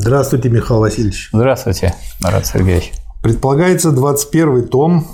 Здравствуйте, Михаил Васильевич. Здравствуйте, Марат Сергеевич. Предполагается 21 том.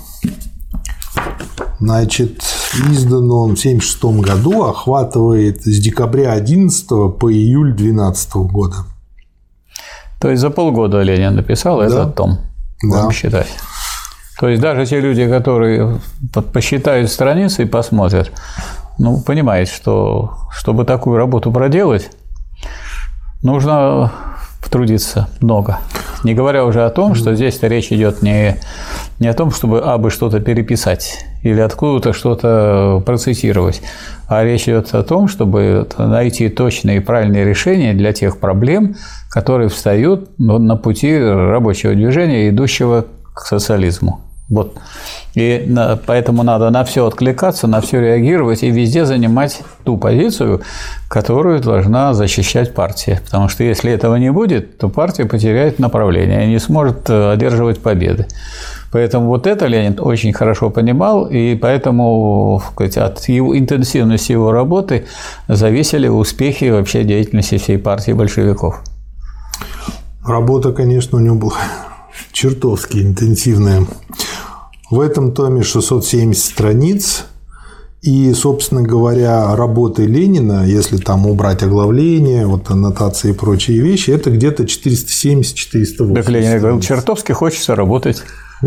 Значит, издан он в 1976 году, охватывает с декабря 2011 по июль 2012 года. То есть за полгода Ленин написал этот том, будем считать. То есть даже те люди, которые посчитают страницы и посмотрят, понимают, что чтобы такую работу проделать, нужно трудиться много. Не говоря уже о том, что здесь-то речь идет не о том, чтобы абы что-то переписать или откуда-то что-то процитировать, а речь идет о том, чтобы найти точные и правильные решения для тех проблем, которые встают на пути рабочего движения, идущего к социализму. Вот. И поэтому надо на все откликаться, на все реагировать и везде занимать ту позицию, которую должна защищать партия. Потому что если этого не будет, то партия потеряет направление и не сможет одерживать победы. Поэтому вот это Ленин очень хорошо понимал, и поэтому от его интенсивности его работы зависели успехи вообще деятельности всей партии большевиков. Работа, конечно, у него была чертовски интенсивная. В этом томе 670 страниц, и, собственно говоря, работы Ленина, если там убрать оглавление, вот аннотации и прочие вещи, это где-то 470-480. Так Ленин говорил, чертовски хочется работать.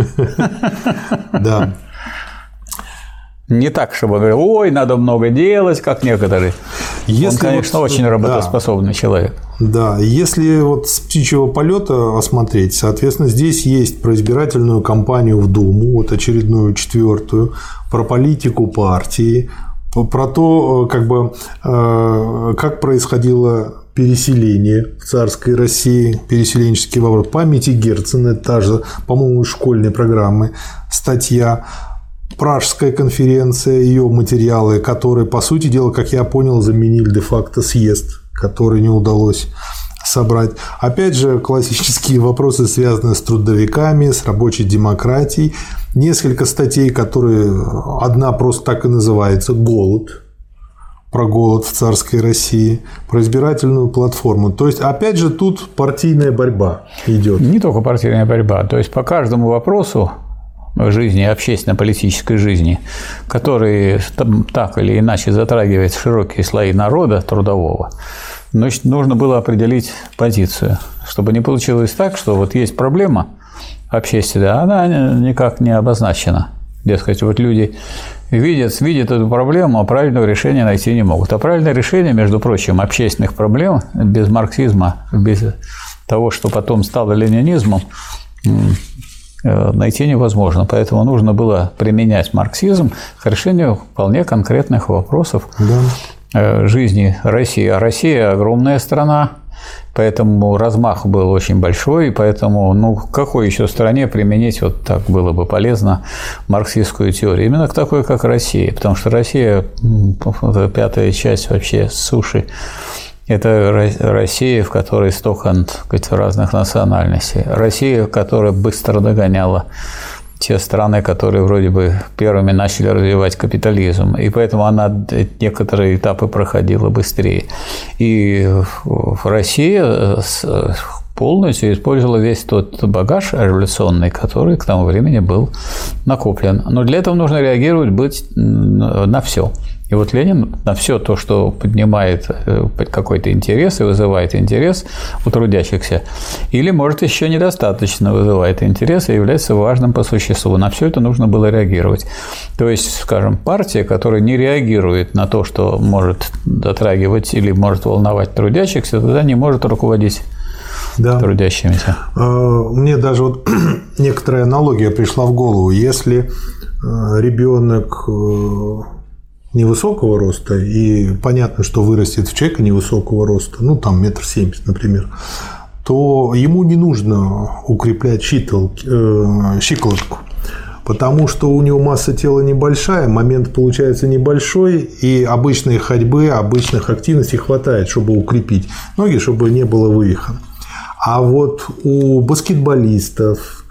Да. Не так, чтобы говорил, ой, надо много делать, как некоторые. Он, конечно, очень работоспособный человек. Да, если вот с птичьего полета осмотреть, соответственно, здесь есть про избирательную кампанию в Думу, вот очередную 4-ю, про политику партии, про то, как происходило переселение в царской России, переселенческий вопрос, памяти Герцена, это та же, по-моему, из школьной программы статья. Пражская конференция, ее материалы, которые, по сути дела, как я понял, заменили де-факто съезд, который не удалось собрать. Опять же, классические вопросы, связанные с трудовиками, с рабочей демократией. Несколько статей, которые одна просто так и называется «Голод», про голод в царской России, про избирательную платформу. То есть, опять же, тут партийная борьба идет. Не только партийная борьба. То есть, по каждому вопросу жизни, общественно-политической жизни, который так или иначе затрагивает широкие слои народа трудового, значит, нужно было определить позицию, чтобы не получилось так, что вот есть проблема общественная, она никак не обозначена. Дескать, вот люди видят эту проблему, а правильного решения найти не могут. А правильное решение, между прочим, общественных проблем без марксизма, без того, что потом стало ленинизмом, найти невозможно. Поэтому нужно было применять марксизм к решению вполне конкретных вопросов жизни России. А Россия – огромная страна, поэтому размах был очень большой, и поэтому, какой еще стране применить вот так было бы полезно марксистскую теорию? Именно к такой, как Россия, потому что Россия – 5-я часть вообще суши. Это Россия, в которой столько разных национальностей. Россия, которая быстро догоняла те страны, которые вроде бы первыми начали развивать капитализм. И поэтому она некоторые этапы проходила быстрее. И Россия полностью использовала весь тот багаж революционный, который к тому времени был накоплен. Но для этого нужно реагировать на все. И вот Ленин на все то, что поднимает какой-то интерес и вызывает интерес у трудящихся, или, может, еще недостаточно вызывает интерес и является важным по существу, на все это нужно было реагировать. То есть, скажем, партия, которая не реагирует на то, что может дотрагивать или может волновать трудящихся, тогда не может руководить трудящимися. Мне даже вот некоторая аналогия пришла в голову. Если ребенок невысокого роста, и понятно, что вырастет в человека невысокого роста, там 1,70 м, например, то ему не нужно укреплять щиколотку, потому что у него масса тела небольшая, момент получается небольшой, и обычной ходьбы, обычных активностей хватает, чтобы укрепить ноги, чтобы не было вывиха. А вот у баскетболистов,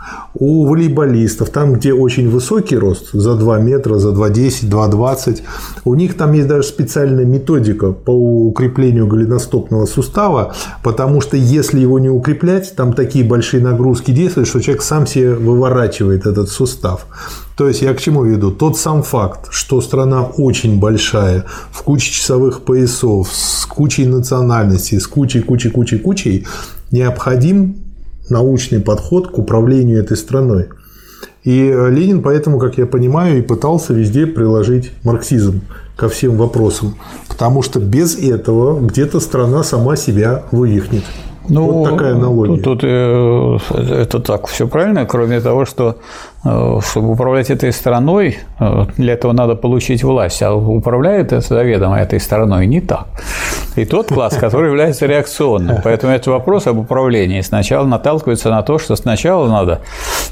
у волейболистов, там, где очень высокий рост, за 2 метра, за 2,10, 2,20, у них там есть даже специальная методика по укреплению голеностопного сустава, потому что если его не укреплять, там такие большие нагрузки действуют, что человек сам себе выворачивает этот сустав. То есть я к чему веду? Тот сам факт, что страна очень большая, в куче часовых поясов, с кучей национальностей, с кучей, необходим научный подход к управлению этой страной. И Ленин поэтому, как я понимаю, и пытался везде приложить марксизм ко всем вопросам. Потому что без этого где-то страна сама себя вывихнет. Вот такая аналогия. Тут это так, все правильно, кроме того, что чтобы управлять этой страной, для этого надо получить власть, а управляет это заведомо этой страной не так. И тот класс, который является реакционным. Поэтому этот вопрос об управлении сначала наталкивается на то, что сначала надо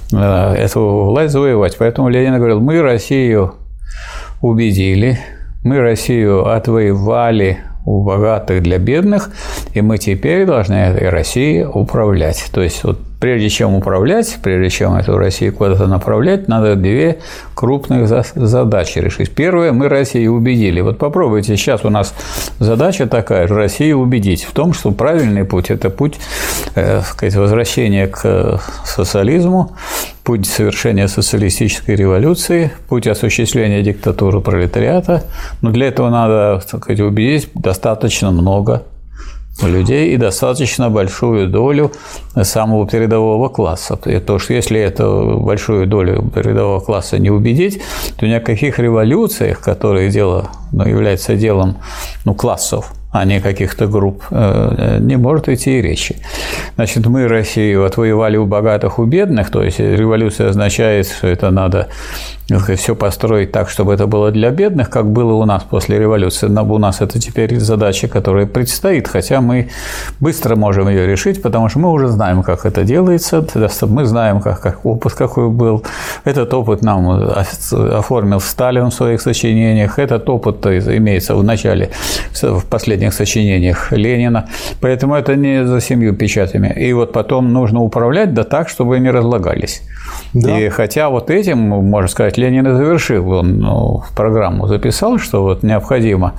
эту власть завоевать. Поэтому Ленин говорил: мы Россию убедили, мы Россию отвоевали у богатых для бедных, и мы теперь должны этой Россией управлять. То есть, вот прежде чем управлять, прежде чем эту Россию куда-то направлять, надо 2 крупных задачи решить. Первое, мы Россию убедили. Вот попробуйте, сейчас у нас задача такая же: Россию убедить в том, что правильный путь – это путь возвращения к социализму, путь совершения социалистической революции, путь осуществления диктатуры пролетариата. Но для этого надо, убедить достаточно много людей и достаточно большую долю самого передового класса. Потому что если эту большую долю передового класса не убедить, то ни о каких революциях, которые является делом классов, а не каких-то групп, не может идти и речи. Значит, мы Россию отвоевали у богатых, у бедных, то есть революция означает, что это надо все построить так, чтобы это было для бедных, как было у нас после революции. Но у нас это теперь задача, которая предстоит, хотя мы быстро можем ее решить, потому что мы уже знаем, как это делается, мы знаем, как опыт какой был. Этот опыт нам оформил Сталин в своих сочинениях, этот опыт имеется в последних сочинениях Ленина, поэтому это не за 7 печатями. И вот потом нужно управлять так, чтобы не разлагались. Да. И хотя вот этим, можно сказать, Ленин и завершил, он в программу записал, что вот необходимо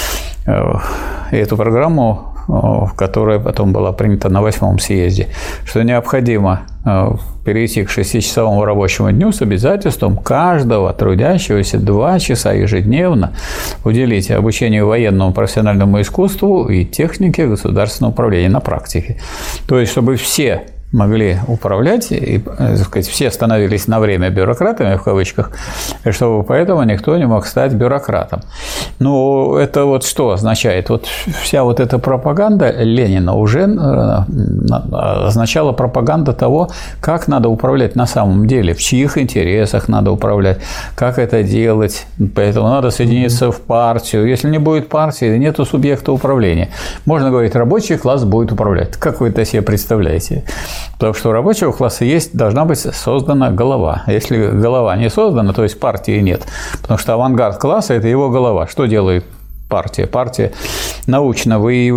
эту программу, которая потом была принята на 8-м съезде, что необходимо перейти к 6-часовому рабочему дню с обязательством каждого трудящегося 2 часа ежедневно уделить обучению военному профессиональному искусству и технике государственного управления на практике. То есть, чтобы все могли управлять, и, так сказать, все становились на время бюрократами, в кавычках, и чтобы поэтому никто не мог стать бюрократом. Ну, это вот что означает? Вот вся вот эта пропаганда Ленина уже означала пропаганда того, как надо управлять на самом деле, в чьих интересах надо управлять, как это делать. Поэтому надо соединиться в партию. Если не будет партии, нету субъекта управления. Можно говорить, рабочий класс будет управлять. Как вы это себе представляете? Потому что у рабочего класса должна быть создана голова. Если голова не создана, то есть партии нет. Потому что авангард класса – это его голова. Что делает партия? Партия научно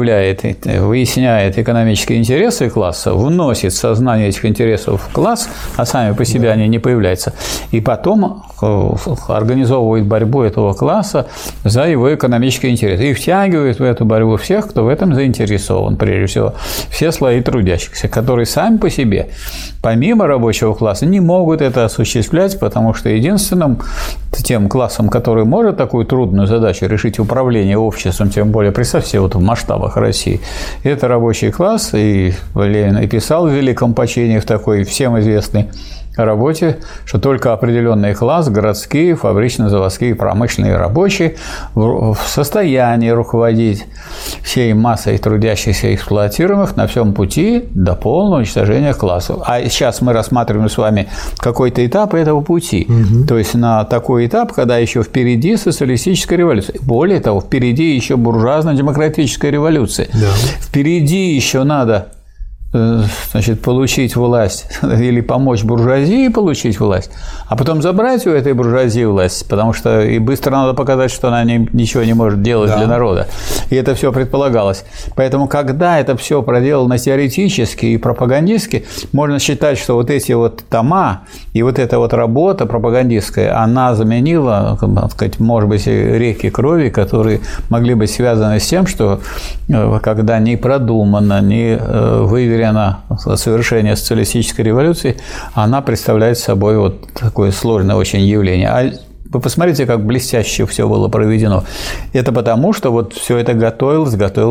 выясняет экономические интересы класса, вносит сознание этих интересов в класс, а сами по себе они не появляются, и потом организовывает борьбу этого класса за его экономические интересы и втягивает в эту борьбу всех, кто в этом заинтересован, прежде всего, все слои трудящихся, которые сами по себе, помимо рабочего класса, не могут это осуществлять, потому что единственным тем классом, который может такую трудную задачу решить, управление обществом, тем более, представьте себе, вот в масштабах России, это рабочий класс, и Ленин и писал в великом почине в такой всем известной работе, что только определенный класс, городские, фабрично-заводские, промышленные рабочие, в состоянии руководить всей массой трудящихся и эксплуатируемых на всем пути до полного уничтожения классов. А сейчас мы рассматриваем с вами какой-то этап этого пути. То есть на такой этап, когда еще впереди социалистическая революция. Более того, впереди еще буржуазно-демократическая революция. Да. Впереди еще надо значит, получить власть или помочь буржуазии получить власть, а потом забрать у этой буржуазии власть, потому что и быстро надо показать, что она ничего не может делать для народа. И это все предполагалось. Поэтому, когда это все проделано теоретически и пропагандистски, можно считать, что вот эти вот тома и вот эта вот работа пропагандистская, она заменила, так сказать, может быть, реки крови, которые могли быть связаны с тем, что когда не продумано, не выверено совершение социалистической революции, она представляет собой вот такое сложное очень явление. А вы посмотрите, как блестяще все было проведено. Это потому, что вот все это готовилось.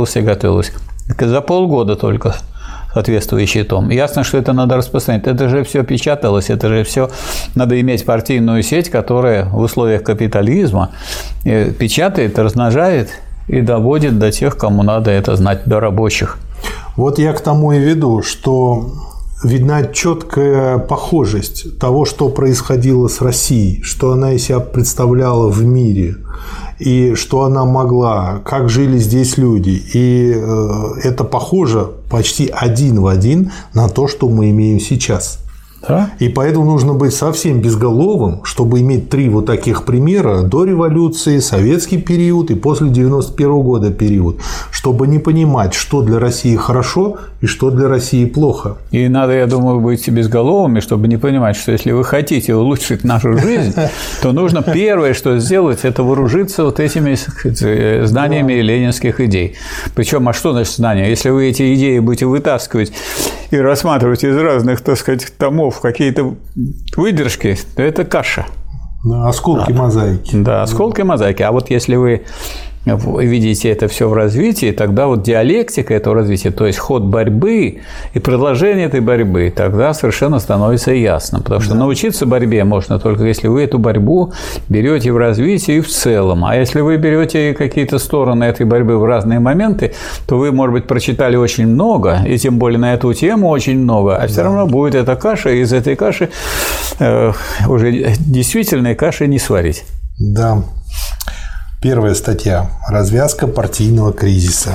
За полгода только соответствующий том. Ясно, что это надо распространять. Это же все печаталось, это же все надо иметь партийную сеть, которая в условиях капитализма печатает, размножает и доводит до тех, кому надо это знать, до рабочих. Вот я к тому и веду, что видна четкая похожесть того, что происходило с Россией, что она из себя представляла в мире, и что она могла, как жили здесь люди. И это похоже почти один в один на то, что мы имеем сейчас. Да? И поэтому нужно быть совсем безголовым, чтобы иметь 3 вот таких примера: до революции, советский период и после 91 года период, чтобы не понимать, что для России хорошо и что для России плохо. И надо, я думаю, быть безголовыми, чтобы не понимать, что если вы хотите улучшить нашу жизнь, то нужно первое, что сделать, это вооружиться вот этими знаниями ленинских идей. Причем, а что значит знания? Если вы эти идеи будете вытаскивать и рассматривать из разных, так сказать, томов какие-то выдержки, то это каша. Осколки мозаики. Да, осколки мозаики. А вот если вы видите это все в развитии, тогда вот диалектика этого развития, то есть ход борьбы и продолжение этой борьбы, тогда совершенно становится ясно. Потому что научиться борьбе можно только если вы эту борьбу берете в развитии и в целом. А если вы берете какие-то стороны этой борьбы в разные моменты, то вы, может быть, прочитали очень много, и тем более на эту тему очень много, а все равно будет эта каша, и из этой каши уже действительной каши не сварить. Да. Первая статья. Развязка партийного кризиса.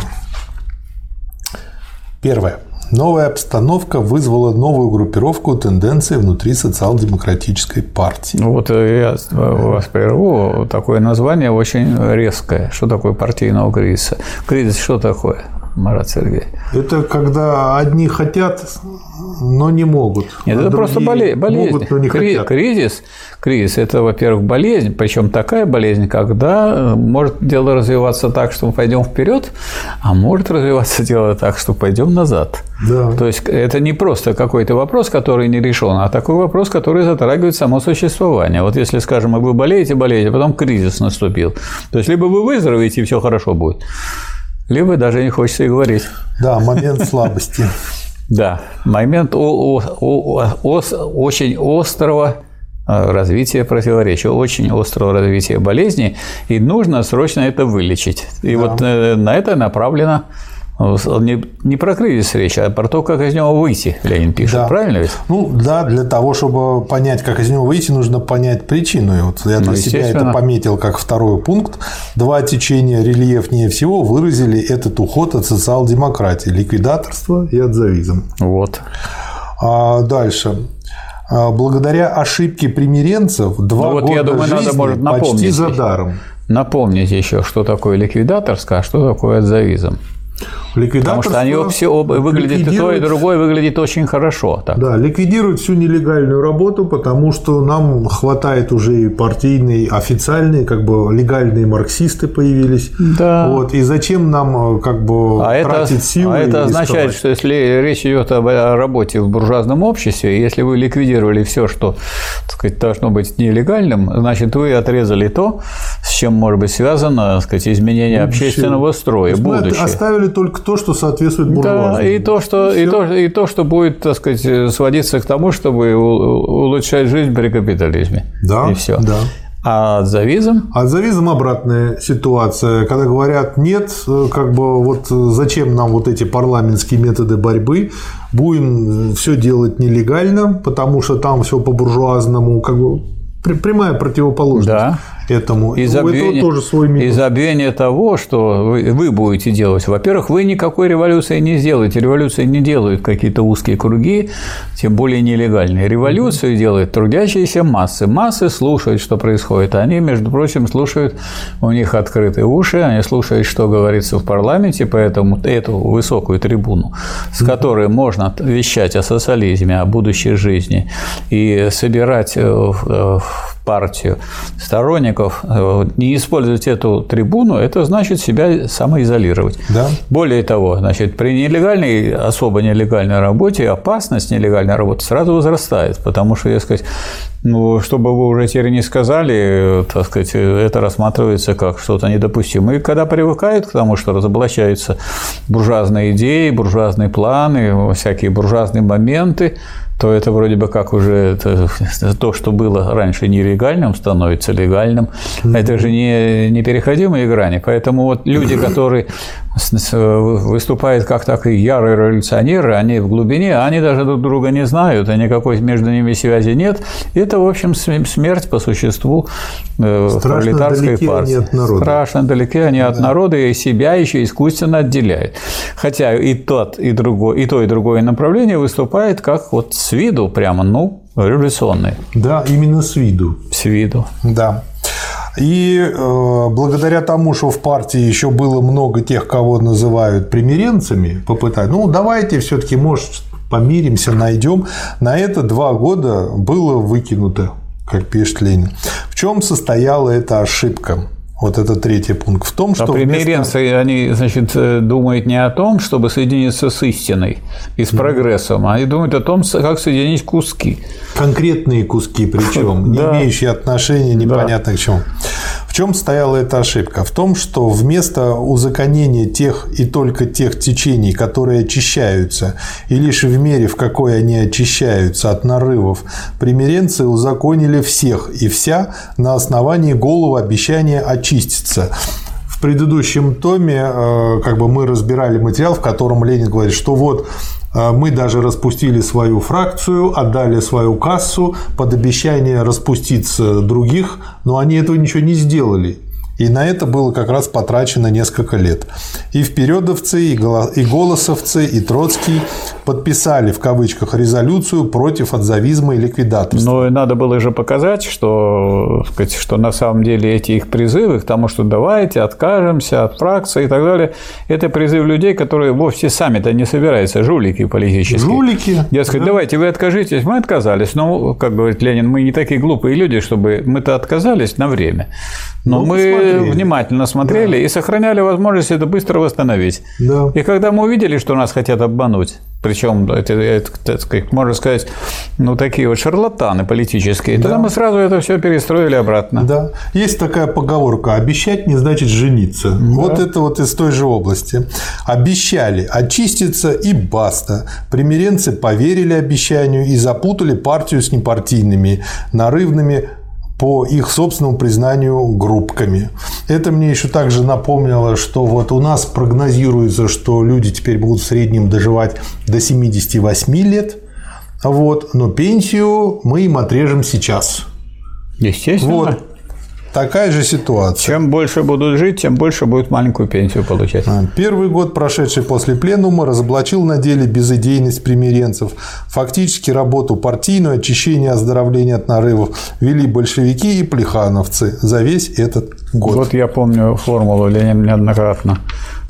Первое. Новая обстановка вызвала новую группировку тенденций внутри социал-демократической партии. Вот я вас прерву. Такое название очень резкое. Что такое партийного кризиса? Кризис что такое, Марат Сергеевич? Это когда одни хотят, но не могут. Нет, это просто болезнь. Могут, но не хотят. Кризис – это, во-первых, болезнь, причем такая болезнь, когда может дело развиваться так, что мы пойдем вперед, а может развиваться дело так, что пойдем назад. Да. То есть это не просто какой-то вопрос, который не решен, а такой вопрос, который затрагивает само существование. Вот если, скажем, вы болеете, а потом кризис наступил, то есть либо вы выздоровеете, и все хорошо будет, либо даже не хочется и говорить. Да, момент слабости. Да, момент очень острого развития противоречия, очень острого развития болезни, и нужно срочно это вылечить. И вот на это направлено не про кризис речь, а про то, как из него выйти, Ленин пишет, правильно ведь? Ну да, для того, чтобы понять, как из него выйти, нужно понять причину. И вот я для себя это пометил как второй пункт. 2 течения рельефнее всего выразили этот уход от социал-демократии: ликвидаторство и отзавизм. Вот. А дальше. Благодаря ошибке примиренцев 2 года я думаю, жизни надо почти за даром. Напомнить еще, что такое ликвидаторское, а что такое отзавизм. Потому что они все выглядят, и то, и другое выглядит очень хорошо. Так. Да, ликвидируют всю нелегальную работу, потому что нам хватает уже и партийной, официальной, как бы легальные марксисты появились. Да. Вот, и зачем нам как бы тратить силы? А это означает, что если речь идет о работе в буржуазном обществе, если вы ликвидировали все, что, так сказать, должно быть нелегальным, значит, вы отрезали то, с чем может быть связано, так сказать, изменение общественного строя, будущее. Мы оставили только то, что соответствует буржуазии. Да, и то, что будет, так сказать, сводиться к тому, чтобы улучшать жизнь при капитализме. Да, и все. Да. А отзавизм? Отзавизм обратная ситуация, когда говорят: нет, как бы вот зачем нам вот эти парламентские методы борьбы, будем все делать нелегально, потому что там все по буржуазному, как бы прямая противоположность. Да. этому. И забвение того, что вы будете делать. Во-первых, вы никакой революции не сделаете. Революции не делают какие-то узкие круги, тем более нелегальные. Революцию делают трудящиеся массы. Массы слушают, что происходит. Они, между прочим, слушают, у них открытые уши, они слушают, что говорится в парламенте, поэтому эту высокую трибуну, с которой можно вещать о социализме, о будущей жизни и собирать в партию сторонников, не использовать эту трибуну, это значит себя самоизолировать. Да. Более того, значит, при нелегальной, особо нелегальной работе опасность нелегальной работы сразу возрастает, потому что, так сказать, ну, что бы вы уже теперь не сказали, так сказать, это рассматривается как что-то недопустимое. И когда привыкают к тому, что разоблачаются буржуазные идеи, буржуазные планы, всякие буржуазные моменты, то это вроде бы как уже то, что было раньше нелегальным, становится легальным. Это же не непереходимые грани. Поэтому вот люди, которые выступают как такие ярые революционеры, они в глубине, они даже друг друга не знают, и никакой между ними связи нет. Это, в общем, смерть по существу пролетарской партии. Страшно далеки они от народа, и себя еще искусственно отделяют. Хотя и то, и другое направление выступает как вот с виду прямо, революционные. Да, именно с виду. С виду. Да. И благодаря тому, что в партии еще было много тех, кого называют примиренцами, давайте все-таки, может, помиримся, найдем. На это 2 года было выкинуто, как пишет Ленин. В чем состояла эта ошибка? Вот это 3-й пункт. В том, что примиренцы, они, значит, думают не о том, чтобы соединиться с истиной и с прогрессом, они думают о том, как соединить куски. Конкретные куски, причем, не имеющие отношения непонятно к чему. В чем стояла эта ошибка? В том, что вместо узаконения тех и только тех течений, которые очищаются, и лишь в мере, в какой они очищаются от нарывов, примиренцы узаконили всех и вся на основании голого обещания очиститься. В предыдущем томе мы разбирали материал, в котором Ленин говорит, что вот мы даже распустили свою фракцию, отдали свою кассу под обещание распуститься других, но они этого ничего не сделали. И на это было как раз потрачено несколько лет. И впередовцы, и голосовцы, и Троцкий подписали, в кавычках, резолюцию против отзавизма и ликвидаторства. Но надо было же показать, что на самом деле эти их призывы к тому, что давайте откажемся от фракции и так далее, это призыв людей, которые вовсе сами-то не собираются, жулики политические. Жулики. Дескать, давайте вы откажитесь, мы отказались. Но, как говорит Ленин, мы не такие глупые люди, чтобы мы-то отказались на время. Но мы внимательно смотрели и сохраняли возможность это быстро восстановить. Да. И когда мы увидели, что нас хотят обмануть, причем, можно сказать, такие вот шарлатаны политические, тогда мы сразу это все перестроили обратно. Да. Есть такая поговорка: обещать не значит жениться. Да. Вот это вот из той же области. Обещали очиститься и баста. Примиренцы поверили обещанию и запутали партию с непартийными, нарывными, по их собственному признанию, группками. Это мне еще также напомнило, что вот у нас прогнозируется, что люди теперь будут в среднем доживать до 78 лет, но пенсию мы им отрежем сейчас. Естественно. Вот. Такая же ситуация. Чем больше будут жить, тем больше будут маленькую пенсию получать. Первый год, прошедший после пленума, разоблачил на деле безыдейность примиренцев. Фактически работу партийную, очищение, оздоровление от нарывов вели большевики и плехановцы за весь этот год. Вот я помню формулу, Ленин неоднократно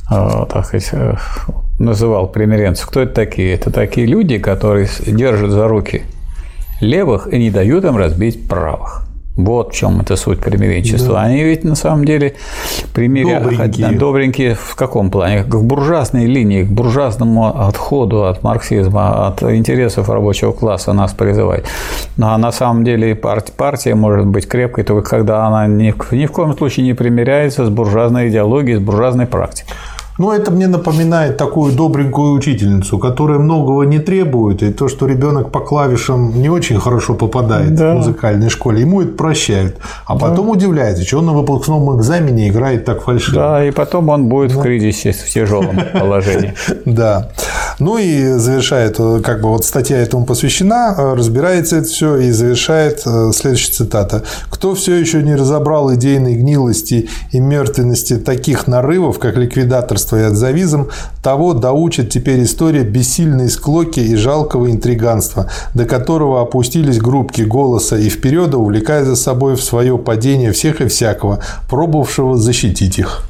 называл примиренцев. Кто это такие? Это такие люди, которые держат за руки левых и не дают им разбить правых. Вот в чем это суть примиренчества. Да. Они ведь на самом деле добренькие в каком плане? К буржуазной линии, к буржуазному отходу от марксизма, от интересов рабочего класса нас призывает. А на самом деле партия может быть крепкой только когда она ни в коем случае не примиряется с буржуазной идеологией, с буржуазной практикой. Ну, это мне напоминает такую добренькую учительницу, которая многого не требует, и то, что ребенок по клавишам не очень хорошо попадает в музыкальной школе, ему это прощают. А потом удивляется, что он на выпускном экзамене играет так фальшиво. Да, и потом он будет в кризисе в тяжелом положении. Да. Ну и завершает, как бы вот статья этому посвящена, разбирается это все и завершает следующая цитата. «Кто все еще не разобрал идейной гнилости и мертвенности таких нарывов, как ликвидаторство и отзавизм, того доучит теперь история бессильной склоки и жалкого интриганства, до которого опустились группки Голоса и Впереда, увлекая за собой в свое падение всех и всякого, пробовавшего защитить их».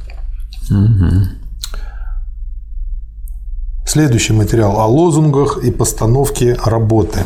Следующий материал о лозунгах и постановке работы.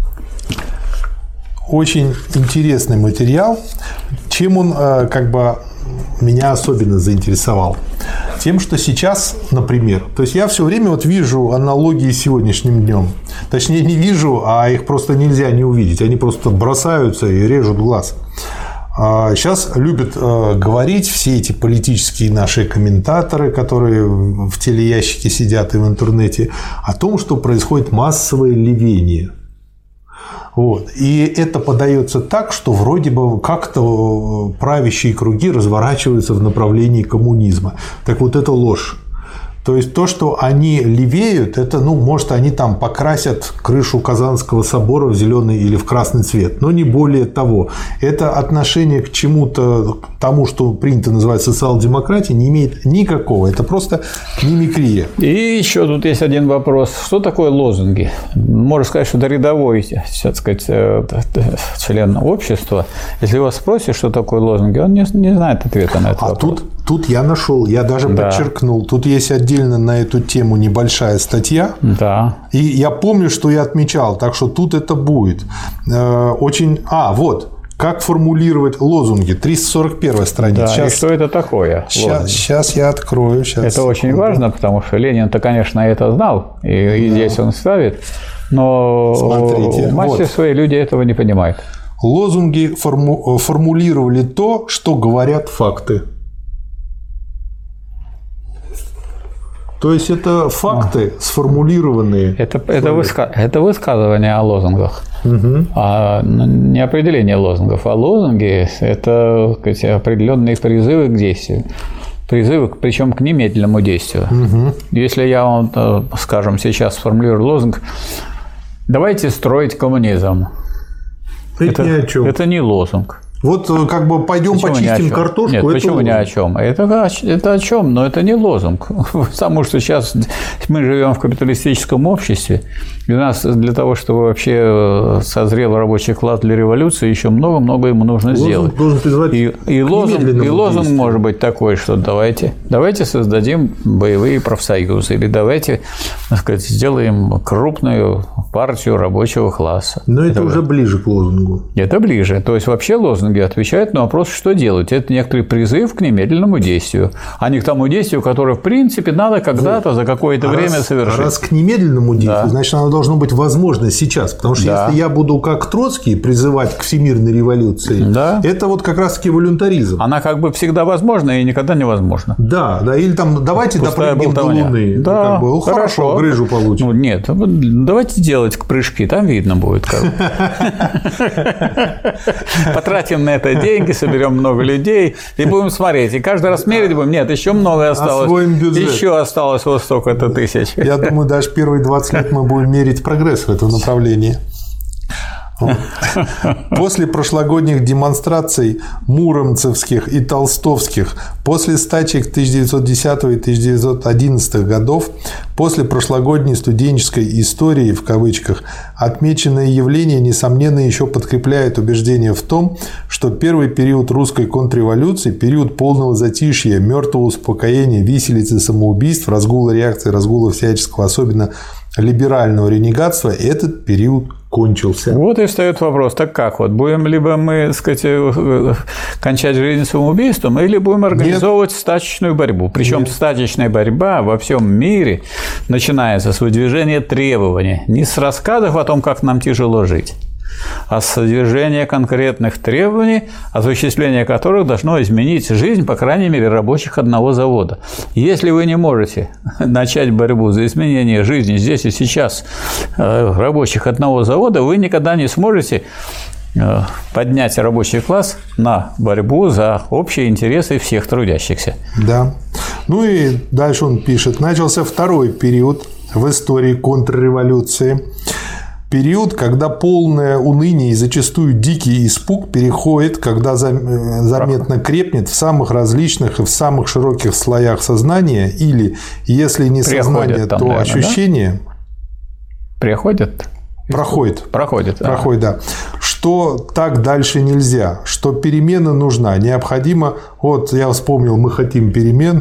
Очень интересный материал. Чем он как бы меня особенно заинтересовал? Тем, что сейчас, например, то есть я все время вот вижу аналогии с сегодняшним днем. Точнее, не вижу, а их просто нельзя не увидеть. Они просто бросаются и режут глаз. Сейчас любят говорить все эти политические наши комментаторы, которые в телеящике сидят и в интернете, о том, что происходит массовое левение. Вот. И это подается так, что вроде бы как-то правящие круги разворачиваются в направлении коммунизма. Так вот, это ложь. То есть то, что они левеют, это, ну, может, они там покрасят крышу Казанского собора в зеленый или в красный цвет, но не более того. Это отношение к чему-то, к тому, что принято называть социал-демократией, не имеет никакого. Это просто мимикрия. И еще тут есть один вопрос. Что такое лозунги? Можно сказать, что это рядовой, так сказать, член общества. Если его спросишь, что такое лозунги, он не знает ответа на этот вопрос. Тут я нашел, я даже подчеркнул. Тут есть отдельно на эту тему небольшая статья. Да. И я помню, что я отмечал, так что тут это будет. Очень. Вот. Как формулировать лозунги? 341 страница. Да, сейчас... И что это такое? Сейчас я открою. Это очень важно, потому что Ленин-то, конечно, это знал, и здесь он ставит, но в массе своей люди этого не понимают. Лозунги формулировали то, что говорят факты. То есть это факты сформулированные. Это высказывание о лозунгах, а не определение лозунгов. А лозунги – это, сказать, определенные призывы к действию. Призывы, причем к немедленному действию. Если я вам, скажем, сейчас сформулирую лозунг «давайте строить коммунизм», это не лозунг. Вот как бы пойдем почистим картошку. Нет, почему ни о чем? Это о чем, но это не лозунг. Потому что сейчас мы живем в капиталистическом обществе, и у нас для того, чтобы вообще созрел рабочий класс для революции, еще много-много ему нужно сделать. И лозунг может быть такой, что давайте создадим боевые профсоюзы, или давайте, так сказать, сделаем крупную партию рабочего класса. Но это уже ближе к лозунгу. Это ближе. То есть вообще лозунги отвечают на вопрос, что делать. Это некоторый призыв к немедленному действию, а не к тому действию, которое, в принципе, надо когда-то за какое-то время совершить. Раз к немедленному действию, значит, оно должно быть возможно сейчас. Потому что если я буду, как Троцкий, призывать к всемирной революции, это вот как раз-таки волюнтаризм. Она как бы всегда возможна и никогда невозможна. Да, или там давайте допрыгнем до Луны. Да, хорошо, грыжу получим. Ну, нет, давайте делать прыжки, там видно будет. Потратим на это деньги, соберем много людей и будем смотреть. И каждый раз мерить будем. Нет, еще много осталось. Еще осталось вот столько-то тысяч. Я думаю, даже первые 20 лет мы будем мерить прогресс в этом направлении. После прошлогодних демонстраций муромцевских и толстовских, после стачек 1910 и 1911 годов, после прошлогодней студенческой истории, в кавычках, отмеченное явление, несомненно, еще подкрепляет убеждение в том, что первый период русской контрреволюции, период полного затишья, мертвого успокоения, виселицы, самоубийств, разгула реакции, разгула всяческого, особенно либерального ренегатства, этот период кончился. Вот и встает вопрос, так как вот, будем либо мы, так сказать, кончать жизнь самоубийством, или будем организовывать стачечную борьбу. Причем стачечная борьба во всем мире начинается с выдвижения требований, не с рассказов о том, как нам тяжело жить, а содержание конкретных требований, осуществление которых должно изменить жизнь, по крайней мере, рабочих одного завода. Если вы не можете начать борьбу за изменение жизни здесь и сейчас рабочих одного завода, вы никогда не сможете поднять рабочий класс на борьбу за общие интересы всех трудящихся. Да. Ну и дальше он пишет. Начался второй период в истории контрреволюции. Период, когда полное уныние и зачастую дикий испуг переходит, когда заметно крепнет в самых различных и в самых широких слоях сознания, или, если не сознание, то наверное, ощущение. Да? Приходит? Проходит, да. Что так дальше нельзя, что перемена нужна, необходимо. Вот я вспомнил, мы хотим перемен,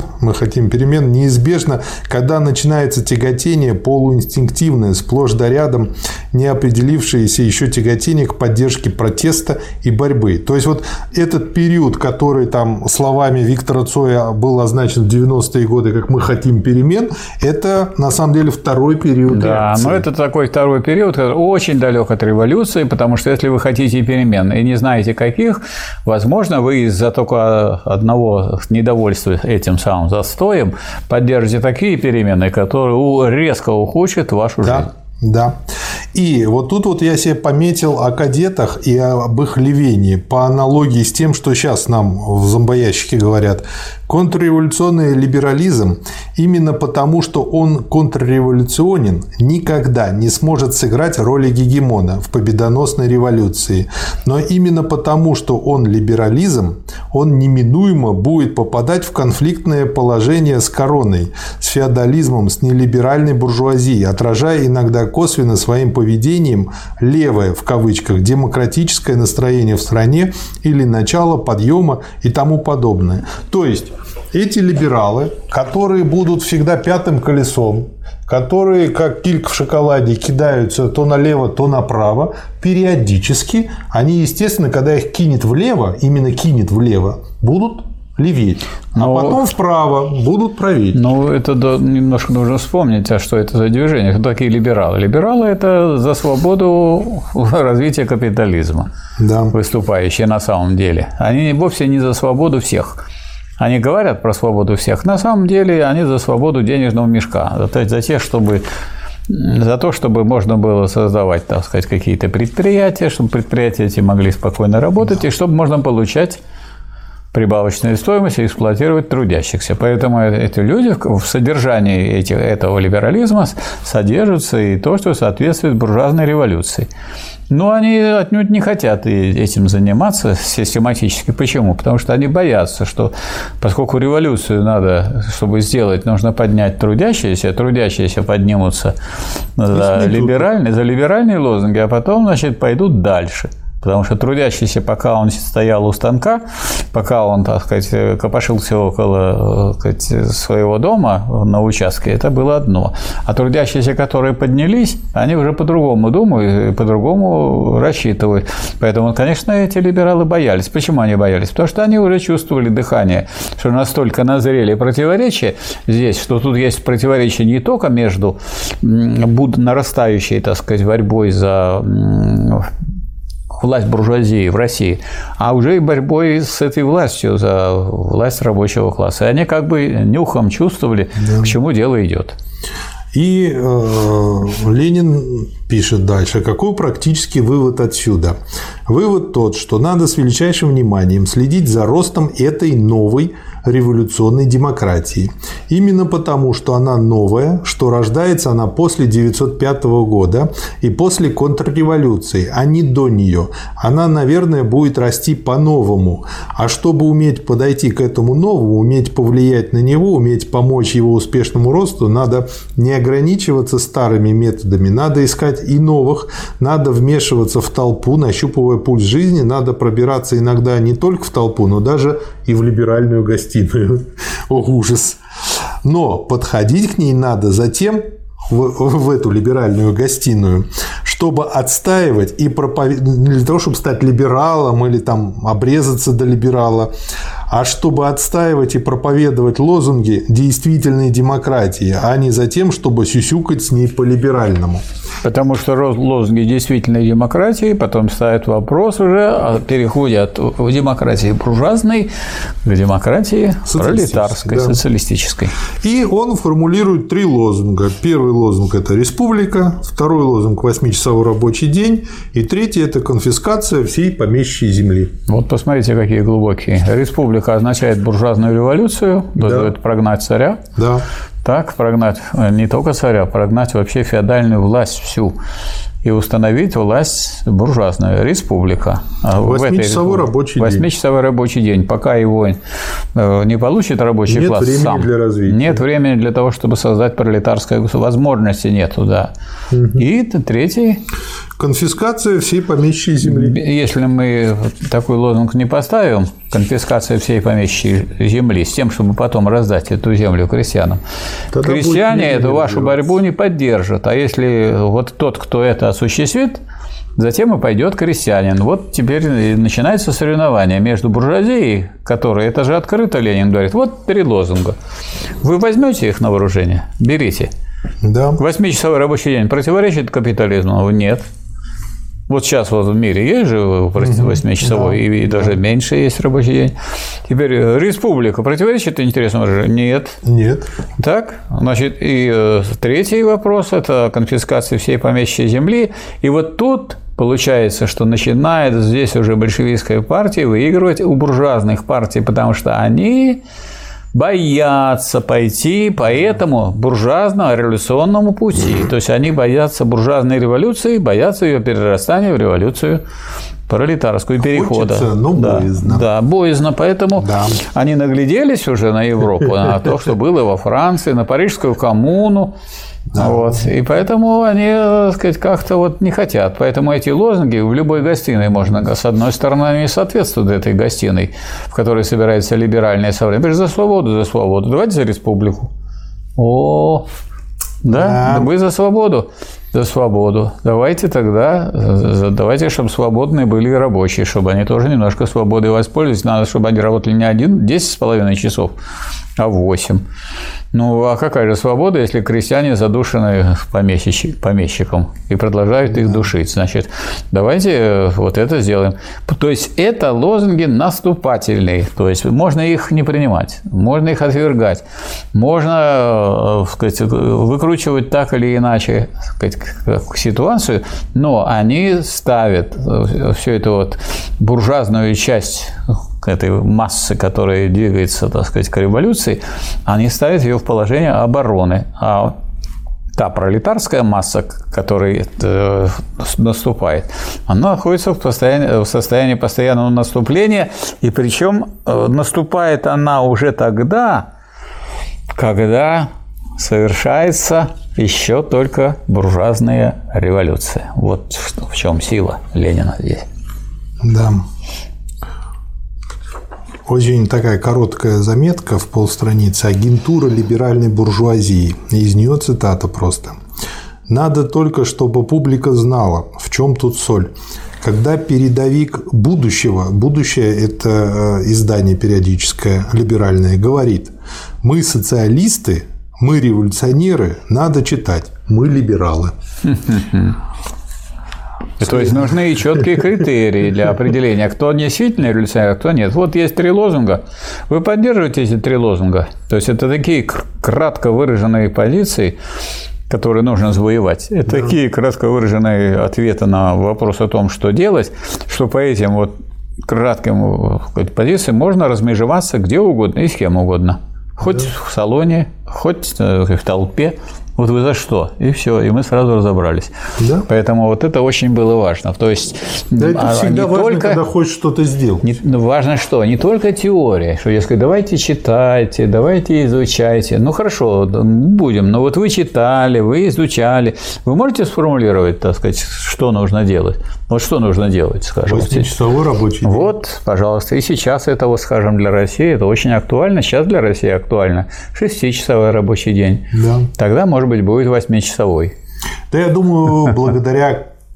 неизбежно, когда начинается тяготение полуинстинктивное, сплошь да рядом не определившееся еще тяготение к поддержке протеста и борьбы. То есть, вот этот период, который там словами Виктора Цоя был означен в 90-е годы, как мы хотим перемен, это на самом деле второй период реакции. Да, но это такой второй период, который очень далек от революции, потому что если вы хотите перемен и не знаете каких, возможно, вы из-за только одного недовольства этим самым застоем поддержите такие перемены, которые резко ухудшат вашу жизнь. Да. И вот тут вот я себе пометил о кадетах и об их ливении по аналогии с тем, что сейчас нам в зомбоящике говорят. Контрреволюционный либерализм именно потому, что он контрреволюционен, никогда не сможет сыграть роли гегемона в победоносной революции. Но именно потому, что он либерализм, он неминуемо будет попадать в конфликтное положение с короной, с феодализмом, с нелиберальной буржуазией, отражая иногда косвенно своим поведением левое, в кавычках, демократическое настроение в стране или начало подъема и тому подобное. То есть, эти либералы, которые будут всегда пятым колесом, которые, как килька в шоколаде, кидаются то налево, то направо, периодически, они, естественно, когда их кинет влево, именно кинет влево, будут леветь, а потом вправо будут правее. Ну, это немножко нужно вспомнить, а что это за движение, кто такие либералы. Либералы – это за свободу развития капитализма, выступающие на самом деле. Они вовсе не за свободу всех. Они говорят про свободу всех. На самом деле они за свободу денежного мешка. То есть за то, чтобы можно было создавать, так сказать, какие-то предприятия, чтобы предприятия эти могли спокойно работать, и чтобы можно получать прибавочную стоимость и эксплуатировать трудящихся. Поэтому эти люди в содержании этого либерализма содержатся и то, что соответствует буржуазной революции. Но они отнюдь не хотят этим заниматься систематически. Почему? Потому что они боятся, что поскольку революцию надо, чтобы сделать, нужно поднять трудящиеся поднимутся за либеральные лозунги, а потом, пойдут дальше. Потому что трудящийся, пока он стоял у станка, пока он, так сказать, копошился около, так сказать, своего дома на участке, это было одно. А трудящиеся, которые поднялись, они уже по-другому думают и по-другому рассчитывают. Поэтому, конечно, эти либералы боялись. Почему они боялись? Потому что они уже чувствовали дыхание, что настолько назрели противоречия здесь, что тут есть противоречия не только между нарастающей, так сказать, борьбой за власть буржуазии в России, а уже и борьбой с этой властью за власть рабочего класса. И они как бы нюхом чувствовали, к чему дело идет. И Ленин пишет дальше. Какой практический вывод отсюда? Вывод тот, что надо с величайшим вниманием следить за ростом этой новой революционной демократии. Именно потому, что она новая, что рождается она после 1905 года и после контрреволюции, а не до нее. Она, наверное, будет расти по-новому. А чтобы уметь подойти к этому новому, уметь повлиять на него, уметь помочь его успешному росту, надо не ограничиваться старыми методами, надо искать и новых, надо вмешиваться в толпу, нащупывая пульс жизни, надо пробираться иногда не только в толпу, но даже и в либеральную гостиную. О, ужас! Но подходить к ней надо затем, в эту либеральную гостиную, чтобы отстаивать и проповедовать, не для того, чтобы стать либералом или там обрезаться до либерала, а чтобы отстаивать и проповедовать лозунги действительной демократии, а не за тем, чтобы сюсюкать с ней по-либеральному. Потому что лозунги действительной демократии потом ставят вопрос уже о переходе от демократии буржуазной к демократии пролетарской, да, социалистической. И он формулирует 3 лозунга. Первый лозунг – это республика, второй лозунг – 8-часовой рабочий день, и третий – это конфискация всей помещичьей земли. Вот посмотрите, какие глубокие. Республика означает буржуазную революцию, да, прогнать царя. Да. Так, прогнать не только царя, прогнать вообще феодальную власть всю и установить власть буржуазную. Республика. 8-часовой рабочий день. 8-часовой рабочий день. Пока его не получит рабочий нет класс времени сам. Для развития. Нет времени для того, чтобы создать пролетарское государство. Возможности нету, да. Угу. И третий. Конфискация всей помещичьей земли. Если мы такой лозунг не поставим, конфискация всей помещичьей земли, с тем, чтобы потом раздать эту землю крестьянам, тогда крестьяне эту вашу борьбу не поддержат. А если вот тот, кто это осуществит, затем и пойдет крестьянин. Вот теперь начинается соревнование между буржуазией, которая, это же открыто Ленин говорит, вот 3 лозунга. Вы возьмете их на вооружение? Берите. Да. 8-часовой рабочий день противоречит капитализму? Нет. Вот сейчас вот в мире есть же 8-часовой, да, и даже меньше есть рабочий день. Теперь республика противоречит интересам? Нет. Нет. Так, значит, и третий вопрос – это конфискация всей помещичьей земли. И вот тут получается, что начинает здесь уже большевистская партия выигрывать у буржуазных партий, потому что они боятся пойти по этому буржуазному революционному пути. То есть они боятся буржуазной революции, боятся ее перерастания в революцию пролетарскую, перехода. Хочется, но боязно. Да, боязно. Поэтому они нагляделись уже на Европу, на то, что было во Франции, на Парижскую коммуну. Да. Вот. И поэтому они, так сказать, как-то вот не хотят. Поэтому эти лозунги в любой гостиной можно, с одной стороны, они соответствуют этой гостиной, в которой собирается либеральное собрание. За свободу, за свободу. Давайте за республику. О, да, вы за свободу. За свободу. Давайте тогда, давайте, чтобы свободные были и рабочие, чтобы они тоже немножко свободой воспользовались. Надо, чтобы они работали не 10,5 часов, а 8. Ну, а какая же свобода, если крестьяне задушены помещиком и продолжают их душить? Значит, давайте вот это сделаем. То есть, это лозунги наступательные. То есть, можно их не принимать, можно их отвергать, можно, сказать, выкручивать так или иначе, сказать, ситуацию, но они ставят всю эту вот буржуазную часть этой массы, которая двигается, так сказать, к революции, они ставят ее в положение обороны. А та пролетарская масса, которая наступает, она находится в состоянии постоянного наступления, и причем наступает она уже тогда, когда совершается еще только буржуазная революция. Вот в чем сила Ленина здесь. Да. Очень такая короткая заметка в полстраницы. Агентура либеральной буржуазии. Из нее цитата просто. «Надо только, чтобы публика знала, в чем тут соль. Когда передовик будущего, будущее – это издание периодическое, либеральное, говорит, мы социалисты, мы революционеры, надо читать, мы либералы». То есть нужны и четкие критерии для определения, кто действительно революционер, а кто нет. Вот есть 3 лозунга. Вы поддерживаете эти 3 лозунга? То есть это такие кратко выраженные позиции, которые нужно завоевать. Это такие кратко выраженные ответы на вопрос о том, что делать, что по этим вот кратким позициям можно размежеваться где угодно и с кем угодно. Хоть в салоне, хоть в толпе. Вот вы за что? И все, и мы сразу разобрались. Да? Поэтому вот это очень было важно. То есть, да, это всегда важно, только, когда хочешь что-то сделать. Важно что? Не только теория, что я скажу, давайте читайте, давайте изучайте. Ну хорошо, будем, но вот вы читали, вы изучали. Вы можете сформулировать, так сказать, что нужно делать? Вот что нужно делать, скажем. 8-часовой рабочий день. Вот, пожалуйста. И сейчас это, вот, скажем, для России это очень актуально. Сейчас для России актуально 6-часовой рабочий день. Да. Тогда, может быть, будет 8-часовой. Да, я думаю, благодаря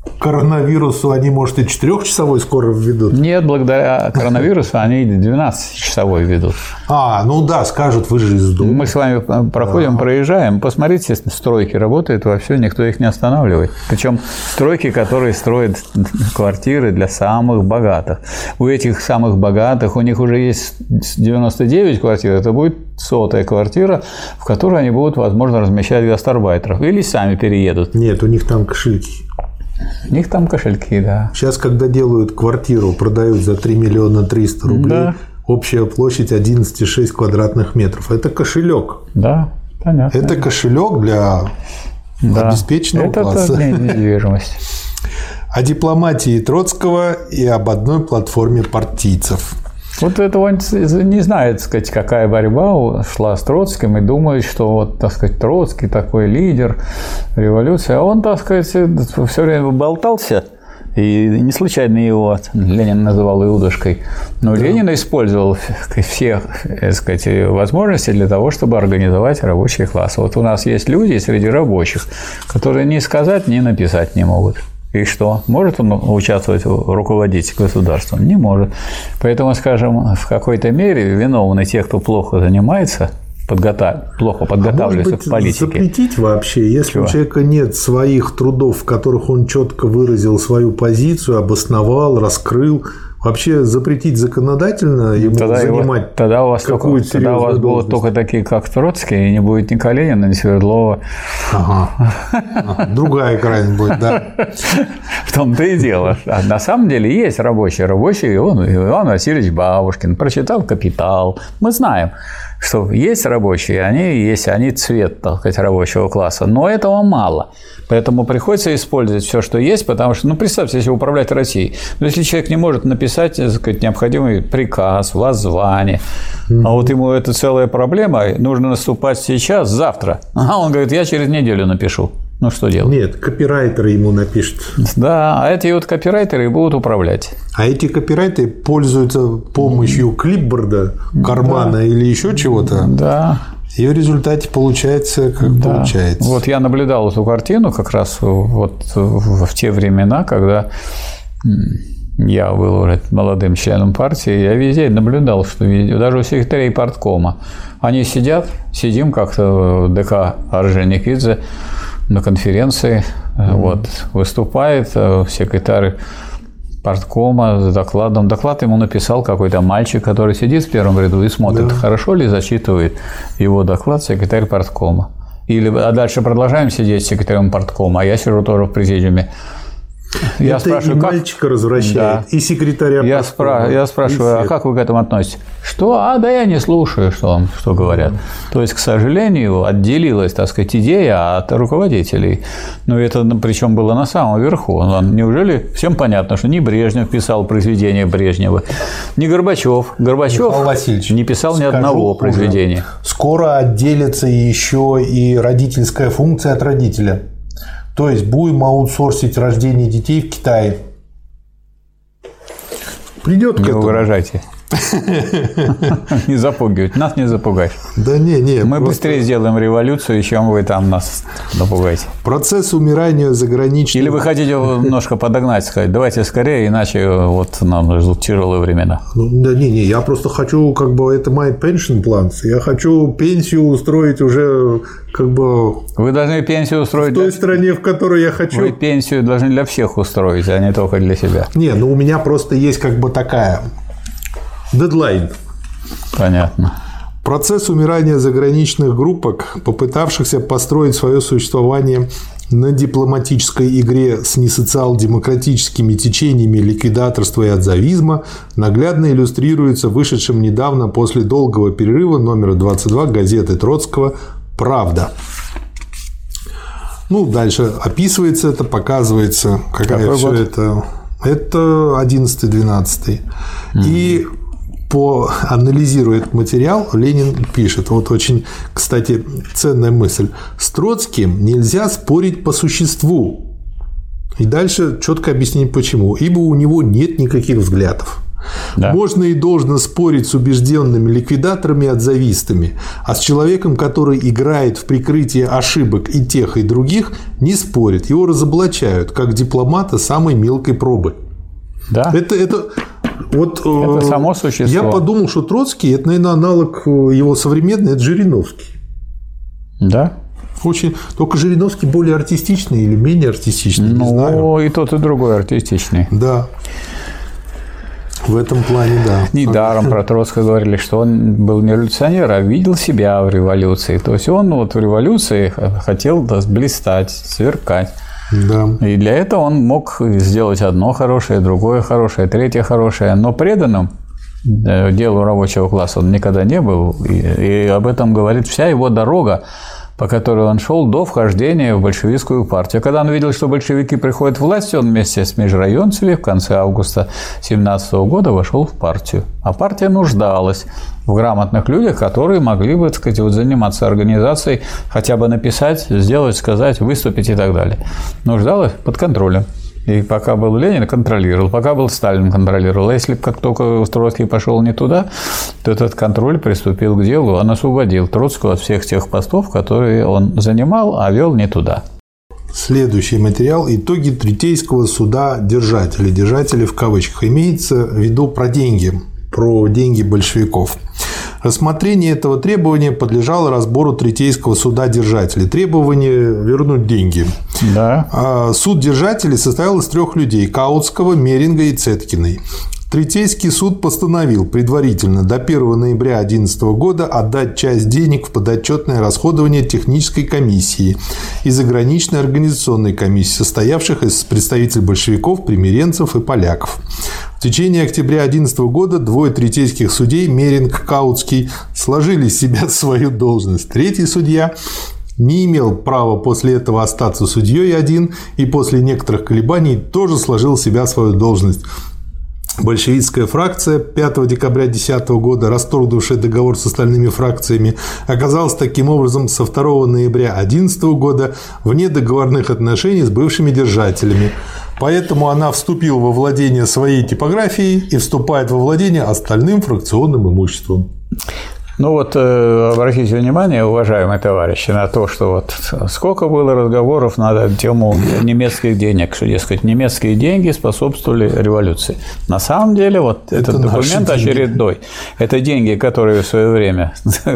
коронавирусу они, может, и 4-часовой скоро введут? Нет, благодаря коронавирусу они 12-часовой введут. Ну да, скажут, вы же из дома. Мы с вами проходим, проезжаем. Посмотрите, стройки работают вовсю, никто их не останавливает. Причем стройки, которые строят квартиры для самых богатых. У этих самых богатых, у них уже есть 99 квартир, это будет 100-я квартира, в которой они будут, возможно, размещать гастарбайтеров. Или сами переедут. Нет, у них там кошельки. У них там кошельки, да. Сейчас, когда делают квартиру, продают за 3 миллиона 300 рублей, да. Общая площадь 11,6 квадратных метров. Это кошелек. Да, понятно. Это кошелек для обеспеченного класса. Это недвижимость. О дипломатии Троцкого и об одной платформе партийцев. Вот этого не знает, так сказать, какая борьба шла с Троцким, и думает, что вот, так сказать, Троцкий такой лидер революции, а он, так сказать, все время болтался, и не случайно его Ленин называл Иудушкой, но да. Ленин использовал все, так сказать, возможности для того, чтобы организовать рабочий класс. Вот у нас есть люди среди рабочих, которые ни сказать, ни написать не могут. И что? Может он участвовать, руководить государством? Не может. Поэтому, скажем, в какой-то мере виновны те, кто плохо занимается, плохо подготавливается к политике. Запретить вообще, если у человека нет своих трудов, в которых он четко выразил свою позицию, обосновал, раскрыл, вообще запретить законодательно ему занимать какую-то серьезную должность? Тогда у вас будут только такие, как Троцкий, и не будет ни Калинина, ни Свердлова. Другая крайность будет, да. В том-то и дело. А на самом деле есть рабочие. Рабочий Иван Васильевич Бабушкин прочитал «Капитал». Мы знаем, что есть рабочие, они цвет, так сказать, рабочего класса, но этого мало. Поэтому приходится использовать все, что есть, потому что, представьте, если управлять Россией, если человек не может написать, так сказать, необходимый приказ, воззвание, а вот ему это целая проблема, нужно наступать сейчас, завтра, а он говорит, я через неделю напишу. Ну, что делать? Нет, копирайтеры ему напишут. Да, а эти вот копирайтеры будут управлять. А эти копирайтеры пользуются помощью клипборда, кармана или еще чего-то. Да. И в результате получается, как получается. Вот я наблюдал эту картину как раз вот в те времена, когда я был уже молодым членом партии, я везде наблюдал, что даже у секретарей парткома они сидим как-то в ДК Орджоникидзе на конференции, выступает секретарь парткома с докладом. Доклад ему написал какой-то мальчик, который сидит в первом ряду и смотрит, хорошо ли зачитывает его доклад секретарь парткома. А дальше продолжаем сидеть с секретарем парткома, а я сижу тоже в президиуме. Я спрашиваю, и мальчика развращает, и секретаря парткома. Я спрашиваю, а как вы к этому относитесь? Что? Да я не слушаю, что говорят. То есть, к сожалению, отделилась, так сказать, идея от руководителей. Но это причем было на самом верху. Неужели всем понятно, что ни Брежнев писал произведение Брежнева, ни Горбачев не писал ни одного произведения. Скоро отделится еще и родительская функция от родителя. То есть будем аутсорсить рождение детей в Китае. Придет к этому. Не угрожайте. Не запугивать. Нас не запугаешь. Да не. Мы быстрее сделаем революцию, чем вы там нас напугаете. Процесс умирания заграничных... Или вы хотите немножко подогнать, сказать, давайте скорее, иначе вот нам ждут тяжелые времена. Я просто хочу, это my pension plans. Я хочу пенсию устроить уже Вы должны пенсию устроить... В той стране, в которой я хочу. Вы пенсию должны для всех устроить, а не только для себя. У меня просто есть такая... Дедлайн. Понятно. Процесс умирания заграничных группок, попытавшихся построить свое существование на дипломатической игре с несоциал-демократическими течениями ликвидаторства и отзавизма, наглядно иллюстрируется вышедшим недавно после долгого перерыва номера 22 газеты Троцкого «Правда». Дальше описывается это, показывается, какая все это. Это 11-12. И анализируя этот материал, Ленин пишет, очень, кстати, ценная мысль: с Троцким нельзя спорить по существу. И дальше четко объяснение почему. Ибо у него нет никаких взглядов. Да. Можно и должно спорить с убежденными ликвидаторами и отзавистами, а с человеком, который играет в прикрытие ошибок и тех, и других, не спорят, его разоблачают, как дипломата самой мелкой пробы. Да. Это само существо. Я подумал, что Троцкий – это, наверное, аналог его современный, это Жириновский. Да. Очень. Только Жириновский более артистичный или менее артистичный, не знаю. И тот, и другой артистичный. Да. В этом плане, да. Недаром про Троцкого говорили, что он был не революционер, а видел себя в революции. То есть он в революции хотел блистать, сверкать. Да. И для этого он мог сделать одно хорошее, другое хорошее, третье хорошее. Но преданным делу рабочего класса он никогда не был. И об этом говорит вся его дорога, по которой он шел до вхождения в большевистскую партию. Когда он видел, что большевики приходят к власти, он вместе с межрайонцами в конце августа 1917 года вошел в партию. А партия нуждалась в грамотных людях, которые могли бы, так сказать, заниматься организацией, хотя бы написать, сделать, сказать, выступить и так далее. Нуждалась под контролем. И пока был Ленин, контролировал, пока был Сталин, контролировал. А если как только Троцкий пошел не туда, то этот контроль приступил к делу, он освободил Троцкого от всех тех постов, которые он занимал, а вел не туда. Следующий материал – итоги Третейского суда держателей. Держатели в кавычках. Имеется в виду про деньги большевиков. Рассмотрение этого требования подлежало разбору Третейского суда держателей. Требование вернуть деньги. Да. Суд держателей состоял из 3 людей – Каутского, Меринга и Цеткиной. Третейский суд постановил предварительно до 1 ноября 2011 года отдать часть денег в подотчетное расходование технической комиссии и заграничной организационной комиссии, состоявших из представителей большевиков, примиренцев и поляков. В течение октября 2011 года 2 третейских судей, Меринг, Каутский, сложили с себя свою должность. 3-й судья не имел права после этого остаться судьей один и после некоторых колебаний тоже сложил с себя свою должность. Большевистская фракция 5 декабря 2010 года, расторгнувшая договор с остальными фракциями, оказалась таким образом со 2 ноября 2011 года вне договорных отношений с бывшими держателями. Поэтому она вступила во владение своей типографией и вступает во владение остальным фракционным имуществом. Ну вот, обратите внимание, уважаемые товарищи, на то, что вот сколько было разговоров на тему немецких денег, что, дескать, немецкие деньги способствовали революции. На самом деле, вот этот документ очередной, это деньги, которые в свое время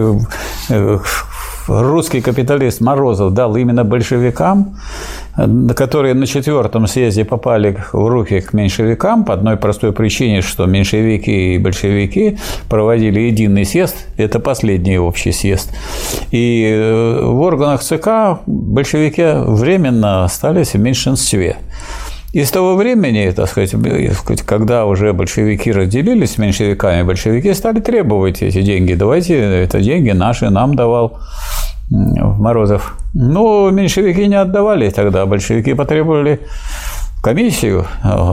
русский капиталист Морозов дал именно большевикам, которые на 4-м съезде попали в руки к меньшевикам по одной простой причине, что меньшевики и большевики проводили единый съезд, это последний общий съезд. И в органах ЦК большевики временно остались в меньшинстве. И с того времени, так сказать, когда уже большевики разделились с меньшевиками, большевики стали требовать эти деньги. Давайте, это деньги наши, нам давал Морозов. Но меньшевики не отдавали тогда. Большевики потребовали комиссию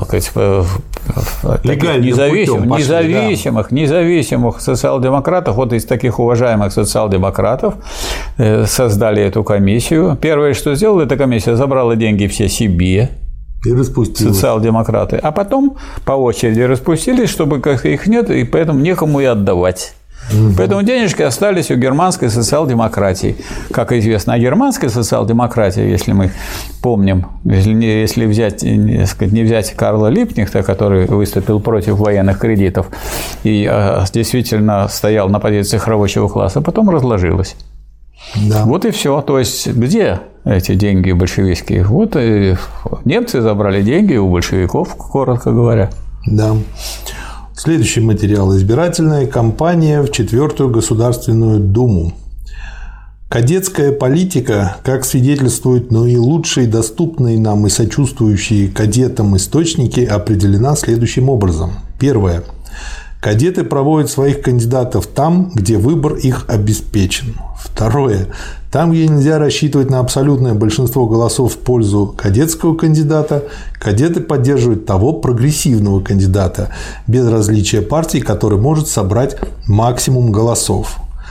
независимых социал-демократов. Вот из таких уважаемых социал-демократов создали эту комиссию. Первое, что сделала эта комиссия, забрала деньги все себе. И распустилась. Социал-демократы. А потом по очереди распустились, чтобы как их нет, и поэтому некому и отдавать. Поэтому денежки остались у германской социал-демократии. Как известно, о германской социал-демократии, если мы помним, если взять, не взять Карла Липкнехта, который выступил против военных кредитов и действительно стоял на позициях рабочего класса, потом разложилось. Да. Вот и все. То есть, где эти деньги большевистские? Вот и немцы забрали деньги у большевиков, коротко говоря. Да. Следующий материал. Избирательная кампания в 4-ю Государственную Думу. Кадетская политика, как свидетельствуют наилучшие доступные нам и сочувствующие кадетам источники, определена следующим образом. Первое. Кадеты проводят своих кандидатов там, где выбор их обеспечен. Второе. Там, где нельзя рассчитывать на абсолютное большинство голосов в пользу кадетского кандидата, кадеты поддерживают того прогрессивного кандидата, без различия партий, который может собрать максимум голосов.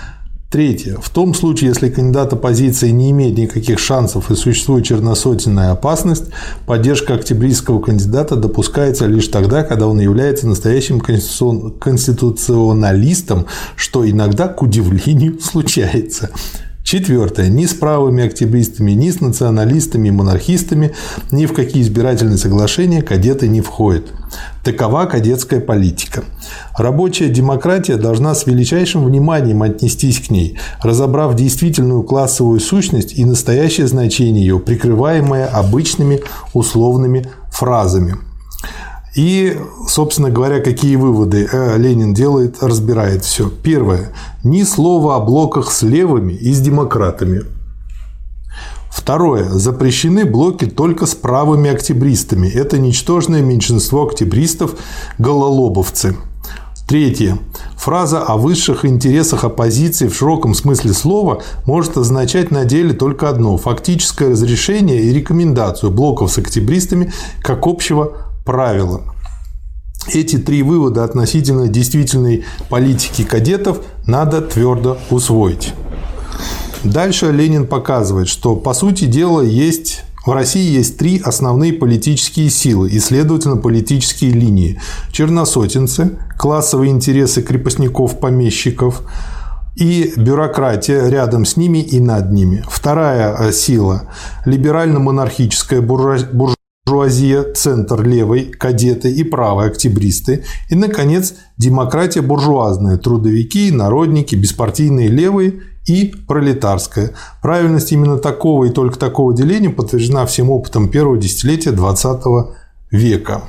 Третье. В том случае, если кандидат оппозиции не имеет никаких шансов и существует черносотенная опасность, поддержка октябристского кандидата допускается лишь тогда, когда он является настоящим конституционалистом, что иногда, к удивлению, случается. Четвертое. Ни с правыми октябристами, ни с националистами и монархистами ни в какие избирательные соглашения кадеты не входят. Такова кадетская политика. Рабочая демократия должна с величайшим вниманием отнестись к ней, разобрав действительную классовую сущность и настоящее значение ее, прикрываемое обычными условными фразами. И, собственно говоря, какие выводы Ленин делает, разбирает все. Первое. Ни слова о блоках с левыми и с демократами. Второе. Запрещены блоки только с правыми октябристами. Это ничтожное меньшинство октябристов – гололобовцы. Третье. Фраза о высших интересах оппозиции в широком смысле слова может означать на деле только одно – фактическое разрешение и рекомендацию блоков с октябристами как общего правила. Эти три вывода относительно действительной политики кадетов надо твердо усвоить. Дальше Ленин показывает, что, по сути дела, в России есть три основные политические силы и, следовательно, политические линии. Черносотенцы, классовые интересы крепостников-помещиков и бюрократия рядом с ними и над ними. Вторая сила – либерально-монархическая буржуазия, центр левой, кадеты и правые октябристы. И, наконец, демократия буржуазная, трудовики, народники, беспартийные левые и пролетарская. Правильность именно такого и только такого деления подтверждена всем опытом первого десятилетия XX века.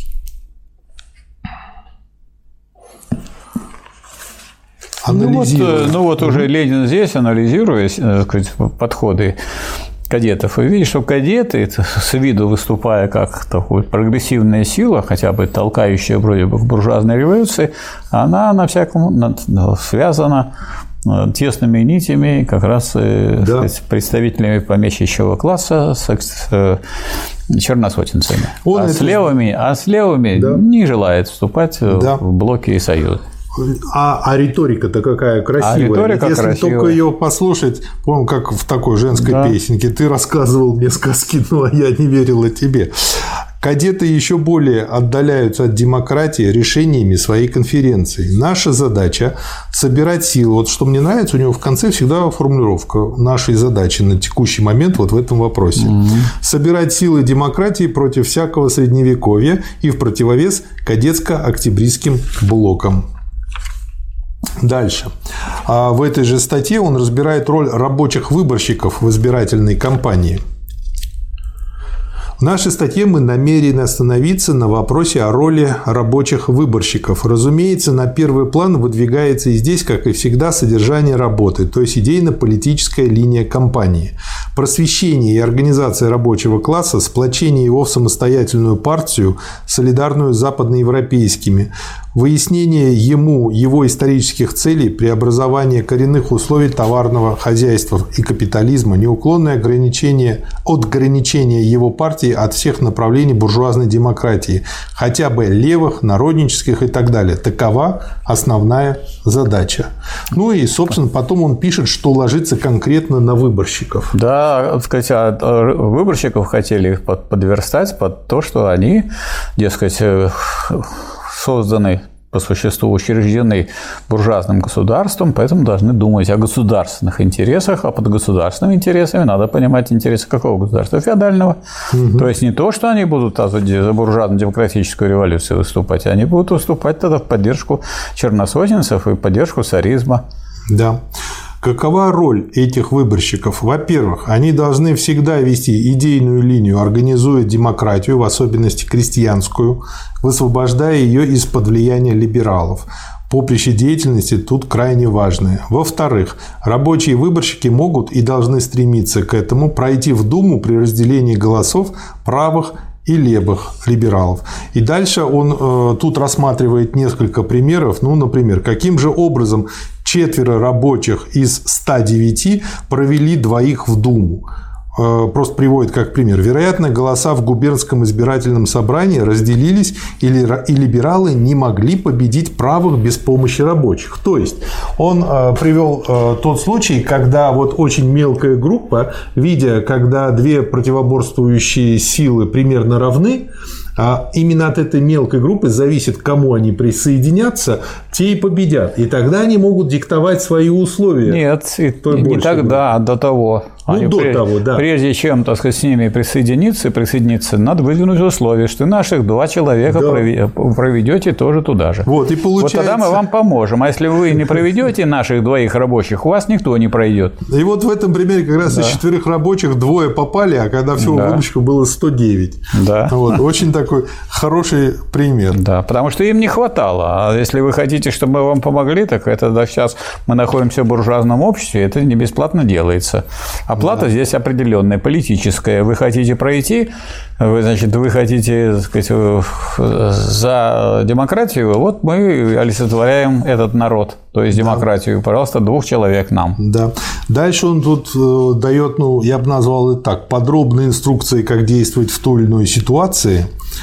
Ну вот уже Ленин здесь, анализируя подходы кадетов, и видишь, что кадеты, с виду выступая как такая прогрессивная сила, хотя бы толкающая вроде бы к буржуазной революции, она на всяком связана тесными нитями как раз с представителями помещичьего класса, с черносотенцами. С левыми да. Не желает вступать в блоки и союзы. А риторика-то какая красивая. Если красивая. Только ее послушать, помню, как в такой женской песенке, ты рассказывал мне сказки, но я не верила тебе. Кадеты еще более отдаляются от демократии решениями своей конференции. Наша задача – собирать силы. Вот что мне нравится, у него в конце всегда формулировка нашей задачи на текущий момент вот в этом вопросе. Собирать силы демократии против всякого средневековья и в противовес кадетско-октябристским блокам. Дальше. В этой же статье он разбирает роль рабочих выборщиков в избирательной кампании. В нашей статье мы намерены остановиться на вопросе о роли рабочих выборщиков. Разумеется, на первый план выдвигается и здесь, как и всегда, содержание работы, то есть идейно-политическая линия кампании. Просвещение и организация рабочего класса, сплочение его в самостоятельную партию, солидарную с западноевропейскими, выяснение его исторических целей, преобразование коренных условий товарного хозяйства и капитализма, неуклонное ограничение его партии от всех направлений буржуазной демократии, хотя бы левых, народнических и так далее. Такова основная задача. Ну и, собственно, потом он пишет, что ложится конкретно на выборщиков. Да, сказать, выборщиков хотели подверстать под то, что они, дескать, созданы по существу, учреждены буржуазным государством, поэтому должны думать о государственных интересах, а под государственными интересами надо понимать интересы какого государства? Феодального. То есть не то, что они будут за буржуазно-демократическую революцию выступать, они будут выступать тогда в поддержку черносотенцев и поддержку царизма. Да. Какова роль этих выборщиков? Во-первых, они должны всегда вести идейную линию, организуя демократию, в особенности крестьянскую, высвобождая ее из-под влияния либералов. Поприще деятельности тут крайне важное. Во-вторых, рабочие выборщики могут и должны стремиться к этому пройти в Думу при разделении голосов правых и левых либералов. И дальше он тут рассматривает несколько примеров. Ну, например, каким же образом 4 рабочих из 109 провели 2 в Думу. просто приводит как пример. Вероятно, голоса в губернском избирательном собрании разделились, и либералы не могли победить правых без помощи рабочих. То есть, он привел тот случай, когда вот очень мелкая группа, видя, когда две противоборствующие силы примерно равны, именно от этой мелкой группы зависит, к кому они присоединятся, те и победят. И тогда они могут диктовать свои условия. Нет, не тогда, а до того. Прежде чем, так сказать, с ними присоединиться, надо выдвинуть условие, что наших 2 человека проведете тоже туда же. Вот, и получается... Вот тогда мы вам поможем. А если вы не проведете наших 2 рабочих, у вас никто не пройдет. И вот в этом примере как раз из 4 рабочих 2 попали, а когда всего выборщиков было 109. Да. Вот, очень такой хороший пример. Да, потому что им не хватало. А если вы хотите, чтобы мы вам помогли, так это сейчас мы находимся в буржуазном обществе, это не бесплатно делается. Оплата здесь определенная, политическая. Вы хотите пройти, вы хотите, так сказать, за демократию, вот мы олицетворяем этот народ, то есть демократию. Пожалуйста, 2 человек нам. Да. Дальше он тут дает, я бы назвал это так, подробные инструкции, как действовать в той или иной ситуации.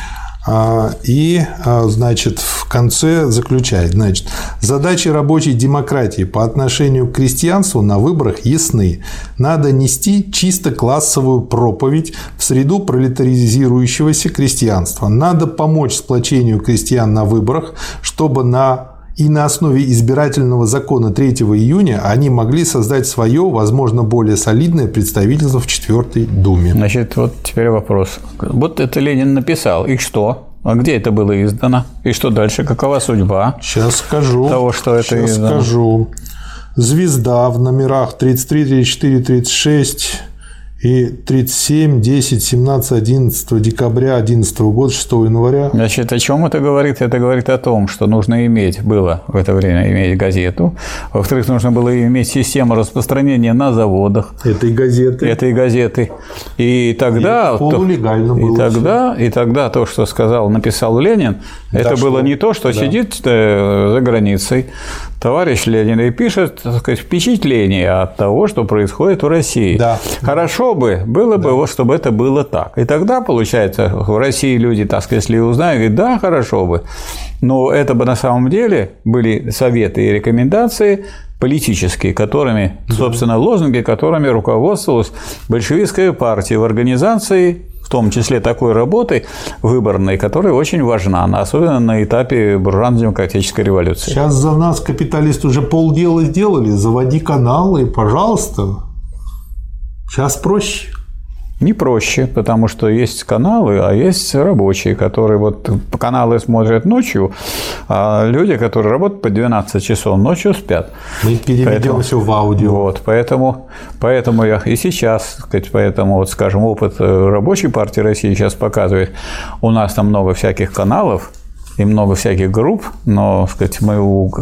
И, значит, в конце заключает, значит, задачи рабочей демократии по отношению к крестьянству на выборах ясны. Надо нести чисто классовую проповедь в среду пролетаризирующегося крестьянства. Надо помочь сплочению крестьян на выборах, чтобы на основе избирательного закона 3 июня они могли создать свое, возможно, более солидное представительство в 4-й Думе. Значит, вот теперь вопрос. Вот это Ленин написал. И что? А где это было издано? И что дальше? Какова судьба? Сейчас скажу. Того, что это Сейчас издано? Скажу. «Звезда» в номерах 33, 34, 36 и 37, 10, 17, 11 декабря 2011 года, 6 января. Значит, о чем это говорит? Это говорит о том, что нужно было в это время иметь газету. Во-вторых, нужно было иметь систему распространения на заводах. Этой газеты. И тогда... Полулегально было. И тогда то, что написал Ленин, это было не то, что сидит за границей товарищ Ленин и пишет, так сказать, впечатление от того, что происходит в России. Да. Хорошо было бы, чтобы это было так. И тогда, получается, в России люди, так сказать, если узнают, говорят, да, хорошо бы. Но это бы на самом деле были советы и рекомендации политические, которыми, собственно, лозунги, которыми руководствовалась большевистская партия в организации, в том числе такой работы выборной, которая очень важна, особенно на этапе буржуазно-демократической революции. Сейчас за нас капиталисты уже полдела сделали. Заводи каналы, пожалуйста. Сейчас проще. Не проще, потому что есть каналы, а есть рабочие, которые каналы смотрят ночью, а люди, которые работают по 12 часов ночью, спят. Мы переведем все в аудио. Поэтому я и сейчас, скажем, опыт рабочей партии России сейчас показывает, у нас там много всяких каналов и много всяких групп, но, мы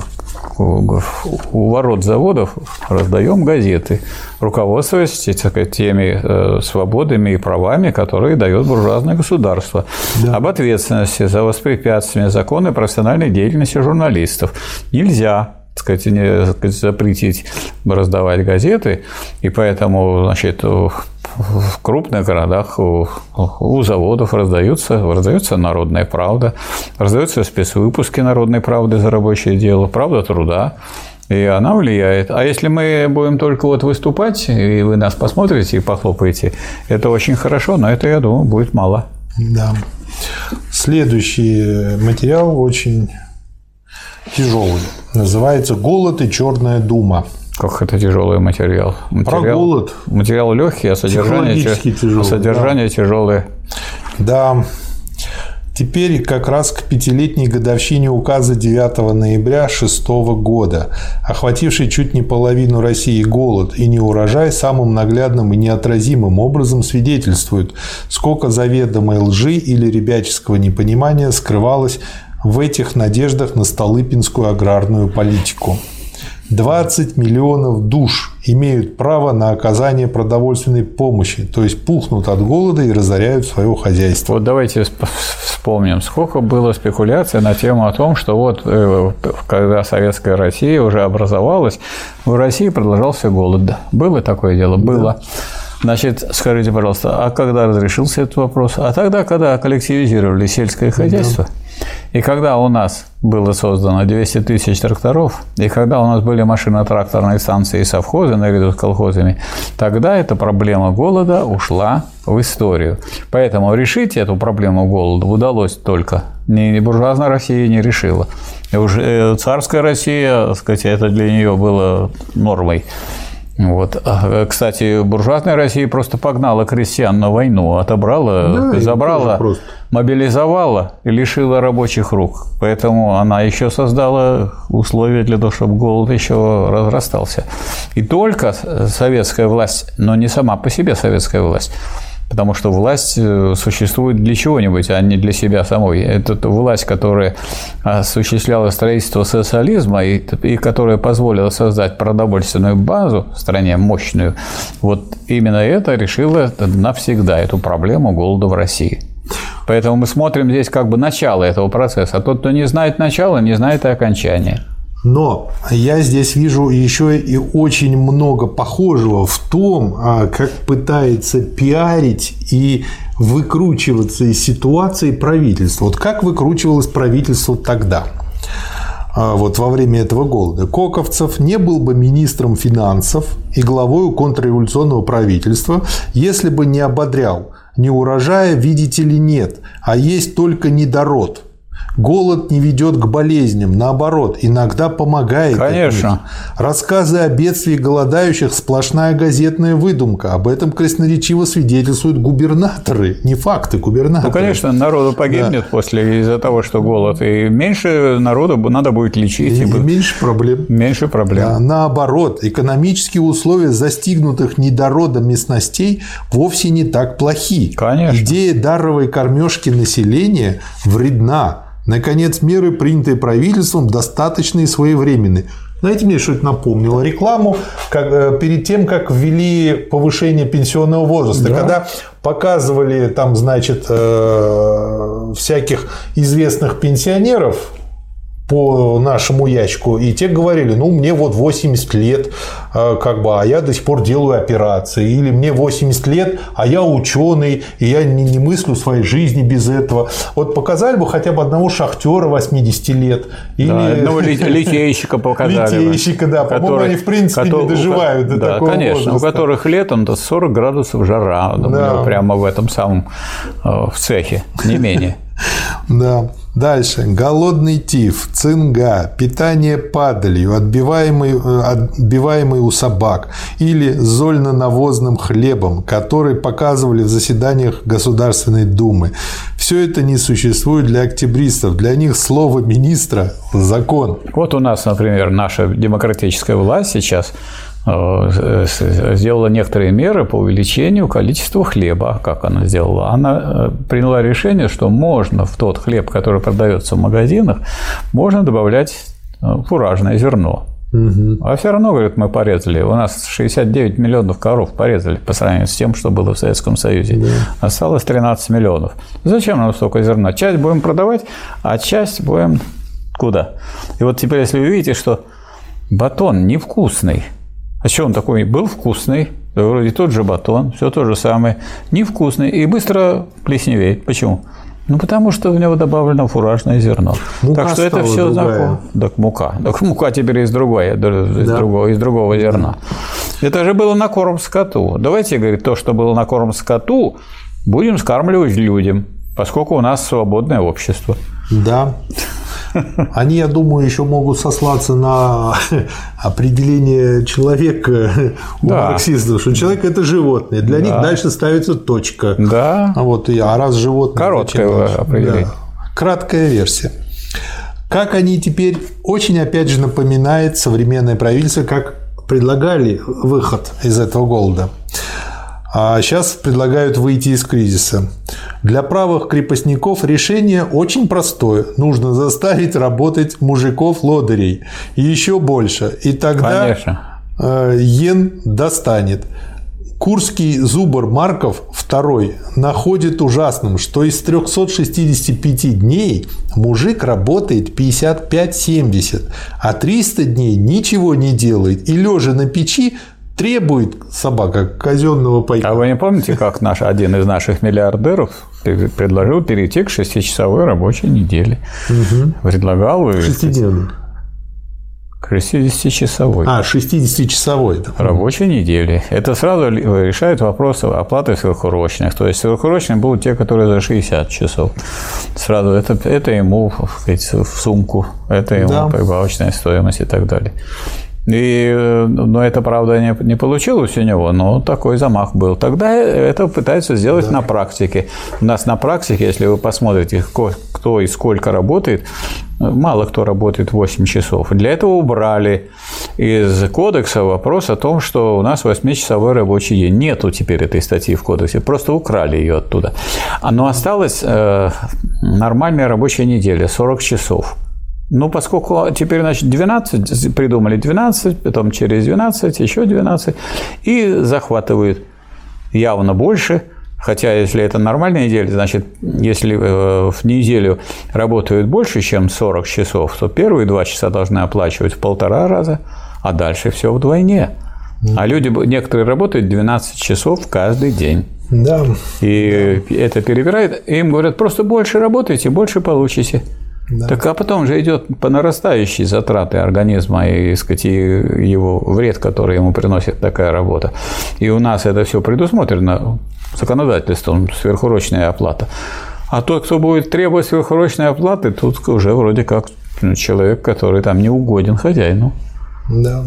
у ворот заводов раздаем газеты, руководствуясь теми свободами и правами, которые дает буржуазное государство. Да. Об ответственности за воспрепятствие законной профессиональной деятельности журналистов. Нельзя запретить раздавать газеты, и поэтому, в крупных городах у заводов раздается «Народная правда», раздаются спецвыпуски «Народной правды» за рабочее дело, «Правда труда», и она влияет. А если мы будем только выступать, и вы нас посмотрите и похлопаете, это очень хорошо, но это, я думаю, будет мало. Да. Следующий материал очень тяжелый. Называется «Голод и черная дума». Как это тяжелый материал? Про голод. Материал легкий, а содержание тяжелое. Да. Теперь как раз к 5-летней годовщине указа 9 ноября 2006 года, охвативший чуть не половину России голод и неурожай, самым наглядным и неотразимым образом свидетельствует, сколько заведомой лжи или ребяческого непонимания скрывалось в этих надеждах на столыпинскую аграрную политику. 20 миллионов душ имеют право на оказание продовольственной помощи, то есть пухнут от голода и разоряют свое хозяйство. Давайте вспомним, сколько было спекуляций на тему о том, что когда Советская Россия уже образовалась, в России продолжался голод. Было такое дело? Было. Значит, скажите, пожалуйста, а когда разрешился этот вопрос? А тогда, когда коллективизировали сельское хозяйство, и когда у нас было создано 200 тысяч тракторов, и когда у нас были машино-тракторные станции и совхозы наряду с колхозами, тогда эта проблема голода ушла в историю. Поэтому решить эту проблему голода удалось только. Ни буржуазная Россия не решила. И уже царская Россия, так сказать, это для нее было нормой. Вот. Кстати, буржуазная Россия просто погнала крестьян на войну, отобрала, забрала, мобилизовала и лишила рабочих рук. Поэтому она еще создала условия для того, чтобы голод еще разрастался. И только советская власть, но не сама по себе советская власть, потому что власть существует для чего-нибудь, а не для себя самой. Это власть, которая осуществляла строительство социализма и которая позволила создать продовольственную базу в стране мощную, вот именно это решило навсегда эту проблему голода в России. Поэтому мы смотрим здесь как бы начало этого процесса. А тот, кто не знает начала, не знает и окончания. Но я здесь вижу еще и очень много похожего в том, как пытается пиарить и выкручиваться из ситуации правительство. Вот как выкручивалось правительство тогда, вот во время этого голода. Коковцев не был бы министром финансов и главой контрреволюционного правительства, если бы не ободрял: не урожая, видите ли, нет, а есть только недород. Голод не ведет к болезням, наоборот, иногда помогает. Конечно. Рассказы о бедствии голодающих – сплошная газетная выдумка. Об этом красноречиво свидетельствуют губернаторы. Не факты, губернаторы. Ну, конечно, народу погибнет после из-за того, что голод. И меньше народу надо будет лечить. И меньше проблем. Меньше проблем. Да, наоборот, экономические условия застигнутых недородом местностей вовсе не так плохи. Конечно. Идея даровой кормежки населения вредна. Наконец, меры, принятые правительством, достаточны и своевременны. Знаете, мне что-то напомнило? Рекламу перед тем, как ввели повышение пенсионного возраста. Да. Когда показывали там, значит, всяких известных пенсионеров по нашему ящику, и те говорили: ну, мне вот 80 лет, как бы, а я до сих пор делаю операции, или мне 80 лет, а я ученый, и я не мыслю своей жизни без этого. Вот показали бы хотя бы одного шахтера 80 лет, или одного литейщика показали. Литейщика, да, по-моему, они в принципе не доживают до такого конечно, возраста. У которых летом 40 градусов жара, да. Прямо в этом самом в цехе, не менее. Да. Дальше. Голодный тиф, цинга, питание падалью, отбиваемый у собак, или зольно-навозным хлебом, который показывали в заседаниях Государственной Думы. Все это не существует для октябристов. Для них слово министра – закон. Вот у нас, например, наша демократическая власть сейчас сделала некоторые меры по увеличению количества хлеба. Как она сделала? Она приняла решение, что можно в тот хлеб, который продается в магазинах, можно добавлять фуражное зерно. Угу. А все равно, говорят, мы порезали. У нас 69 миллионов коров порезали по сравнению с тем, что было в Советском Союзе. Да. Осталось 13 миллионов. Зачем нам столько зерна? Часть будем продавать, а часть будем куда? И вот теперь, если вы видите, что батон невкусный, а что он такой? Был вкусный, вроде тот же батон, все то же самое, невкусный и быстро плесневеет. Почему? Ну, потому что в него добавлено фуражное зерно. Мука, так что это все знакомо. Так мука теперь из другого зерна. Это же было на корм скоту. Давайте, говорит, то, что было на корм скоту, будем скармливать людям, поскольку у нас свободное общество. Да. Они, я думаю, еще могут сослаться на определение человека у марксистов, что человек – это животное. Для них дальше ставится точка. Да. А раз животное… Короткое определение. Да. Краткая версия. Как они теперь очень, опять же, напоминает современное правительство, как предлагали выход из этого голода. А сейчас предлагают выйти из кризиса. Для правых крепостников решение очень простое. Нужно заставить работать мужиков-лодырей. И еще больше. И тогда йен достанет. Курский зубр Марков II находит ужасным, что из 365 дней мужик работает 55-70, а 300 дней ничего не делает и, лежа на печи, требует собака казенного пайка. А вы не помните, как один из наших миллиардеров предложил перейти к 6-часовой рабочей неделе? Угу. Предлагал... 6-дневной. К 60-часовой. 60-часовой. Рабочей недели. Это сразу решает вопрос оплаты сверхурочных. То есть сверхурочные будут те, которые за 60 часов. Сразу это ему, так сказать, в сумку, это ему прибавочная стоимость и так далее. Но это, правда, не получилось у него, но такой замах был. Тогда это пытаются сделать на практике. У нас на практике, если вы посмотрите, кто и сколько работает, мало кто работает 8 часов. Для этого убрали из кодекса вопрос о том, что у нас 8-часовой рабочий день. Нету теперь этой статьи в кодексе, просто украли ее оттуда. Но осталась нормальная рабочая неделя, 40 часов. Ну, поскольку теперь, значит, 12, придумали 12, потом через 12, еще 12, и захватывают явно больше. Хотя, если это нормальная неделя, значит, если в неделю работают больше, чем 40 часов, то первые 2 часа должны оплачивать в 1,5 раза, а дальше все вдвойне. А люди, некоторые работают 12 часов каждый день. Да. И это перебирает, и им говорят, просто больше работайте, больше получите. Да. Так, а потом же идет по нарастающей затраты организма и, сказать, его вред, который ему приносит такая работа. И у нас это все предусмотрено законодательством, сверхурочная оплата. А тот, кто будет требовать сверхурочной оплаты, тут уже вроде как человек, который там не угоден хозяину. Да.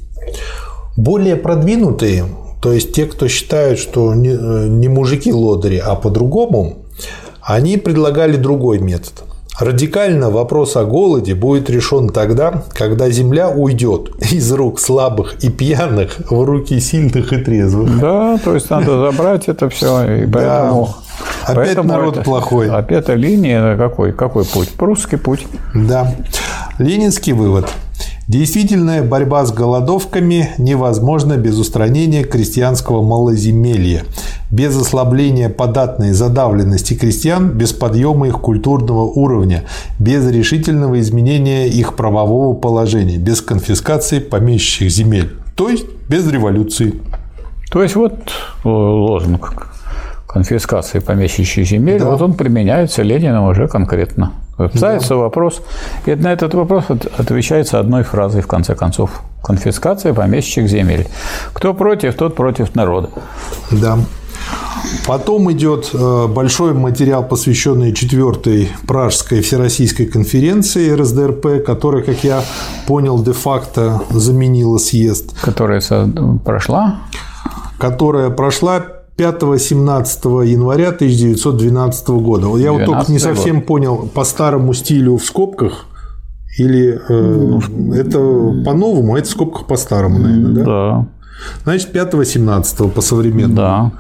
Более продвинутые, то есть те, кто считают, что не мужики-лодыри, а по-другому, они предлагали другой метод. Радикально вопрос о голоде будет решен тогда, когда земля уйдет из рук слабых и пьяных в руки сильных и трезвых. Да, то есть надо забрать это все, и поэтому. Опять народ плохой. Опять линия какой путь? Прусский путь. Да. Ленинский вывод. Действительная борьба с голодовками невозможна без устранения крестьянского малоземелья, без ослабления податной задавленности крестьян, без подъема их культурного уровня, без решительного изменения их правового положения, без конфискации помещичьих земель, то есть без революции. То есть вот лозунг конфискации помещичьих земель, да. Вот он применяется Лениным уже конкретно. Ставится вопрос, и на этот вопрос отвечается одной фразой в конце концов. Конфискация помещичьих земель. Кто против, тот против народа. Да. Потом идет большой материал, посвященный 4-й Пражской Всероссийской конференции РСДРП, которая, как я понял, де-факто заменила съезд. Которая прошла? Которая прошла 5-17 января 1912 года. Я вот только не совсем понял, по старому стилю в скобках или это по-новому, а это в скобках по-старому, наверное, да? Да. Значит, 5-17 по современному. Да.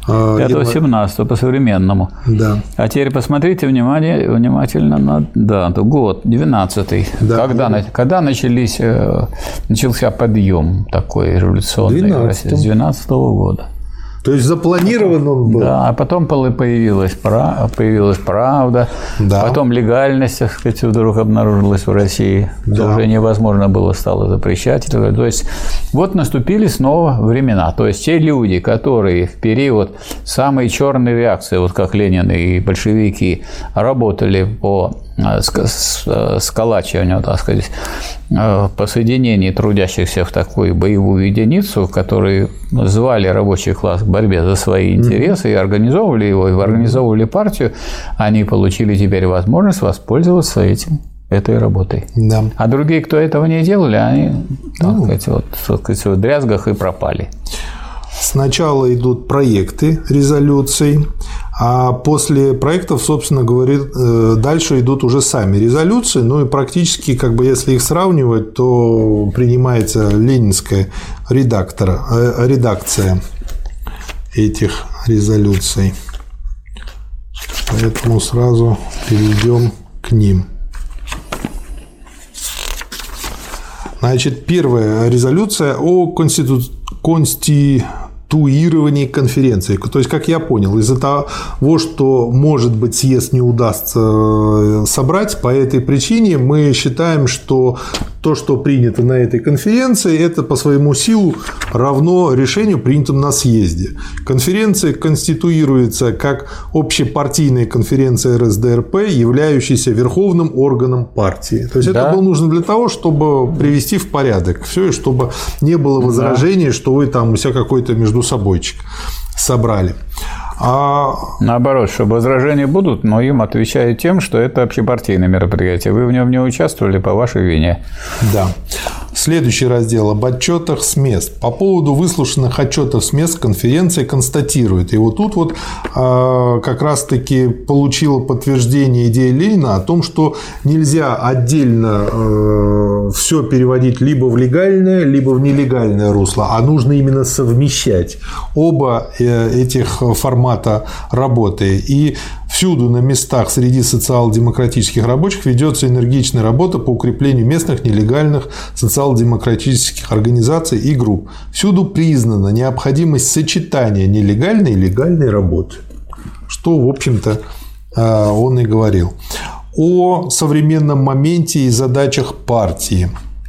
5-17 по современному. Да. А теперь посмотрите внимательно на дату. Год 12-й. Да. Когда начался подъем такой революционный в России? С 12-го года. То есть запланирован он был. Да, а потом появилась правда, да. Потом легальность, так сказать, вдруг обнаружилась в России, да. Уже невозможно было стало запрещать. То есть вот наступили снова времена. То есть те люди, которые в период самой черной реакции, вот как Ленин и большевики, работали по сколачиванию, так сказать, по соединению трудящихся в такую боевую единицу, которые звали рабочий класс к борьбе за свои интересы и организовывали его, и организовывали партию, они получили теперь возможность воспользоваться этой работой. Да. А другие, кто этого не делали, они в дрязгах и пропали. Сначала идут проекты резолюций, а после проектов, собственно говоря, дальше идут уже сами резолюции. Ну и практически, если их сравнивать, то принимается ленинская редакция этих резолюций. Поэтому сразу перейдем к ним. Значит, первая резолюция о конституировании конференции. То есть, как я понял, из-за того, что, может быть, съезд не удастся собрать, по этой причине мы считаем, что то, что принято на этой конференции, это по своему силу равно решению, принятому на съезде. Конференция конституируется как общепартийная конференция РСДРП, являющаяся верховным органом партии. То есть это было нужно для того, чтобы привести в порядок все, и чтобы не было возражений, что вы там у себя какой-то междусобойчик собрали. Наоборот, что возражения будут, но им отвечают тем, что это общепартийное мероприятие. Вы в нем не участвовали по вашей вине. Да. Следующий раздел об отчетах с мест. По поводу выслушанных отчетов с мест конференция констатирует. И вот тут вот как раз-таки получила подтверждение идея Ленина о том, что нельзя отдельно все переводить либо в легальное, либо в нелегальное русло, а нужно именно совмещать оба этих формата работы. И всюду на местах среди социал-демократических рабочих ведется энергичная работа по укреплению местных нелегальных социал-демократических организаций и групп. Всюду признана необходимость сочетания нелегальной и легальной работы. Что, в общем-то, он и говорил. О современном моменте и задачах партии.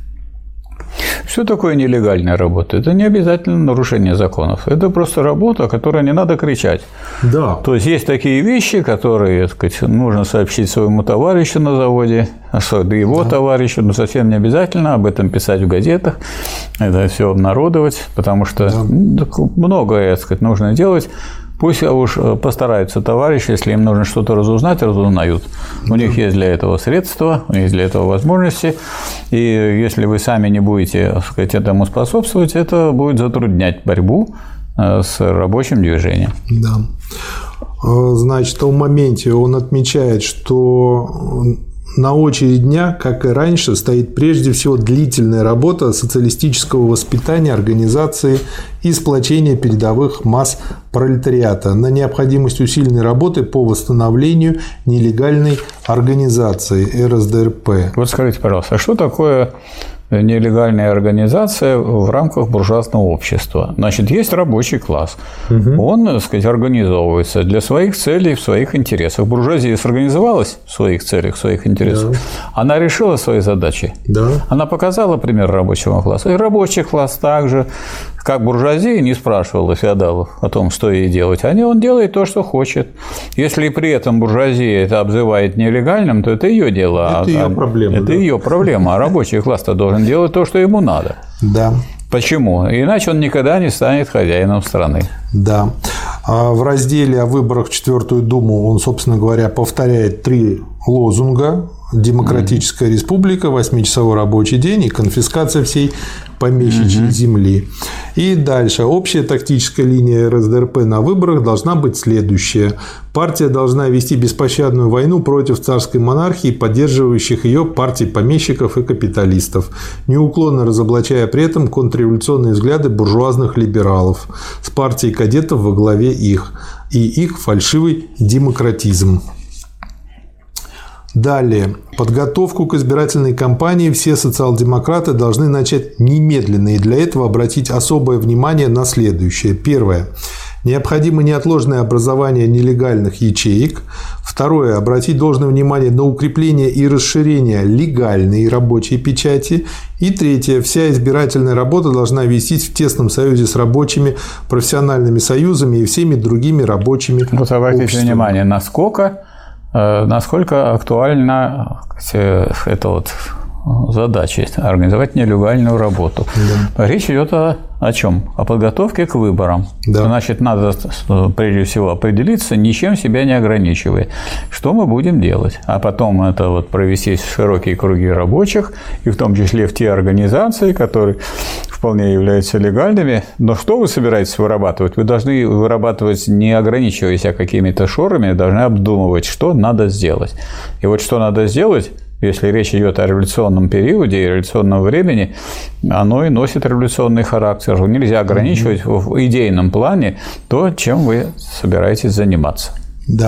Что такое нелегальная работа? Это не обязательно нарушение законов. Это просто работа, о которой не надо кричать. Да. То есть есть такие вещи, которые, так сказать, нужно сообщить своему товарищу на заводе, особенно его товарищу, но совсем не обязательно об этом писать в газетах, это все обнародовать, потому что многое, так сказать, нужно делать. Пусть уж постараются товарищи, если им нужно что-то разузнать, разузнают. У них есть для этого средства, у них есть для этого возможности. И если вы сами не будете, так сказать, этому способствовать, это будет затруднять борьбу с рабочим движением. Да. Значит, в моменте он отмечает, что на очередь дня, как и раньше, стоит прежде всего длительная работа социалистического воспитания, организации и сплочения передовых масс пролетариата на необходимость усиленной работы по восстановлению нелегальной организации РСДРП. Вот скажите, пожалуйста, а что такое нелегальная организация в рамках буржуазного общества? Значит, есть рабочий класс. Он, так сказать, организовывается для своих целей, в своих интересах. Буржуазия сорганизовалась в своих целях, в своих интересах. Да. Она решила свои задачи. Да. Она показала пример рабочего класса. И рабочий класс также, как буржуазия, не спрашивала феодалов о том, что ей делать. Он делает то, что хочет. Если при этом буржуазия это обзывает нелегальным, то это ее дело. Это ее проблема. Это ее проблема. А рабочий класс-то должен делать то, что ему надо. Да. Почему? Иначе он никогда не станет хозяином страны. Да. В разделе о выборах в 4-ю Думу он, собственно говоря, повторяет 3 лозунга: демократическая республика, 8-часовой рабочий день и конфискация всей помещичьей земли. И дальше. Общая тактическая линия РСДРП на выборах должна быть следующая. Партия должна вести беспощадную войну против царской монархии, поддерживающих ее партий помещиков и капиталистов, неуклонно разоблачая при этом контрреволюционные взгляды буржуазных либералов с партией кадетов во главе их и их фальшивый демократизм. Далее. Подготовку к избирательной кампании все социал-демократы должны начать немедленно, и для этого обратить особое внимание на следующее. Первое. Необходимо неотложное образование нелегальных ячеек. Второе. Обратить должное внимание на укрепление и расширение легальной рабочей печати. И третье. Вся избирательная работа должна вестись в тесном союзе с рабочими, профессиональными союзами и всеми другими рабочими Вот обратите внимание, насколько актуальна эта вот задача – организовать нелегальную работу. Да. Речь идет о чем? О подготовке к выборам. Да. Значит, надо прежде всего определиться, ничем себя не ограничивая, что мы будем делать. А потом это вот провести широкие круги рабочих, и в том числе в те организации, которые вполне являются легальными. Но что вы собираетесь вырабатывать? Вы должны вырабатывать, не ограничиваясь какими-то шорами, должны обдумывать, что надо сделать. И вот что надо сделать, если речь идет о революционном периоде и революционном времени, оно и носит революционный характер. Нельзя ограничивать в идейном плане то, чем вы собираетесь заниматься. Да.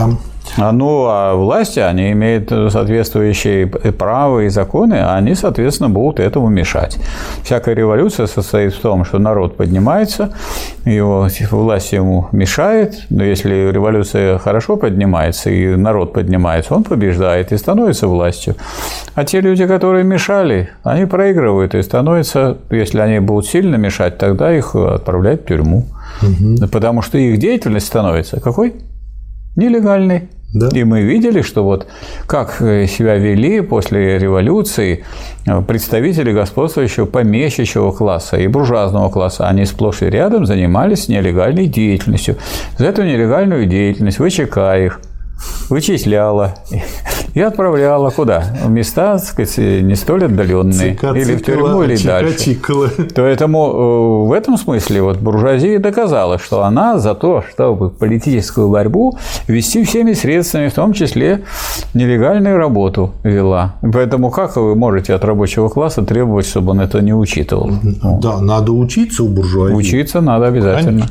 А власти, они имеют соответствующие права и законы, они, соответственно, будут этому мешать. Всякая революция состоит в том, что народ поднимается, его власть ему мешает, но если революция хорошо поднимается и народ поднимается, он побеждает и становится властью. А те люди, которые мешали, они проигрывают и становятся, если они будут сильно мешать, тогда их отправляют в тюрьму. Угу. Потому что их деятельность становится какой? Нелегальной. Да. И мы видели, что вот как себя вели после революции представители господствующего помещичьего класса и буржуазного класса. Они сплошь и рядом занимались нелегальной деятельностью. За эту нелегальную деятельность ВЧК их вычисляла и отправляла куда? В места, так сказать, не столь отдаленные. Или в тюрьму, или дальше. Поэтому в этом смысле вот буржуазия доказала, что она за то, чтобы политическую борьбу вести всеми средствами, в том числе нелегальную работу вела. Поэтому как вы можете от рабочего класса требовать, чтобы он это не учитывал? Да, надо учиться у буржуазии. Учиться надо обязательно.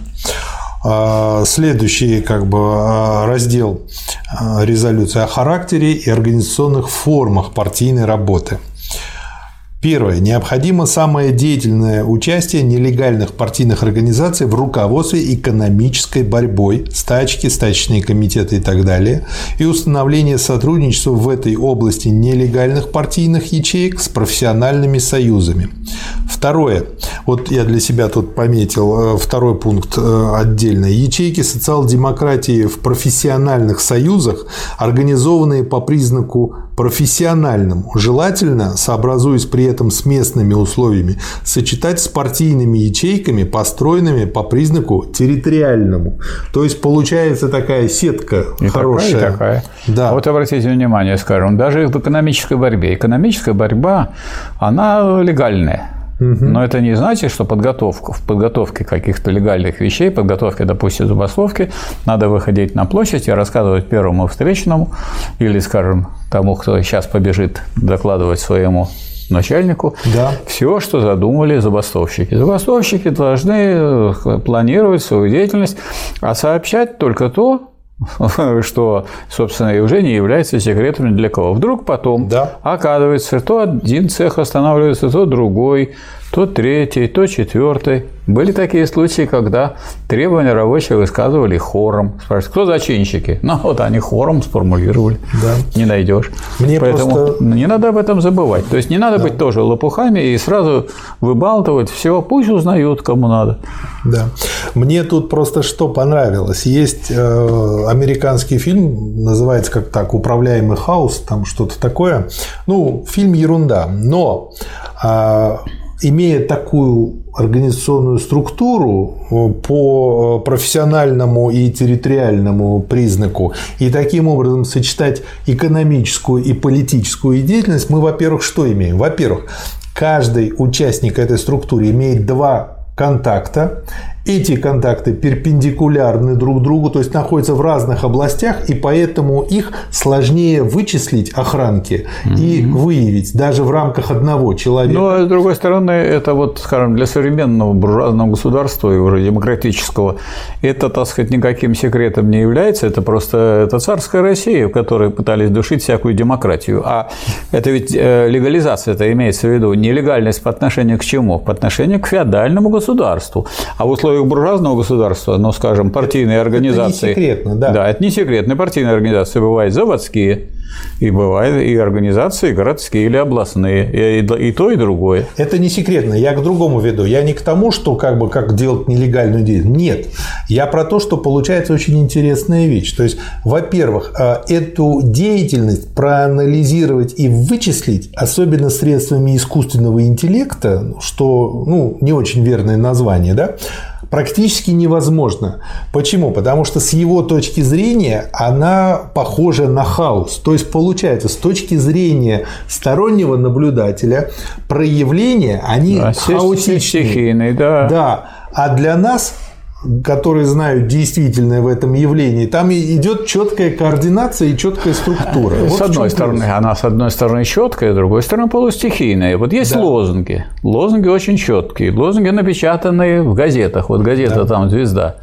Следующий раздел резолюции о характере и организационных формах партийной работы. Первое. Необходимо самое деятельное участие нелегальных партийных организаций в руководстве экономической борьбой, стачки, стачечные комитеты и так далее, и установление сотрудничества в этой области нелегальных партийных ячеек с профессиональными союзами. Второе. Вот я для себя тут пометил второй пункт отдельно. Ячейки социал-демократии в профессиональных союзах, организованные по признаку профессиональному, желательно, сообразуясь при этом с местными условиями, сочетать с партийными ячейками, построенными по признаку территориальному. То есть получается такая сетка и хорошая. Такая, и такая. Да. Вот обратите внимание, скажем, даже в экономической борьбе. Экономическая борьба, она легальная. Но это не значит, что в подготовке каких-то легальных вещей, подготовке, допустим, забастовки, надо выходить на площадь и рассказывать первому встречному или, скажем, тому, кто сейчас побежит докладывать своему начальнику, да, все, что задумали забастовщики. Забастовщики должны планировать свою деятельность, а сообщать только то, что, собственно, и уже не является секретом ни для кого. Вдруг потом оказывается, то один цех останавливается, то другой, то третий, то четвертый. Были такие случаи, когда требования рабочие высказывали хором. Спрашивают, кто зачинщики? Ну, вот они хором сформулировали. Да. Не найдешь. Поэтому не надо об этом забывать. То есть не надо быть тоже лопухами и сразу выбалтывать все. Пусть узнают, кому надо. Да. Мне тут просто что понравилось. Есть американский фильм, называется как так, «Управляемый хаос», там что-то такое. Ну, фильм ерунда. Но имея такую организационную структуру по профессиональному и территориальному признаку, и таким образом сочетать экономическую и политическую деятельность, мы, во-первых, что имеем? Во-первых, каждый участник этой структуры имеет два контакта. Эти контакты перпендикулярны друг другу, то есть находятся в разных областях, и поэтому их сложнее вычислить охранке и выявить даже в рамках одного человека. Но, с другой стороны, это вот, скажем, для современного буржуазного государства и уже демократического, это, так сказать, никаким секретом не является, это просто царская Россия, в которой пытались душить всякую демократию. А это ведь легализация, это имеется в виду нелегальность по отношению к чему? По отношению к феодальному государству. А в условиях буржуазного государства, ну, скажем, партийные организации. Это не секретно, да. Да, это не секретно. Партийные организации бывают заводские, и бывают и организации городские или областные, и то, и другое. Это не секретно. Я к другому веду. Я не к тому, что как делать нелегальную деятельность. Нет. Я про то, что получается очень интересная вещь. То есть, во-первых, эту деятельность проанализировать и вычислить, особенно средствами искусственного интеллекта, что, не очень верное название, да, практически невозможно. Почему? Потому что с его точки зрения она похожа на хаос. То есть, получается, с точки зрения стороннего наблюдателя проявления, они хаотичные. Стихийные, да. Да. А для нас, которые знают действительное в этом явлении, там идет четкая координация и четкая структура. С одной стороны, она с одной стороны четкая, с другой стороны полустихийная. Вот есть лозунги. Лозунги очень четкие. Лозунги напечатаны в газетах. Вот газета там «Звезда».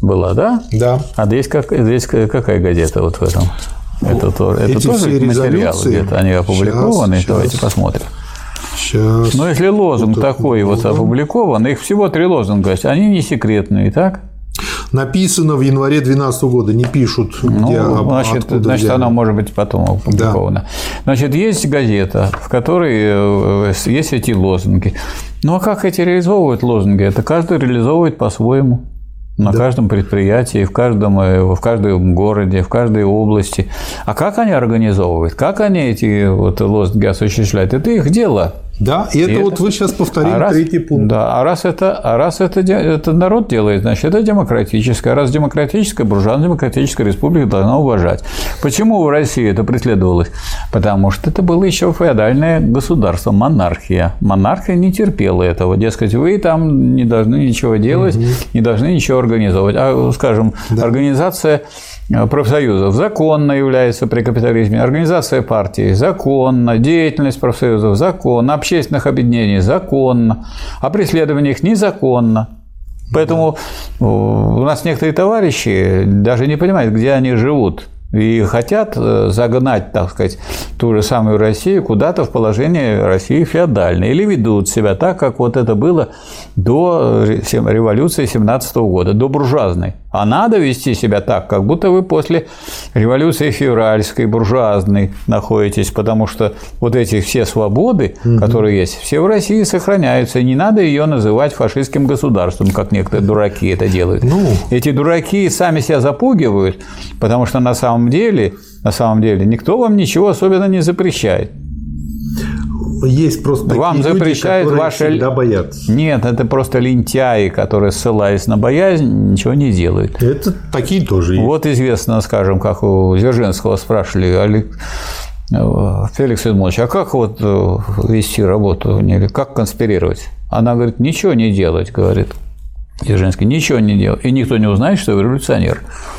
была, да? Да. А здесь какая газета вот в этом? Это тоже материалы где-то, они опубликованы, давайте посмотрим. Сейчас. Но если лозунг такой вот опубликован, их всего 3 лозунга, они не секретные, так? Написано в январе 2012 года, не пишут, где, значит, оно может быть потом опубликовано. Да. Значит, есть газета, в которой есть эти лозунги. Ну, а как эти реализовывают лозунги? Это каждый реализовывает по-своему. На каждом предприятии, в каждом городе, в каждой области. А как они организовывают? Как они эти вот лозунги осуществляют? Это их дело. Да, и это вот вы сейчас повторили третий пункт. Да, а раз это народ делает, значит, это демократическое. А раз демократическая, буржуазно-демократическая республика должна уважать. Почему в России это преследовалось? Потому что это было еще феодальное государство, монархия. Монархия не терпела этого. Дескать, вы там не должны ничего делать, не должны ничего организовывать. А, скажем, организация профсоюзов законно является при капитализме, организация партии законно, деятельность профсоюзов законно, общественных объединений законно, а преследование их незаконно. Поэтому у нас некоторые товарищи даже не понимают, где они живут, и хотят загнать, так сказать, ту же самую Россию куда-то в положение России феодальной, или ведут себя так, как вот это было до революции 1917 года, до буржуазной. А надо вести себя так, как будто вы после революции февральской, буржуазной находитесь, потому что вот эти все свободы, которые есть, все в России сохраняются, и не надо ее называть фашистским государством, как некоторые дураки это делают. Эти дураки сами себя запугивают, потому что на самом деле никто вам ничего особенно не запрещает. Есть просто вам такие запрещают люди, ваши... всегда боятся. Нет, это просто лентяи, которые, ссылаясь на боязнь, ничего не делают. Это такие тоже есть. Вот известно, скажем, как у Дзержинского спрашивали: Феликс Эдмонович, а как вот вести работу, или как конспирировать? Она говорит: ничего не делать, говорит Дзержинский, ничего не делать. И никто не узнает, что вы революционер.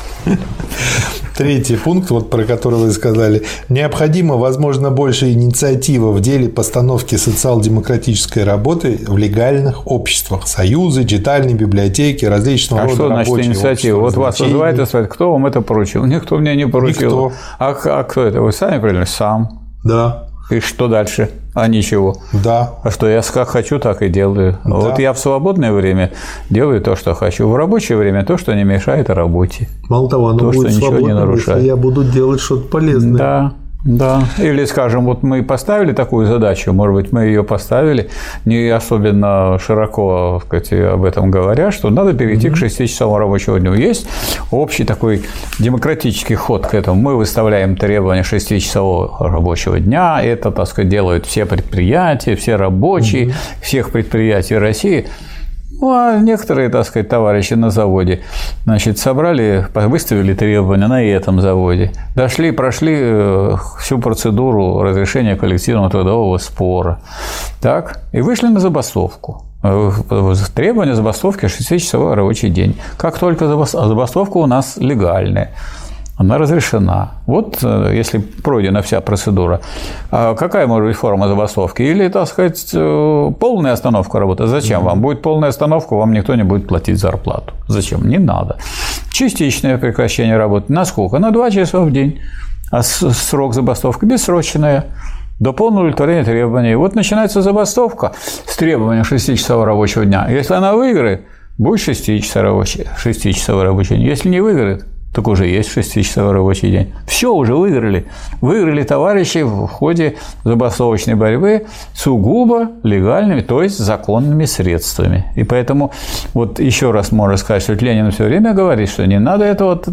Третий пункт, вот про который вы сказали. Необходимо, возможно, больше инициатива в деле постановки социал-демократической работы в легальных обществах. Союзы, читальни, библиотеки, различного рода рабочие. А что значит инициатива? Вот вас вызывает и спрашивает: кто вам это поручил? Никто мне не поручил. Никто. А кто это? Вы сами придумали? Сам. Да. И что дальше? А ничего. Да. А что, я как хочу, так и делаю. Да. Вот я в свободное время делаю то, что хочу. В рабочее время то, что не мешает работе. Мало того, оно будет свободным, если я буду делать что-то полезное. Да. Да. Или, скажем, вот мы поставили такую задачу, может быть, мы ее поставили, не особенно широко, так сказать, об этом говоря, что надо перейти к 6-часовому рабочему дню. Есть общий такой демократический ход к этому. Мы выставляем требования 6-часового рабочего дня. Это, так сказать, делают все предприятия, все рабочие всех предприятий России. Ну, а некоторые, так сказать, товарищи на заводе, значит, собрали, выставили требования на этом заводе, прошли всю процедуру разрешения коллективного трудового спора, так, и вышли на забастовку. Требования забастовки 6-часовой рабочий день. Как только забастовка у нас легальная, она разрешена. Вот если пройдена вся процедура. А какая может быть форма забастовки? Или, так сказать, полная остановка работы? Зачем вам? Будет полная остановка, вам никто не будет платить зарплату. Зачем? Не надо. Частичное прекращение работы. На сколько? На 2 часа в день. А срок забастовки бессрочная. До полного удовлетворения требований. Вот начинается забастовка с требованием 6-часового рабочего дня. Если она выиграет, будет 6-часовой рабочий день. Если не выиграет, так уже есть 6-часовой рабочий день. Все, уже выиграли. Выиграли товарищи в ходе забастовочной борьбы сугубо легальными, то есть законными средствами. И поэтому, вот еще раз можно сказать, что Ленин все время говорит, что не надо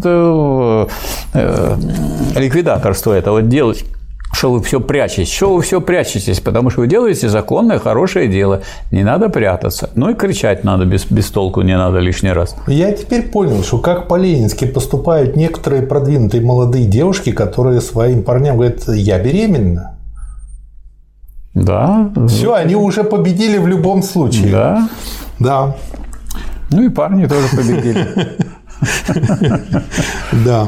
ликвидаторство этого делать. Что вы все прячетесь? Что вы все прячетесь? Потому что вы делаете законное, хорошее дело. Не надо прятаться. Ну и кричать надо без толку, не надо лишний раз. Я теперь понял, что как по-ленински поступают некоторые продвинутые молодые девушки, которые своим парням говорят: я беременна. Да. Все, они уже победили в любом случае. Да. Да. Ну и парни тоже победили. Да.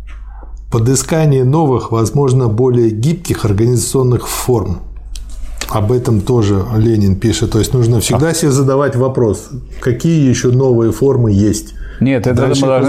Подыскание новых, возможно, более гибких организационных форм. Об этом тоже Ленин пишет. То есть нужно всегда себе задавать вопрос, какие еще новые формы есть. Нет, это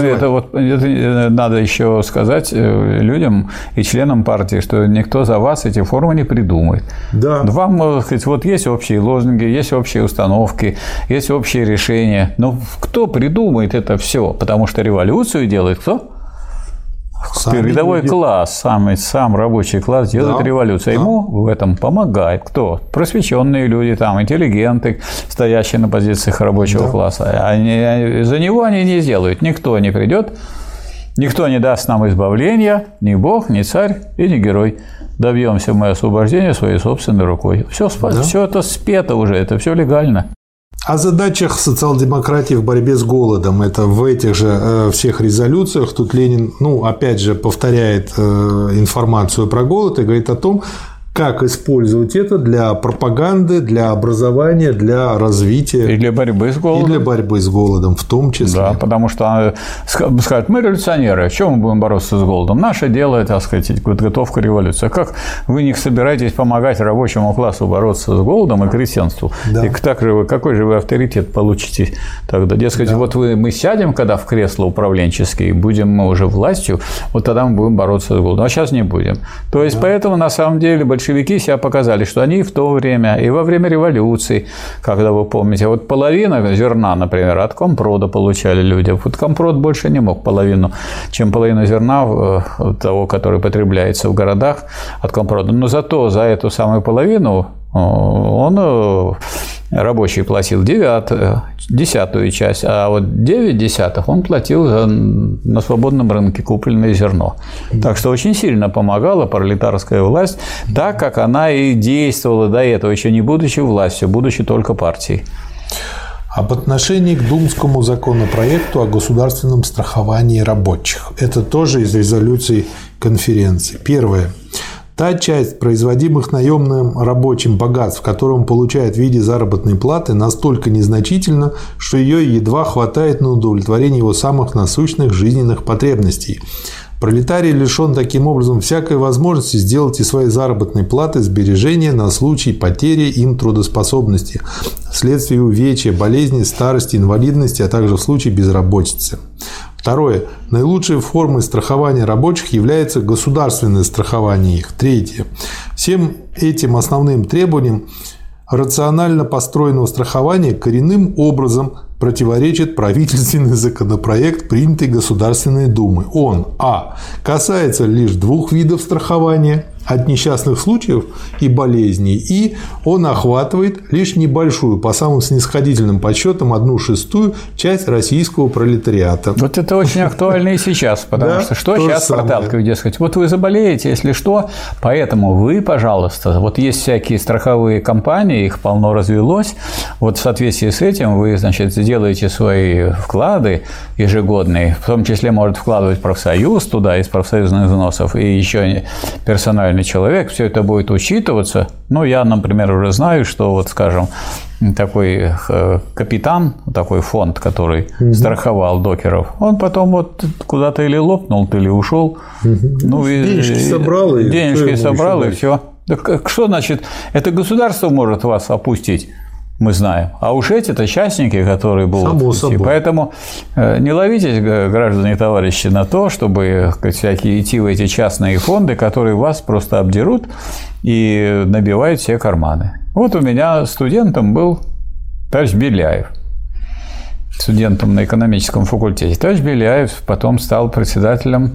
надо еще сказать людям и членам партии, что никто за вас эти формы не придумает. Да. Вам, так сказать, вот есть общие лозунги, есть общие установки, есть общие решения. Но кто придумает это все? Потому что революцию делает кто? Передовой класс, сам рабочий класс делает революцию. Ему в этом помогает кто? Просвещенные люди, там, интеллигенты, стоящие на позициях рабочего класса. За него они не сделают. Никто не придет, никто не даст нам избавления, ни Бог, ни царь и ни герой. Добьемся мы освобождения своей собственной рукой. Все это спето уже, это все легально. О задачах социал-демократии в борьбе с голодом. Это в этих же всех резолюциях. Тут Ленин, опять же, повторяет информацию про голод и говорит о том, как использовать это для пропаганды, для образования, для развития. И для борьбы с голодом. И для борьбы с голодом в том числе. Да, потому что скажут, мы революционеры, чем мы будем бороться с голодом? Наше дело, так сказать, подготовка революции. Как вы не собираетесь помогать рабочему классу бороться с голодом и крестьянству? Да. И какой же вы авторитет получите тогда? Дескать, вот мы сядем, когда в кресло управленческие, будем мы уже властью, вот тогда мы будем бороться с голодом. А сейчас не будем. То есть, поэтому, на самом деле, большевики себя показали, что они в то время и во время революции, когда вы помните, вот половина зерна, например, от компрода получали люди. Вот компрод больше не мог чем половину зерна того, который потребляется в городах от компрода. Но зато за эту самую половину он рабочий платил 10-ую часть, а вот 9/10 он платил на свободном рынке купленное зерно. Так что очень сильно помогала пролетарская власть, так как она и действовала до этого, еще не будучи властью, будучи только партией. Об отношении к Думскому законопроекту о государственном страховании рабочих. Это тоже из резолюций конференции. Первое. Та часть производимых наемным рабочим богатств, которую он получает в виде заработной платы, настолько незначительна, что ее едва хватает на удовлетворение его самых насущных жизненных потребностей. Пролетарий лишен таким образом всякой возможности сделать из своей заработной платы сбережения на случай потери им трудоспособности, вследствие увечья, болезни, старости, инвалидности, а также в случае безработицы. Второе. Наилучшей формой страхования рабочих является государственное страхование их. Третье. Всем этим основным требованиям рационально построенного страхования коренным образом противоречит правительственный законопроект, принятый Государственной Думой. Он касается лишь двух видов страхования от несчастных случаев и болезней, и он охватывает лишь небольшую, по самым снисходительным подсчетам, 1/6 часть российского пролетариата. Вот это очень актуально и сейчас, потому что сейчас проталкивают, дескать, вот вы заболеете, если что, поэтому вы, пожалуйста, вот есть всякие страховые компании, их полно развелось, вот в соответствии с этим вы, значит, делаете свои вклады ежегодные, в том числе может вкладывать профсоюз туда из профсоюзных взносов и еще персональный человек, все это будет учитываться. Я, например, уже знаю, что, вот, скажем, такой капитан, такой фонд, который страховал докеров, он потом вот куда-то или лопнул, или ушел. Денежки собрал, и все. Так что значит? Это государство может вас опустить. Мы знаем. А уж эти-то частники, которые будут. Поэтому не ловитесь, граждане товарищи, на то, чтобы всякие идти в эти частные фонды, которые вас просто обдерут и набивают все карманы. Вот у меня студентом был товарищ Беляев. Студентом на экономическом факультете. Товарищ Беляев потом стал председателем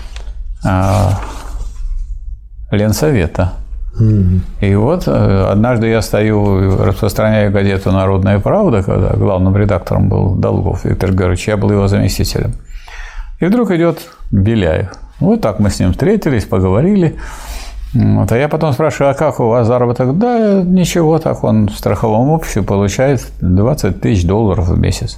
Ленсовета. И вот однажды я стою, распространяю газету «Народная правда», когда главным редактором был Долгов Виктор Георгиевич, я был его заместителем. И вдруг идет Беляев. Вот так мы с ним встретились, поговорили. А я потом спрашиваю, а как у вас заработок? Да ничего, так он в страховом обществе получает $20 тысяч в месяц.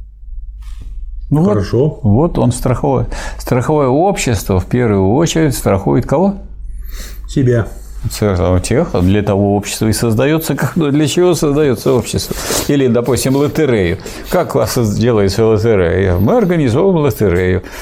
Хорошо. Вот он страховое. Страховое общество в первую очередь страхует кого? Себя. Для того общества и создается. Для чего создается общество? Или, допустим, лотерею. Как у вас делается лотерея? Мы организовываем лотерею.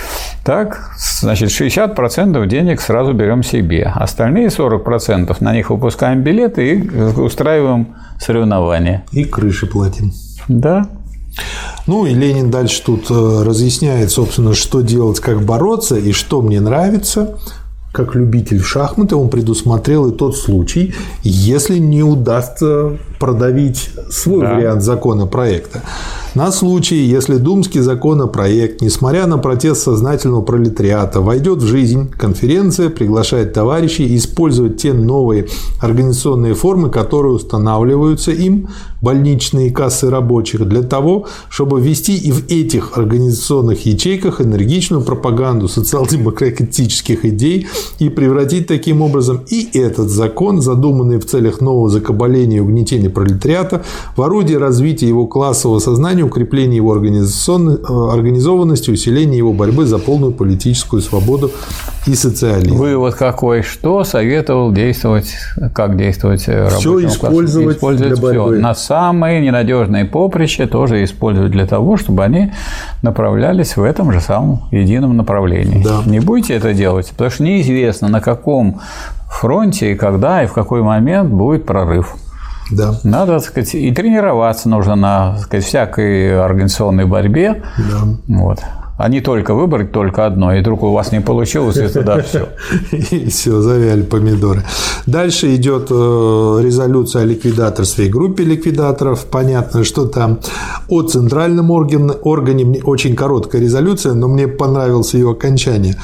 Так, значит, 60% денег сразу берем себе. Остальные 40% на них выпускаем билеты и устраиваем соревнования. И крыши платим. Да. Ну, и Ленин дальше тут разъясняет, собственно, что делать, как бороться, и что мне нравится. Как любитель в шахматы он предусмотрел и тот случай, если не удастся продавить свой вариант законопроекта. На случай, если думский законопроект, несмотря на протест сознательного пролетариата, войдет в жизнь, конференция приглашает товарищей использовать те новые организационные формы, которые устанавливаются им, больничные кассы рабочих, для того, чтобы ввести и в этих организационных ячейках энергичную пропаганду социал-демократических идей и превратить таким образом и этот закон, задуманный в целях нового закабаления и угнетения пролетариата, в орудие развития его классового сознания, укрепления его организованности, усиления его борьбы за полную политическую свободу и социализм. Вывод какой? Что советовал действовать, как действовать рабочему классу? Использовать для борьбы. Все. На самые ненадежные поприща тоже использовать для того, чтобы они направлялись в этом же самом едином направлении. Да. Не будете это делать, потому что неизвестно, на каком фронте, и когда, и в какой момент будет прорыв. Да. Надо, так сказать, и тренироваться нужно на, так сказать, всякой организационной борьбе. Да. Вот. А не только выбрать только одно, и вдруг у вас не получилось, и тогда все. И все, завяли помидоры. Дальше идет резолюция о ликвидаторстве и группе ликвидаторов. Понятно, что там о центральном органе. Очень короткая резолюция, но мне понравилось ее окончание.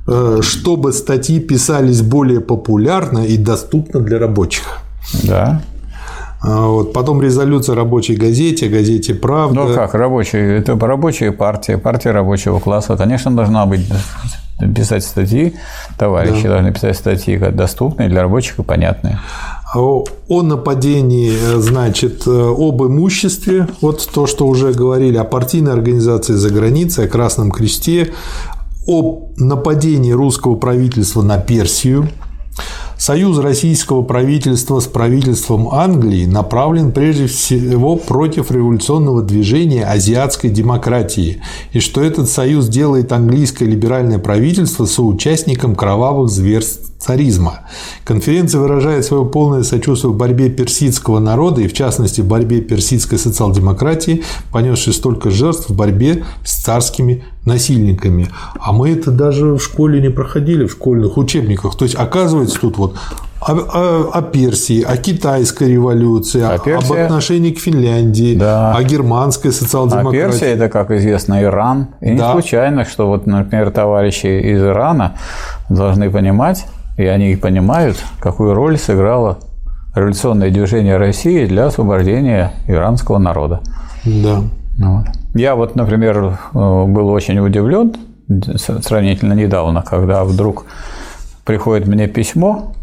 Чтобы статьи писались более популярно и доступно для рабочих. Да. Вот. Потом резолюция о рабочей газете «Правда». Ну как, рабочие, это рабочая партия рабочего класса, конечно, должна быть писать статьи, товарищи должны писать статьи доступные для рабочих и понятные. О нападении, значит, об имуществе, вот то, что уже говорили, о партийной организации за границей, о Красном Кресте, о нападении русского правительства на Персию. Союз российского правительства с правительством Англии направлен прежде всего против революционного движения азиатской демократии, и что этот союз делает английское либеральное правительство соучастником кровавых зверств царизма. Конференция выражает свое полное сочувствие в борьбе персидского народа и, в частности, в борьбе персидской социал-демократии, понесшей столько жертв в борьбе с царскими насильниками. А мы это даже в школе не проходили, в школьных учебниках. То есть, оказывается, тут вот о Персии, о китайской революции, об отношении к Финляндии, о германской социал-демократии. А Персия – это, как известно, Иран. И не случайно, что, вот, например, товарищи из Ирана должны понимать, и они понимают, какую роль сыграло революционное движение России для освобождения иранского народа. Да. Вот. Я вот, например, был очень удивлен сравнительно недавно, когда вдруг приходит мне письмо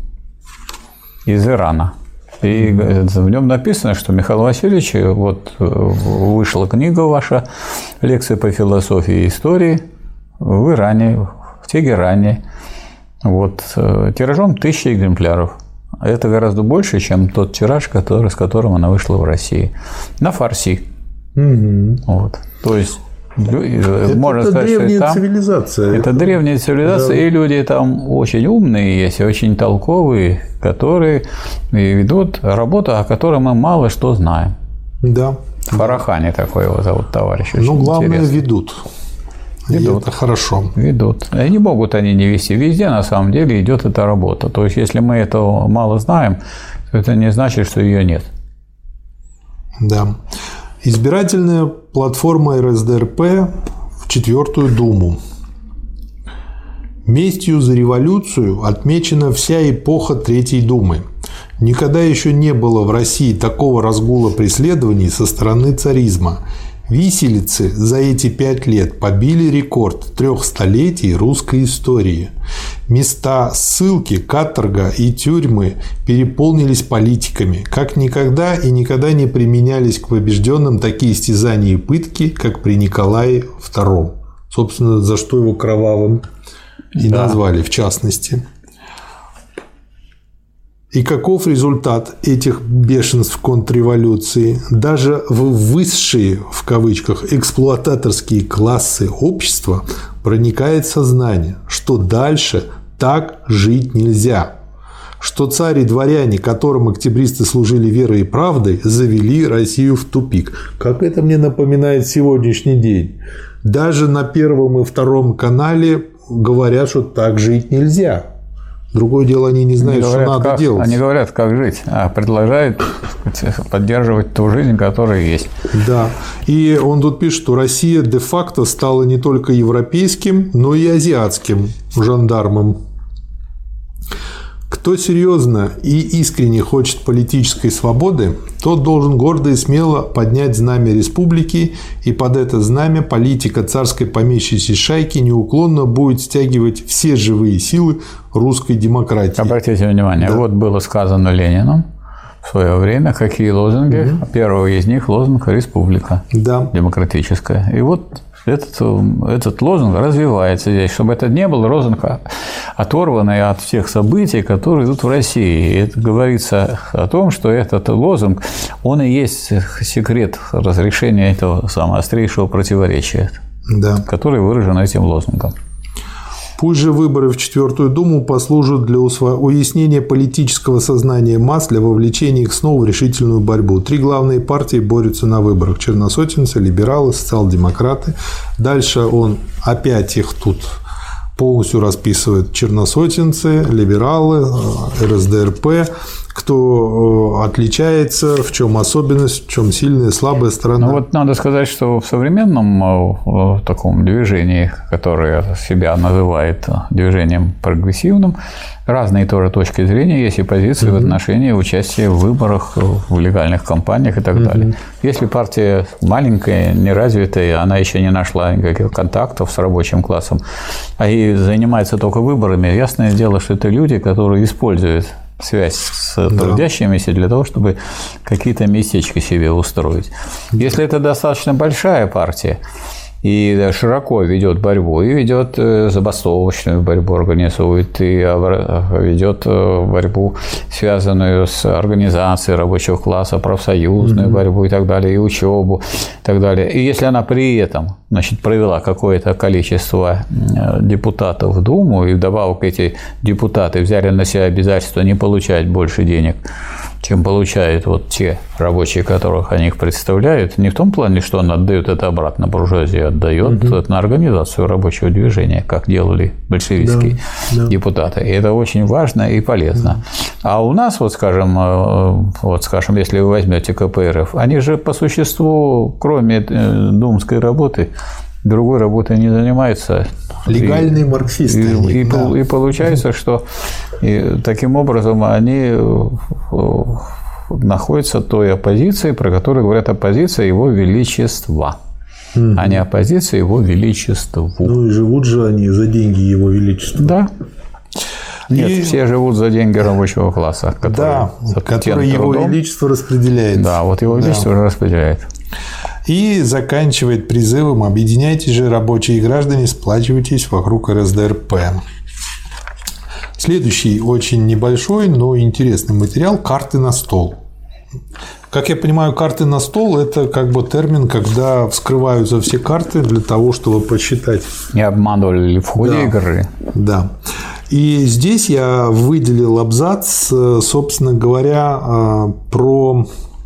из Ирана. И в нем написано, что Михаил Васильевич, вот вышла книга ваша, лекция по философии и истории в Иране, в Тегеране, вот, тиражом 1000 экземпляров. Это гораздо больше, чем тот тираж, с которым она вышла в России. На фарси. Вот. То есть, можно сказать, что древняя цивилизация. Это древняя цивилизация, и люди там очень умные есть, очень толковые, которые ведут работу, о которой мы мало что знаем. Да. Фарахани такой его зовут товарищ. Ну, главное, интересный. ведут. И это хорошо. Ведут. И не могут они не вести. Везде, на самом деле, идет эта работа. То есть, если мы этого мало знаем, то это не значит, что ее нет. Да. Избирательная платформа РСДРП в 4-ю Думу. Местью за революцию отмечена вся эпоха Третьей Думы. Никогда еще не было в России такого разгула преследований со стороны царизма. Виселицы за эти 5 лет побили рекорд 3 столетий русской истории. Места ссылки, каторга и тюрьмы переполнились политиками. Как никогда и никогда не применялись к побежденным такие истязания и пытки, как при Николае II. Собственно, за что его кровавым и назвали, в частности. И каков результат этих бешенств контрреволюции? Даже в высшие, в кавычках, эксплуататорские классы общества проникает сознание, что дальше так жить нельзя, что царь и дворяне, которым октябристы служили верой и правдой, завели Россию в тупик. Как это мне напоминает сегодняшний день. Даже на Первом и Втором канале говорят, что так жить нельзя. Другое дело, они не знают, что надо делать. Они говорят, как жить, а предложают поддерживать ту жизнь, которая есть. Да. И он тут пишет, что Россия де-факто стала не только европейским, но и азиатским жандармом. Кто серьезно и искренне хочет политической свободы, тот должен гордо и смело поднять знамя республики, и под это знамя политика царской помещичьей шайки неуклонно будет стягивать все живые силы русской демократии. Обратите внимание, вот было сказано Лениным в свое время, какие лозунги. Первый из них лозунг «Республика демократическая». И вот этот лозунг развивается здесь, чтобы это не был лозунг, оторванный от всех событий, которые идут в России. И это говорится о том, что этот лозунг, он и есть секрет разрешения этого самого острейшего противоречия, который выражен этим лозунгом. Пусть же выборы в Четвертую Думу послужат для уяснения политического сознания масс, для вовлечения их снова в решительную борьбу. 3 главные партии борются на выборах: черносотенцы, либералы, социал-демократы. Дальше он опять их тут полностью расписывает: черносотенцы, либералы, РСДРП. Кто отличается, в чем особенность, в чем сильная, слабая сторона. Ну вот надо сказать, что в современном таком движении, которое себя называет движением прогрессивным, разные тоже точки зрения есть и позиции в отношении участия в выборах, в легальных кампаниях и так далее. Если партия маленькая, неразвитая, она еще не нашла никаких контактов с рабочим классом, а и занимается только выборами, ясное дело, что это люди, которые используют связь с трудящимися для того, чтобы какие-то местечки себе устроить. Если это достаточно большая партия и широко ведет борьбу, и ведет забастовочную борьбу, организует, и ведет борьбу, связанную с организацией рабочего класса, профсоюзную борьбу и так далее, и учебу, и так далее. И если она при этом, значит, провела какое-то количество депутатов в Думу, и вдобавок эти депутаты взяли на себя обязательство не получать больше денег, чем получают вот те рабочие, которых они их представляют, не в том плане, что он отдает это обратно буржуазии, отдает это на организацию рабочего движения, как делали большевистские депутаты. И это очень важно и полезно. А у нас, вот скажем, если вы возьмете КПРФ, они же по существу, кроме думской работы, другой работой не занимаются. Легальные марксисты. И получается, что таким образом они находятся в той оппозиции, про которую говорят оппозиция Его Величества, а не оппозиция Его Величеству. Ну и живут же они за деньги Его Величества. Да. Нет, все живут за деньги рабочего класса, который Его Величество распределяет. Да, вот Его Величество уже распределяет. И заканчивает призывом: объединяйтесь же, рабочие граждане, сплачивайтесь вокруг РСДРП. Следующий очень небольшой, но интересный материал – карты на стол. Как я понимаю, карты на стол – это как бы термин, когда вскрываются все карты для того, чтобы посчитать. Не обманывали ли в ходе игры. Да. И здесь я выделил абзац, собственно говоря, про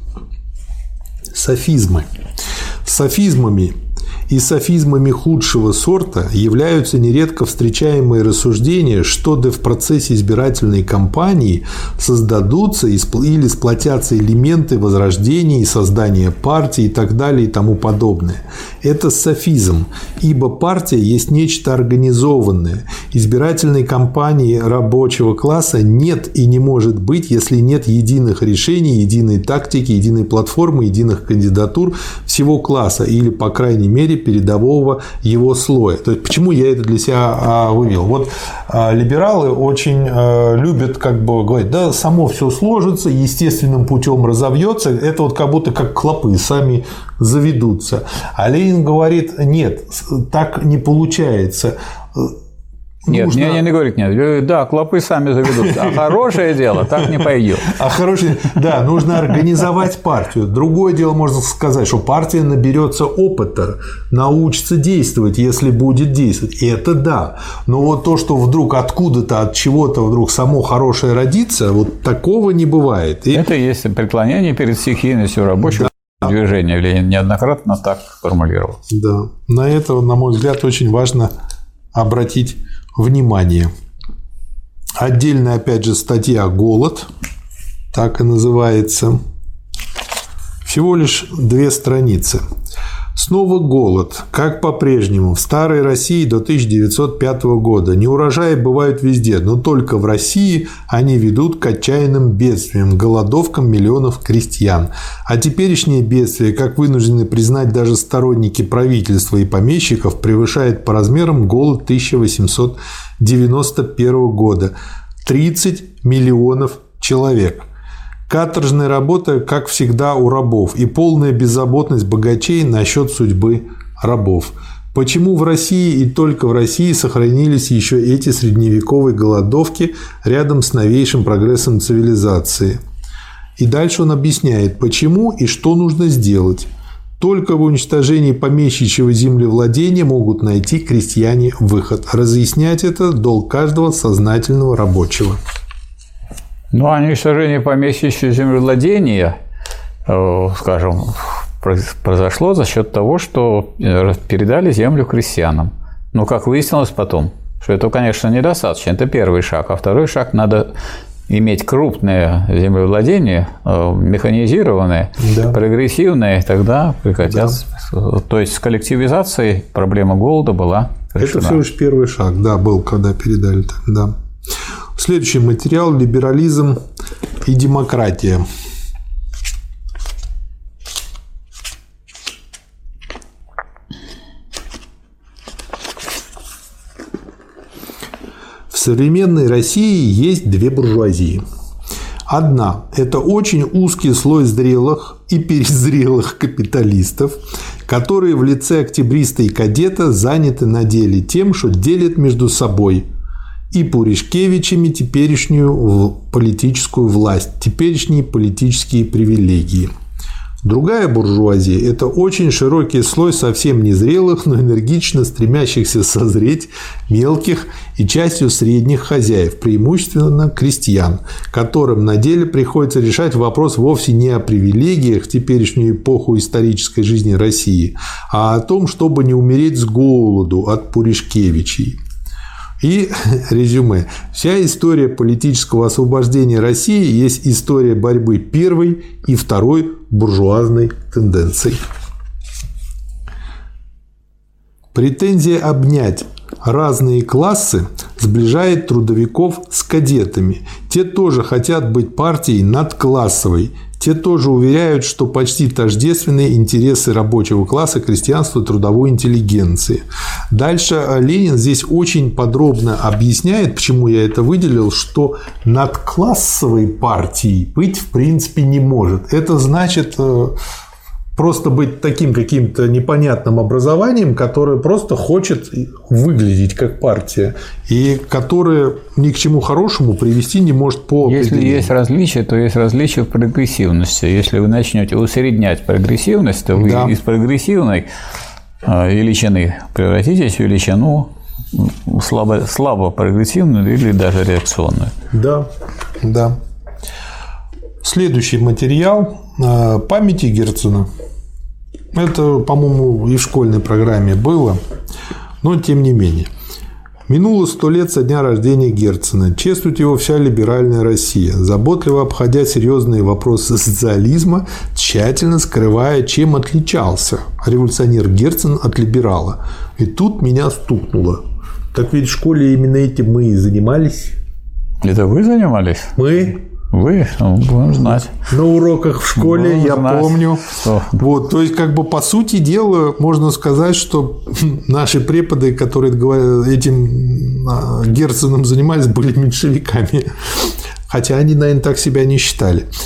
софизмы. Софизмами и софизмами худшего сорта являются нередко встречаемые рассуждения, что да в процессе избирательной кампании создадутся или сплотятся элементы возрождения и создания партии и так далее и тому подобное. Это софизм, ибо партия есть нечто организованное. Избирательной кампании рабочего класса нет и не может быть, если нет единых решений, единой тактики, единой платформы, единых кандидатур всего класса или, по крайней мере, передового его слоя. То есть, почему я это для себя вывел? Вот либералы очень любят как бы говорить: да, само все сложится, естественным путем разовьется. Это вот как будто как клопы сами заведутся. А Ленин говорит: нет, так не получается. Нет, нужно... не говорит нет. Да, клопы сами заведут. А хорошее дело так не пойдет. Да, нужно организовать партию. Другое дело, можно сказать, что партия наберется опыта, научится действовать, если будет действовать. Это да. Но вот то, что вдруг откуда-то, от чего-то вдруг само хорошее родится, вот такого не бывает. Это есть преклонение перед стихийностью рабочего движения. Ленин неоднократно так формулировал. Да. На это, на мой взгляд, очень важно обратить внимание. Отдельная, опять же, статья «Голод», так и называется. Всего лишь 2 страницы. Снова голод, как по-прежнему, в старой России до 1905 года. Неурожаи бывают везде, но только в России они ведут к отчаянным бедствиям, голодовкам миллионов крестьян. А теперешнее бедствие, как вынуждены признать даже сторонники правительства и помещиков, превышает по размерам голод 1891 года. 30 миллионов человек. Каторжная работа, как всегда, у рабов, и полная беззаботность богачей насчет судьбы рабов. Почему в России и только в России сохранились еще эти средневековые голодовки рядом с новейшим прогрессом цивилизации? И дальше он объясняет, почему и что нужно сделать. Только в уничтожении помещичьего землевладения могут найти крестьяне выход. Разъяснять это – долг каждого сознательного рабочего. Ну, а уничтожение помещичьего землевладения, скажем, произошло за счет того, что передали землю крестьянам. Но, как выяснилось потом, что это, конечно, недостаточно. Это первый шаг. А второй шаг – надо иметь крупное землевладение, механизированное, прогрессивное, тогда прекратятся. Да. То есть с коллективизацией проблема голода была решена. Это всего лишь первый шаг, да, был, когда передали. Да. Следующий материал – либерализм и демократия. В современной России есть 2 буржуазии. Одна – это очень узкий слой зрелых и перезрелых капиталистов, которые в лице октябриста и кадета заняты на деле тем, что делят между собой и Пуришкевичами теперешнюю политическую власть, теперешние политические привилегии. Другая буржуазия – это очень широкий слой совсем незрелых, но энергично стремящихся созреть мелких и частью средних хозяев, преимущественно крестьян, которым на деле приходится решать вопрос вовсе не о привилегиях в теперешнюю эпоху исторической жизни России, а о том, чтобы не умереть с голоду от Пуришкевичей. И резюме. Вся история политического освобождения России есть история борьбы первой и второй буржуазной тенденций. Претензия обнять разные классы сближает трудовиков с кадетами. Те тоже хотят быть партией надклассовой. Те тоже уверяют, что почти тождественные интересы рабочего класса, крестьянства, трудовой интеллигенции. Дальше Ленин здесь очень подробно объясняет, почему я это выделил, что надклассовой партией быть в принципе не может. Это значит просто быть таким каким-то непонятным образованием, которое просто хочет выглядеть как партия и которое ни к чему хорошему привести не может по определению. Если есть различия, то есть различия в прогрессивности. Если вы начнете усреднять прогрессивность, то вы из прогрессивной величины превратитесь в величину слабо прогрессивную или даже реакционную. Да, да. Следующий материал – памяти Герцена. Это, по-моему, и в школьной программе было, но тем не менее. Минуло 100 лет со дня рождения Герцена. Чествует его вся либеральная Россия, заботливо обходя серьезные вопросы социализма, тщательно скрывая, чем отличался революционер Герцен от либерала. И тут меня стукнуло. Так ведь в школе именно этим мы и занимались. Это вы занимались? Мы. Вы? Будем знать. На уроках в школе, я помню. Вот, то есть, как бы, по сути дела, можно сказать, что наши преподы, которые этим Герценом занимались, были меньшевиками. Хотя они, наверное, так себя не считали.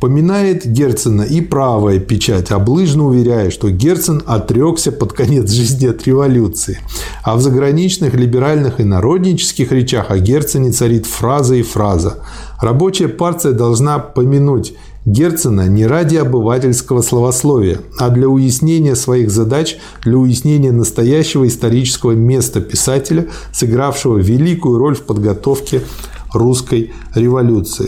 Поминает Герцена и правая печать, облыжно уверяя, что Герцен отрекся под конец жизни от революции. А в заграничных либеральных и народнических речах о Герцене царит фраза и фраза. Рабочая партия должна помянуть Герцена не ради обывательского словословия, а для уяснения своих задач, для уяснения настоящего исторического места писателя, сыгравшего великую роль в подготовке русской революции.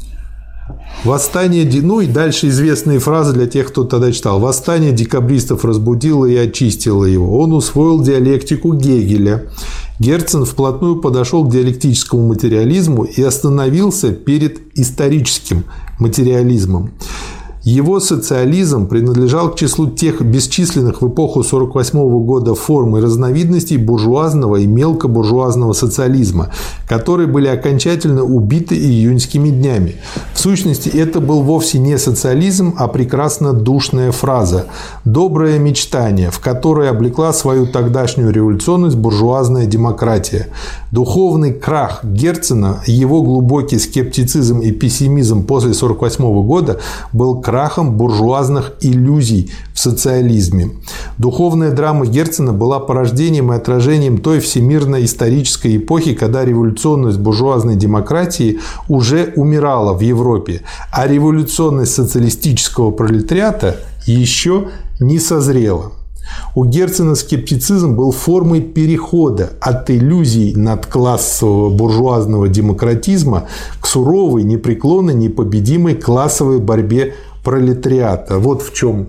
Восстание, ну и дальше известные фразы для тех, кто тогда читал. Восстание декабристов разбудило и очистило его. Он усвоил диалектику Гегеля. Герцен вплотную подошел к диалектическому материализму и остановился перед историческим материализмом. Его социализм принадлежал к числу тех бесчисленных в эпоху 1948 года форм и разновидностей буржуазного и мелкобуржуазного социализма, которые были окончательно убиты июньскими днями. В сущности, это был вовсе не социализм, а прекрасно душная фраза, доброе мечтание, в которое облекла свою тогдашнюю революционность буржуазная демократия. Духовный крах Герцена, его глубокий скептицизм и пессимизм после 1948 года был крахом буржуазных иллюзий в социализме. Духовная драма Герцена была порождением и отражением той всемирно-исторической эпохи, когда революционность буржуазной демократии уже умирала в Европе, а революционность социалистического пролетариата еще не созрела. У Герцена скептицизм был формой перехода от иллюзий надклассового буржуазного демократизма к суровой, непреклонной, непобедимой классовой борьбе пролетариата. Вот в чем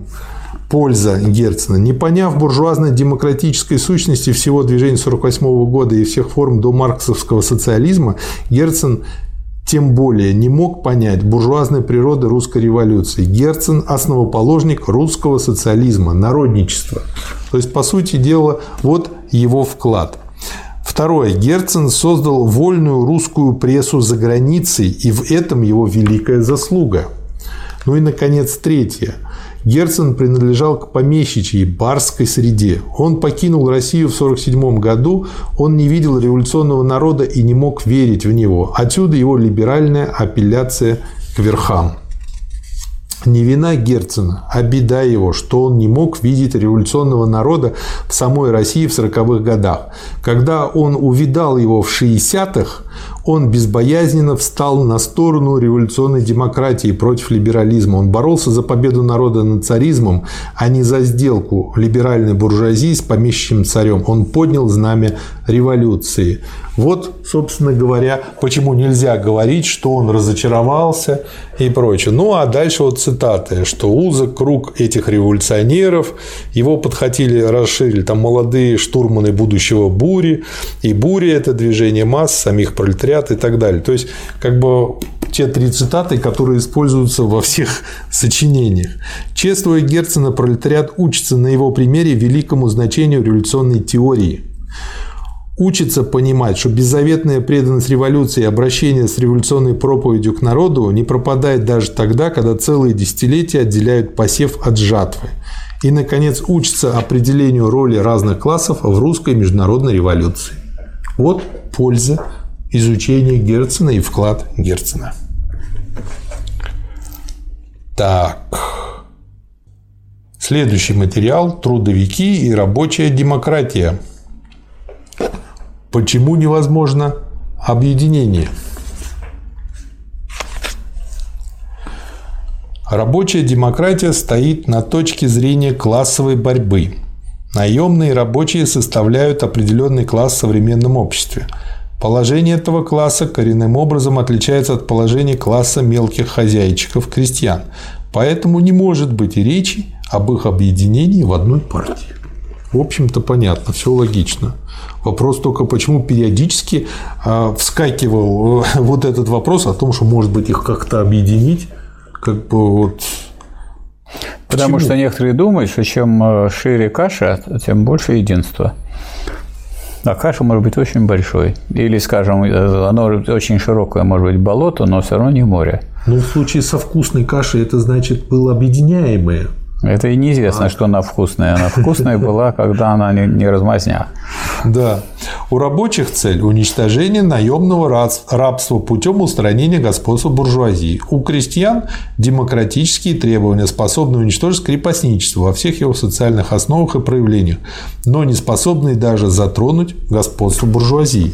польза Герцена. Не поняв буржуазной демократической сущности всего движения 1948 года и всех форм домарксовского социализма, Герцен тем более не мог понять буржуазной природы русской революции. Герцен – основоположник русского социализма, народничества. То есть, по сути дела, вот его вклад. Второе. Герцен создал вольную русскую прессу за границей, и в этом его великая заслуга. Ну и, наконец, третье. Герцен принадлежал к помещичьей барской среде. Он покинул Россию в 1947 году, он не видел революционного народа и не мог верить в него. Отсюда его либеральная апелляция к верхам. Не вина Герцена, а беда его, что он не мог видеть революционного народа в самой России в 40-х годах. Когда он увидал его в 60-х, он безбоязненно встал на сторону революционной демократии против либерализма. Он боролся за победу народа над царизмом, а не за сделку либеральной буржуазии с помещичьим царем. Он поднял знамя революции. Вот, собственно говоря, почему нельзя говорить, что он разочаровался и прочее. Ну, а дальше вот цитаты, что узок круг этих революционеров, его подхватили, расширили там молодые штурманы будущего бури, и буря – это движение масс, самих пролетариат и так далее. То есть, как бы те три цитаты, которые используются во всех сочинениях. Чествуя Герцена, пролетариат учится на его примере великому значению революционной теории. Учится понимать, что беззаветная преданность революции и обращение с революционной проповедью к народу не пропадает даже тогда, когда целые десятилетия отделяют посев от жатвы. И, наконец, учится определению роли разных классов в русской международной революции. Вот польза изучения Герцена и вклад Герцена. Так. Следующий материал – трудовики и рабочая демократия. Почему невозможно объединение? Рабочая демократия стоит на точке зрения классовой борьбы. Наемные рабочие составляют определенный класс в современном обществе. Положение этого класса коренным образом отличается от положения класса мелких хозяйчиков, крестьян. Поэтому не может быть и речи об их объединении в одной партии. В общем-то, понятно, все логично. Вопрос только, почему периодически вскакивал вот этот вопрос о том, что, может быть, их как-то объединить, как бы вот. Потому Почему? что некоторые думают, что чем шире каша, тем больше единства. А каша может быть очень большой. Или, скажем, оно очень широкое, может быть, болото, но все равно не море. Ну, в случае со вкусной кашей это значит было объединяемое. Это и неизвестно, что она вкусная. Она вкусная была, когда она не размазня. Да. У рабочих цель – уничтожение наемного рабства путем устранения господства буржуазии. У крестьян – демократические требования, способные уничтожить крепостничество во всех его социальных основах и проявлениях, но не способные даже затронуть господство буржуазии.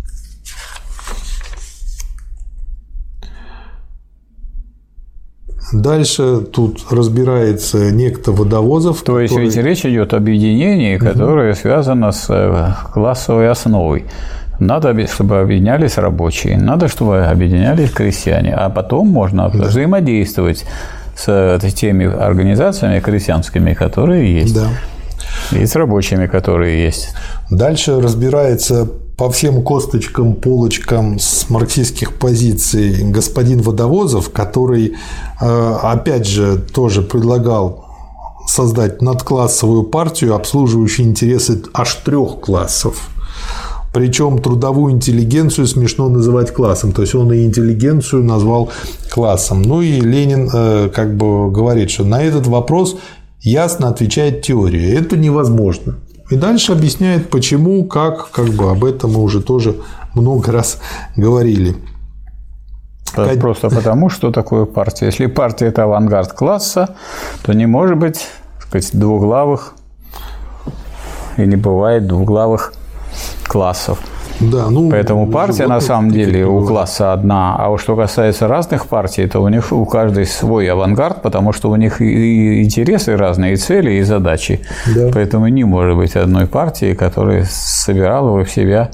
Дальше тут разбирается некто Водовозов. То есть, ведь речь идет об объединении, которое связано с классовой основой. Надо, чтобы объединялись рабочие, надо, чтобы объединялись крестьяне, а потом можно взаимодействовать с теми организациями крестьянскими, которые есть, и с рабочими, которые есть. Дальше разбирается по всем косточкам, полочкам с марксистских позиций господин Водовозов, который, опять же, тоже предлагал создать надклассовую партию, обслуживающую интересы аж 3 классов. Причем трудовую интеллигенцию смешно называть классом. То есть он и интеллигенцию назвал классом. Ну и Ленин как бы говорит, что на этот вопрос ясно отвечает теория. Это невозможно. И дальше объясняет, почему, как бы об этом мы уже тоже много раз говорили. Просто потому, что такое партия. Если партия – это авангард класса, то не может быть, так сказать, двуглавых, и не бывает двуглавых классов. Да, ну, поэтому партия на самом деле у класса одна, а вот что касается разных партий, то у них у каждой свой авангард, потому что у них и интересы разные, и цели, и задачи. Да. Поэтому не может быть одной партии, которая собирала бы в себя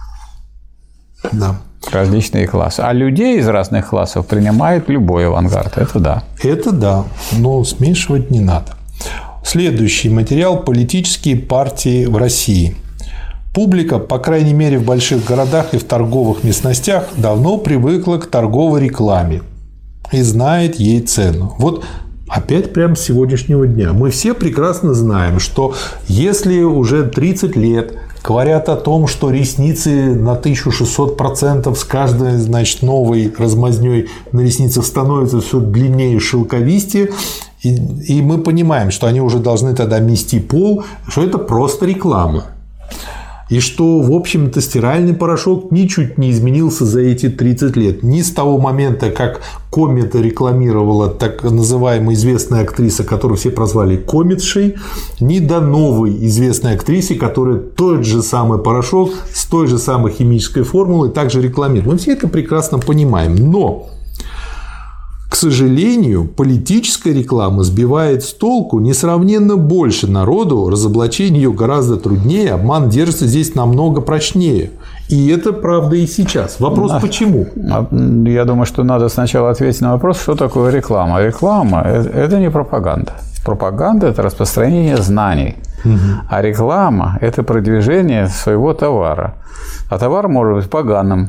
различные классы. А людей из разных классов принимает любой авангард. Это да. Это да, но смешивать не надо. Следующий материал – политические партии в России. Публика, по крайней мере в больших городах и в торговых местностях, давно привыкла к торговой рекламе и знает ей цену. Вот опять прямо с сегодняшнего дня. Мы все прекрасно знаем, что если уже 30 лет говорят о том, что ресницы на 1600% с каждой, значит, новой размазнёй на ресницах становятся все длиннее и шелковистее, и мы понимаем, что они уже должны тогда мести пол, что это просто реклама. И что, в общем-то, стиральный порошок ничуть не изменился за эти 30 лет. Ни с того момента, как Комета рекламировала так называемая известная актриса, которую все прозвали Кометшей, ни до новой известной актрисы, которая тот же самый порошок с той же самой химической формулой также рекламирует. Мы все это прекрасно понимаем. Но, к сожалению, политическая реклама сбивает с толку несравненно больше народу, разоблачение ее гораздо труднее, обман держится здесь намного прочнее. И это правда и сейчас. Вопрос почему? Я думаю, что надо сначала ответить на вопрос, что такое реклама. Реклама – это не пропаганда. Пропаганда – это распространение знаний. А реклама – это продвижение своего товара. А товар может быть поганым,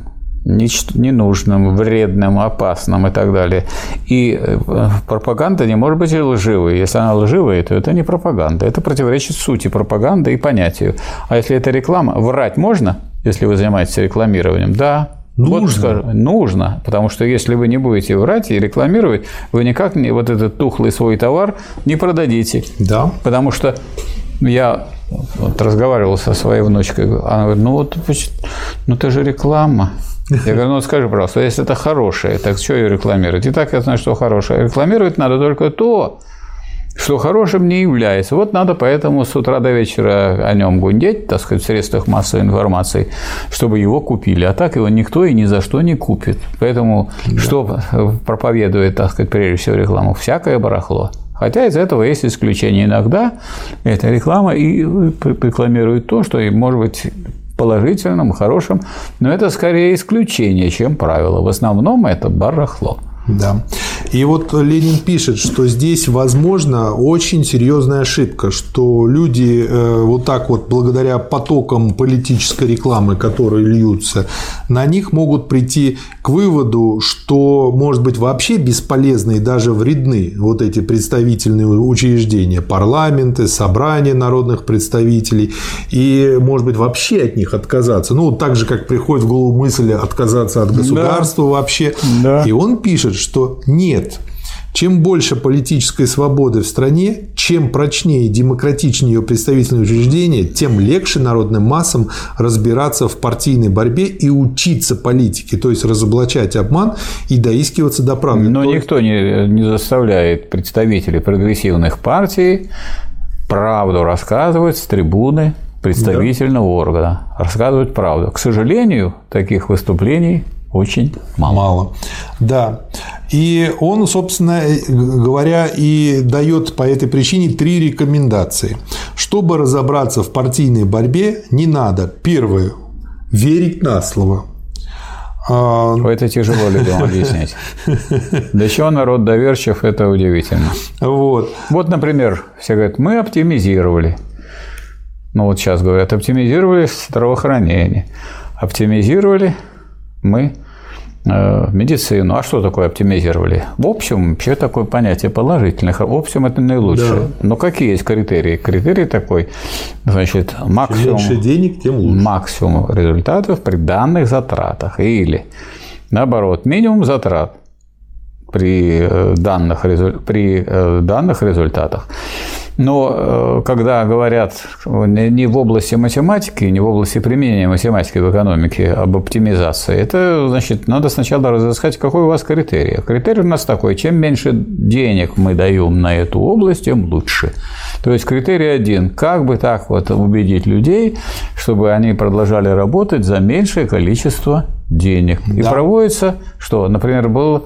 ненужным, вредным, опасным и так далее. И пропаганда не может быть лживой. Если она лживая, то это не пропаганда. Это противоречит сути пропаганды и понятию. А если это реклама, врать можно, если вы занимаетесь рекламированием? Да. Нужно. Вот, нужно, потому что если вы не будете врать и рекламировать, вы никак не вот этот тухлый свой товар не продадите. Да. Потому что я разговаривал со своей внучкой, она говорит, ну это же реклама. Я говорю, скажи, пожалуйста, если это хорошее, так что ее рекламировать? И так я знаю, что хорошее. Рекламировать надо только то, что хорошим не является. Вот надо поэтому с утра до вечера о нем гундеть, так сказать, в средствах массовой информации, чтобы его купили. А так его никто и ни за что не купит. Поэтому что проповедует, так сказать, прежде всего рекламу? Всякое барахло. Хотя из этого есть исключение. Иногда эта реклама и рекламирует то, что может быть положительным, хорошим, но это скорее исключение, чем правило. В основном это барахло. Да. И вот Ленин пишет, что здесь возможно очень серьезная ошибка, что люди вот так вот благодаря потокам политической рекламы, которые льются, на них могут прийти к выводу, что, может быть, вообще бесполезны и даже вредны вот эти представительные учреждения, парламенты, собрания народных представителей, и, может быть, вообще от них отказаться. Ну, так же, как приходит в голову мысль отказаться от государства вообще. Да. И он пишет, что нет, Чем больше политической свободы в стране, чем прочнее и демократичнее ее представительные учреждения, тем легче народным массам разбираться в партийной борьбе и учиться политике, то есть разоблачать обман и доискиваться до правды. Но никто не заставляет представителей прогрессивных партий правду рассказывать с трибуны представительного органа, рассказывать правду. К сожалению, таких выступлений очень мало. Да. И он, собственно говоря, и дает по этой причине 3 рекомендации. Чтобы разобраться в партийной борьбе, не надо, первое, верить на слово. Это тяжело людям объяснять. До чего народ доверчив, это удивительно. Вот, например, все говорят, мы оптимизировали. Ну, вот сейчас говорят, оптимизировали здравоохранение, оптимизировали мы медицину. А что такое оптимизировали? В общем, вообще такое понятие положительных. В общем, это наилучшее. Да. Но какие есть критерии? Критерий такой, значит, максимум, чем меньше денег, тем лучше. Максимум результатов при данных затратах. Или, наоборот, минимум затрат при данных результатах. Но когда говорят не в области математики, не в области применения математики в экономике об оптимизации, это значит, надо сначала разыскать, какой у вас критерий. Критерий у нас такой: чем меньше денег мы даем на эту область, тем лучше. То есть критерий один: как бы так вот убедить людей, чтобы они продолжали работать за меньшее количество денег. Да. И проводится, что, например, было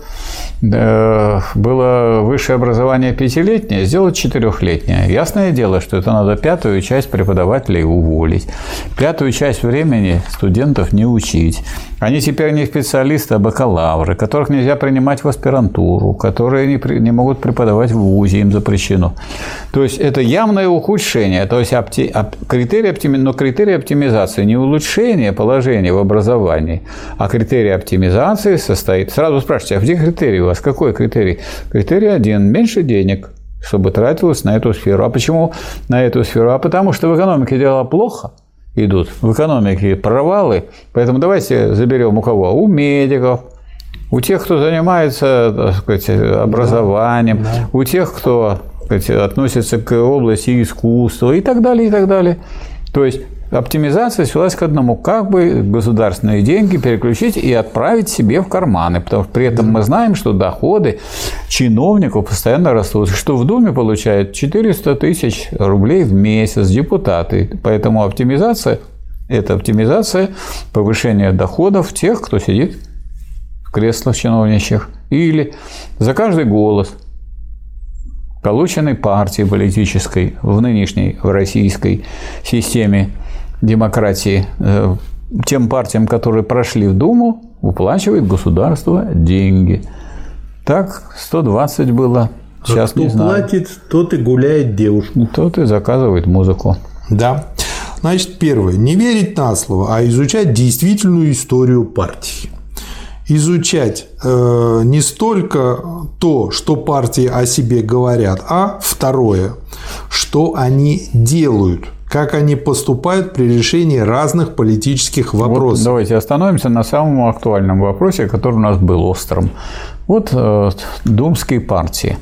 высшее образование 5-летнее, сделать 4-летнее. Ясное дело, что это надо 5-ю часть преподавателей уволить, 5-ю часть времени студентов не учить. Они теперь не специалисты, а бакалавры, которых нельзя принимать в аспирантуру, которые не могут преподавать в вузе, им запрещено. То есть это явное ухудшение. То есть критерий оптимизации не улучшение положения в образовании, а критерий оптимизации состоит... Сразу спрашивайте, а где критерий у вас? Какой критерий? Критерий один – меньше денег, чтобы тратилось на эту сферу. А почему на эту сферу? А потому что в экономике дела плохо идут, в экономике провалы. Поэтому давайте заберем у кого? У медиков, у тех, кто занимается, так сказать, образованием, да. У тех, кто, так сказать, относится к области искусства и так далее, и так далее. То есть оптимизация свелась к одному: как бы государственные деньги переключить и отправить себе в карманы, потому что при этом мы знаем, что доходы чиновников постоянно растут, что в Думе получают 400 тысяч рублей в месяц депутаты. Поэтому оптимизация – это оптимизация повышения доходов тех, кто сидит в креслах чиновничьих. Или за каждый голос, полученный партией политической в нынешней в российской системе демократии, тем партиям, которые прошли в Думу, выплачивает государство деньги. Так 120 было. Сейчас кто не знаю. Платит, тот и гуляет девушку. Тот и заказывает музыку. Да. Значит, первое. Не верить на слово, а изучать действительную историю партии. Изучать не столько то, что партии о себе говорят, а второе, что они делают, как они поступают при решении разных политических вопросов. Вот давайте остановимся на самом актуальном вопросе, который у нас был острым. Вот думские партии.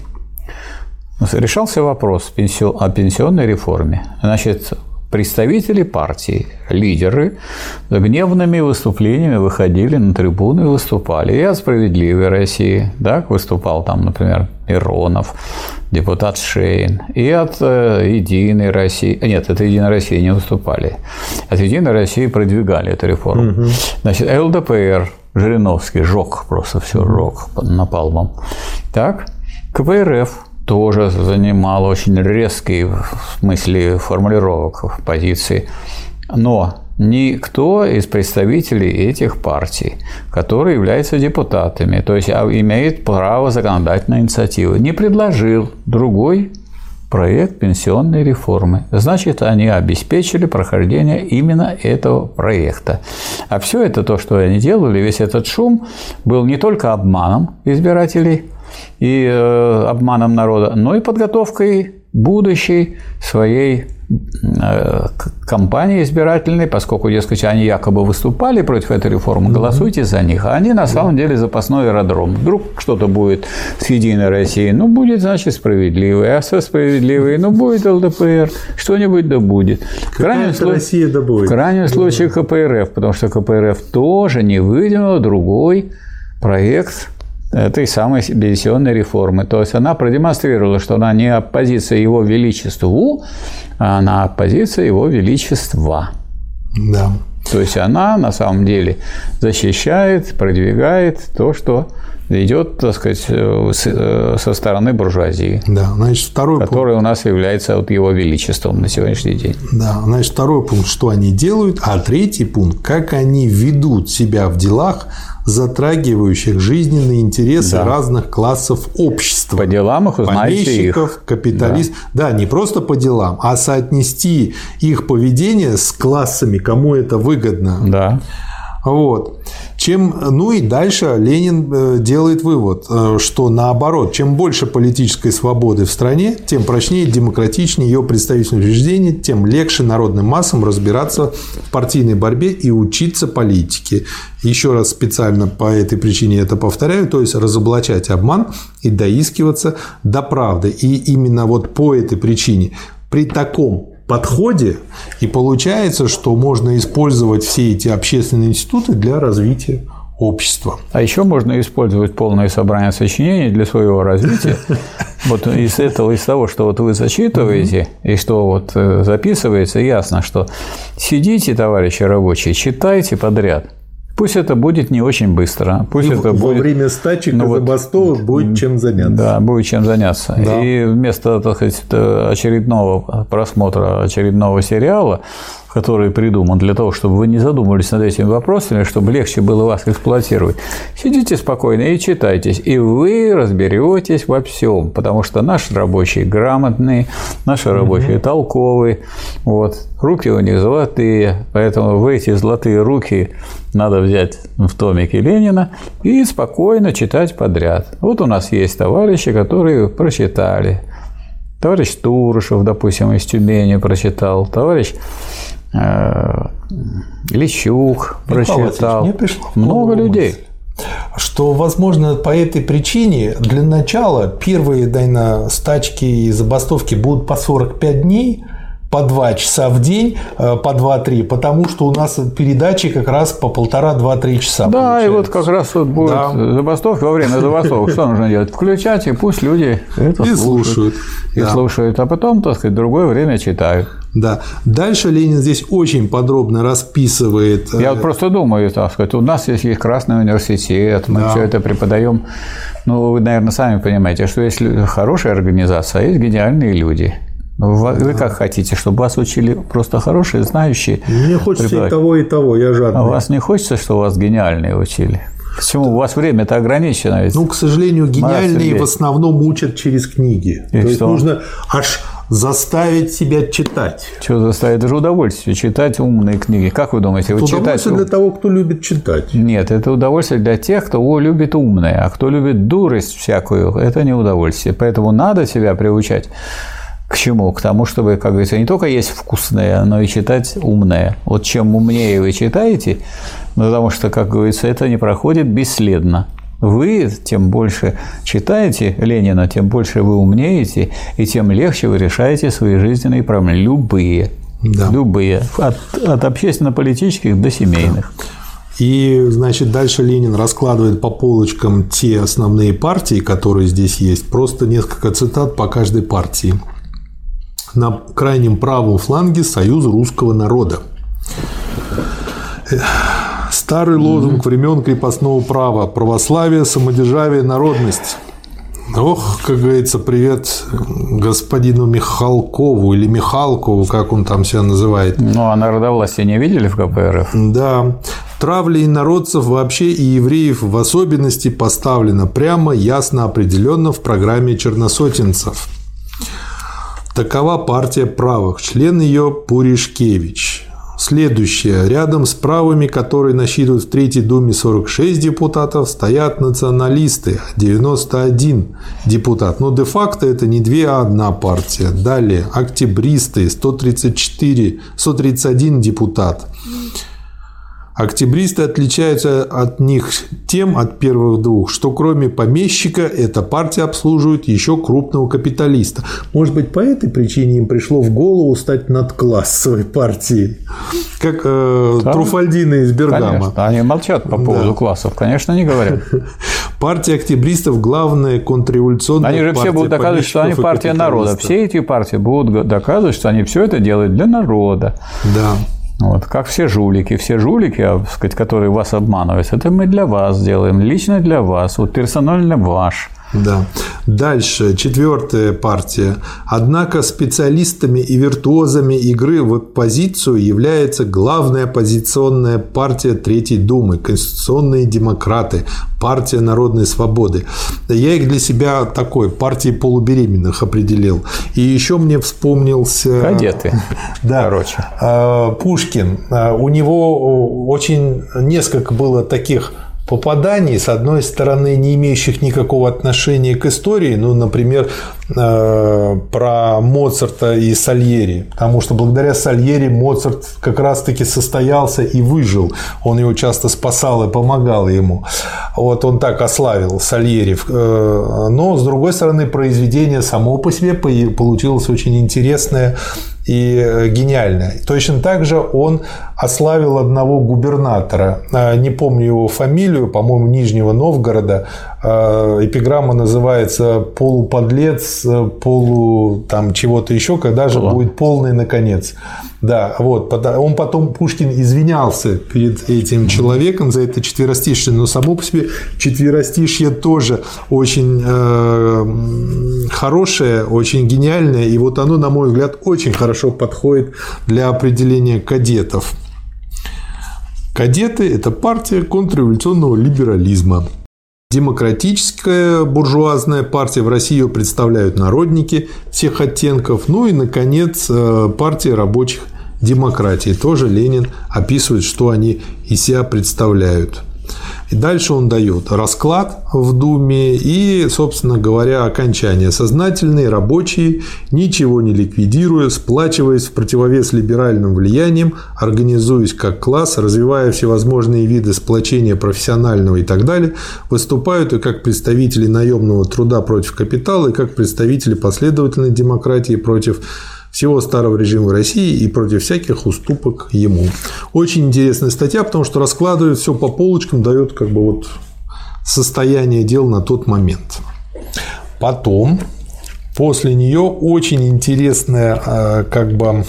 Решался вопрос о пенсионной реформе. Значит, представители партии, лидеры гневными выступлениями выходили на трибуны и выступали. И от «Справедливой России», так, выступал там, например, Миронов, депутат Шейн, и от «Единой России». Нет, от «Единой России» не выступали. От «Единой России» продвигали эту реформу. Угу. Значит, ЛДПР, Жириновский жёг просто все, жёг напалмом. Так, КПРФ тоже занимал очень резкие в смысле формулировок позиции. Но никто из представителей этих партий, которые являются депутатами, то есть имеет право законодательной инициативы, не предложил другой проект пенсионной реформы. Значит, они обеспечили прохождение именно этого проекта. А все это то, что они делали, весь этот шум был не только обманом избирателей и обманом народа, но и подготовкой будущей своей кампании избирательной, поскольку, дескать, они якобы выступали против этой реформы, голосуйте за них, а они на самом деле запасной аэродром. Вдруг что-то будет с Единой Россией, ну, будет, значит, справедливый, а со справедливой, ну, будет ЛДПР, что-нибудь да будет. В крайнем случае КПРФ, потому что КПРФ тоже не выдвинула другой проект этой самой пенсионной реформы. То есть она продемонстрировала, что она не оппозиция Его Величеству, а она оппозиция Его Величества. Да. То есть она на самом деле защищает, продвигает то, что идет, так сказать, со стороны буржуазии, да, значит, которая у нас является вот Его Величеством на сегодняшний день. Да, значит, второй пункт, что они делают, а третий пункт, как они ведут себя в делах, затрагивающих жизненные интересы разных классов общества. По делам их узнаете их. Капиталистов. Да, не просто по делам, а соотнести их поведение с классами, кому это выгодно. Да. Вот. Ну и дальше Ленин делает вывод, что наоборот, чем больше политической свободы в стране, тем прочнее, демократичнее ее представительные учреждения, тем легче народным массам разбираться в партийной борьбе и учиться политике. Еще раз специально по этой причине это повторяю, то есть разоблачать обман и доискиваться до правды. И именно вот по этой причине при таком подходе и получается, что можно использовать все эти общественные институты для развития общества. А еще можно использовать полное собрание сочинений для своего развития. Вот из того, что вот вы зачитываете и что вот записывается, ясно, что сидите, товарищи рабочие, читайте подряд. Пусть это будет не очень быстро. Пусть это во будет... время стачек и забастовок будет чем заняться. Да, будет чем заняться. Да. И вместо, так сказать, очередного просмотра очередного сериала, который придуман для того, чтобы вы не задумывались над этими вопросами, чтобы легче было вас эксплуатировать, сидите спокойно и читайтесь, и вы разберетесь во всем, потому что наши рабочие грамотные, наши рабочие толковые, вот, руки у них золотые, поэтому в эти золотые руки надо взять в томике Ленина и спокойно читать подряд. Вот у нас есть товарищи, которые прочитали. Товарищ Турышев, допустим, из Тюмени прочитал, товарищ Лещук прочитал. Много людей. Что, возможно, по этой причине для начала первые, наверное, стачки и забастовки будут по 45 дней, по 2 часа в день, по 2-3, потому что у нас передачи как раз по 1,5-2-3 часа. Да, получается. И вот как раз вот будет забастовка, во время забастовок что нужно делать? Включать, и пусть люди это слушают. И слушают, а потом, так сказать, в другое время читают. Да. Дальше Ленин здесь очень подробно расписывает. Я вот просто думаю, так сказать, у нас есть Красный университет, мы все это преподаем. Ну, вы, наверное, сами понимаете, что есть хорошая организация, а есть гениальные люди. Вы как хотите, чтобы вас учили просто хорошие, знающие? Мне хочется и того, я жадный. А вас не хочется, чтобы вас гениальные учили? Почему? У вас время-то ограничено. Ведь. Ну, к сожалению, гениальные в основном учат через книги. И то есть нужно аж заставить себя читать. Что заставить? Это же удовольствие читать умные книги. Как вы думаете? Это удовольствие для того, кто любит читать. Нет, это удовольствие для тех, кто любит умное. А кто любит дурость всякую, это не удовольствие. Поэтому надо себя приучать. К чему? К тому, чтобы, как говорится, не только есть вкусное, но и читать умное. Вот чем умнее вы читаете, потому что, как говорится, это не проходит бесследно. Вы тем больше читаете Ленина, тем больше вы умнеете, и тем легче вы решаете свои жизненные проблемы. Любые. Да. Любые. От общественно-политических до семейных. Да. И, значит, дальше Ленин раскладывает по полочкам те основные партии, которые здесь есть. Просто несколько цитат по каждой партии. На крайнем правом фланге Союз русского народа. Старый лозунг времен крепостного права. Православие, самодержавие, народность. Ох, как говорится, привет господину Михалкову или Михалкову, как он там себя называет. Ну, а народовластие не видели в КПРФ? Да. Травля инородцев вообще и евреев в особенности поставлена прямо, ясно, определенно в программе черносотенцев. Такова партия правых, член ее Пуришкевич. Следующее. Рядом с правыми, которые насчитывают в Третьей Думе 46 депутатов, стоят националисты, 91 депутат. Но де-факто это не две, а одна партия. Далее. Октябристы, 131 депутат. Октябристы отличаются от них тем, от первых двух, что кроме помещика эта партия обслуживает еще крупного капиталиста. Может быть, по этой причине им пришло в голову стать надклассовой партией, как Труфальдино из Бергама. Конечно, они молчат по поводу классов, конечно, не говорят. Партия октябристов – главная контрреволюционная партия. Они же все будут доказывать, что они партия народа. Все эти партии будут доказывать, что они все это делают для народа. Да. Вот, как все жулики, сказать, которые вас обманывают, это мы для вас делаем, лично для вас, вот персонально ваш. Да. Дальше, 4-я партия. Однако специалистами и виртуозами игры в оппозицию является главная оппозиционная партия Третьей Думы – Конституционные демократы, партия народной свободы. Я их для себя такой партией полубеременных определил. И еще мне вспомнился… Кадеты. Да. Короче. Пушкин. У него очень несколько было таких попаданий, с одной стороны, не имеющих никакого отношения к истории, ну, например, про Моцарта и Сальери, потому что благодаря Сальери Моцарт как раз-таки состоялся и выжил, он его часто спасал и помогал ему, вот он так ославил Сальери, но, с другой стороны, произведение само по себе получилось очень интересное и гениальное. Точно так же он ославил одного губернатора, не помню его фамилию, по-моему, Нижнего Новгорода, эпиграмма называется «Полуподлец, полу там чего-то еще, когда же будет полный наконец». Да, вот. Он потом, Пушкин, извинялся перед этим человеком за это четверостишье, но само по себе четверостишье тоже очень хорошее, очень гениальное, и вот оно, на мой взгляд, очень хорошо подходит для определения кадетов. Кадеты – это партия контрреволюционного либерализма. Демократическая буржуазная партия, в России ее представляют народники всех оттенков. Ну и, наконец, партия рабочих демократии. Тоже Ленин описывает, что они из себя представляют. И дальше он дает расклад в Думе и, собственно говоря, окончание. Сознательные рабочие, ничего не ликвидируя, сплачиваясь в противовес либеральным влияниям, организуясь как класс, развивая всевозможные виды сплочения профессионального и так далее, выступают и как представители наемного труда против капитала, и как представители последовательной демократии против всего старого режима России и против всяких уступок ему. Очень интересная статья, потому что раскладывает все по полочкам, дает как бы вот состояние дел на тот момент. Потом, после нее очень интересная как бы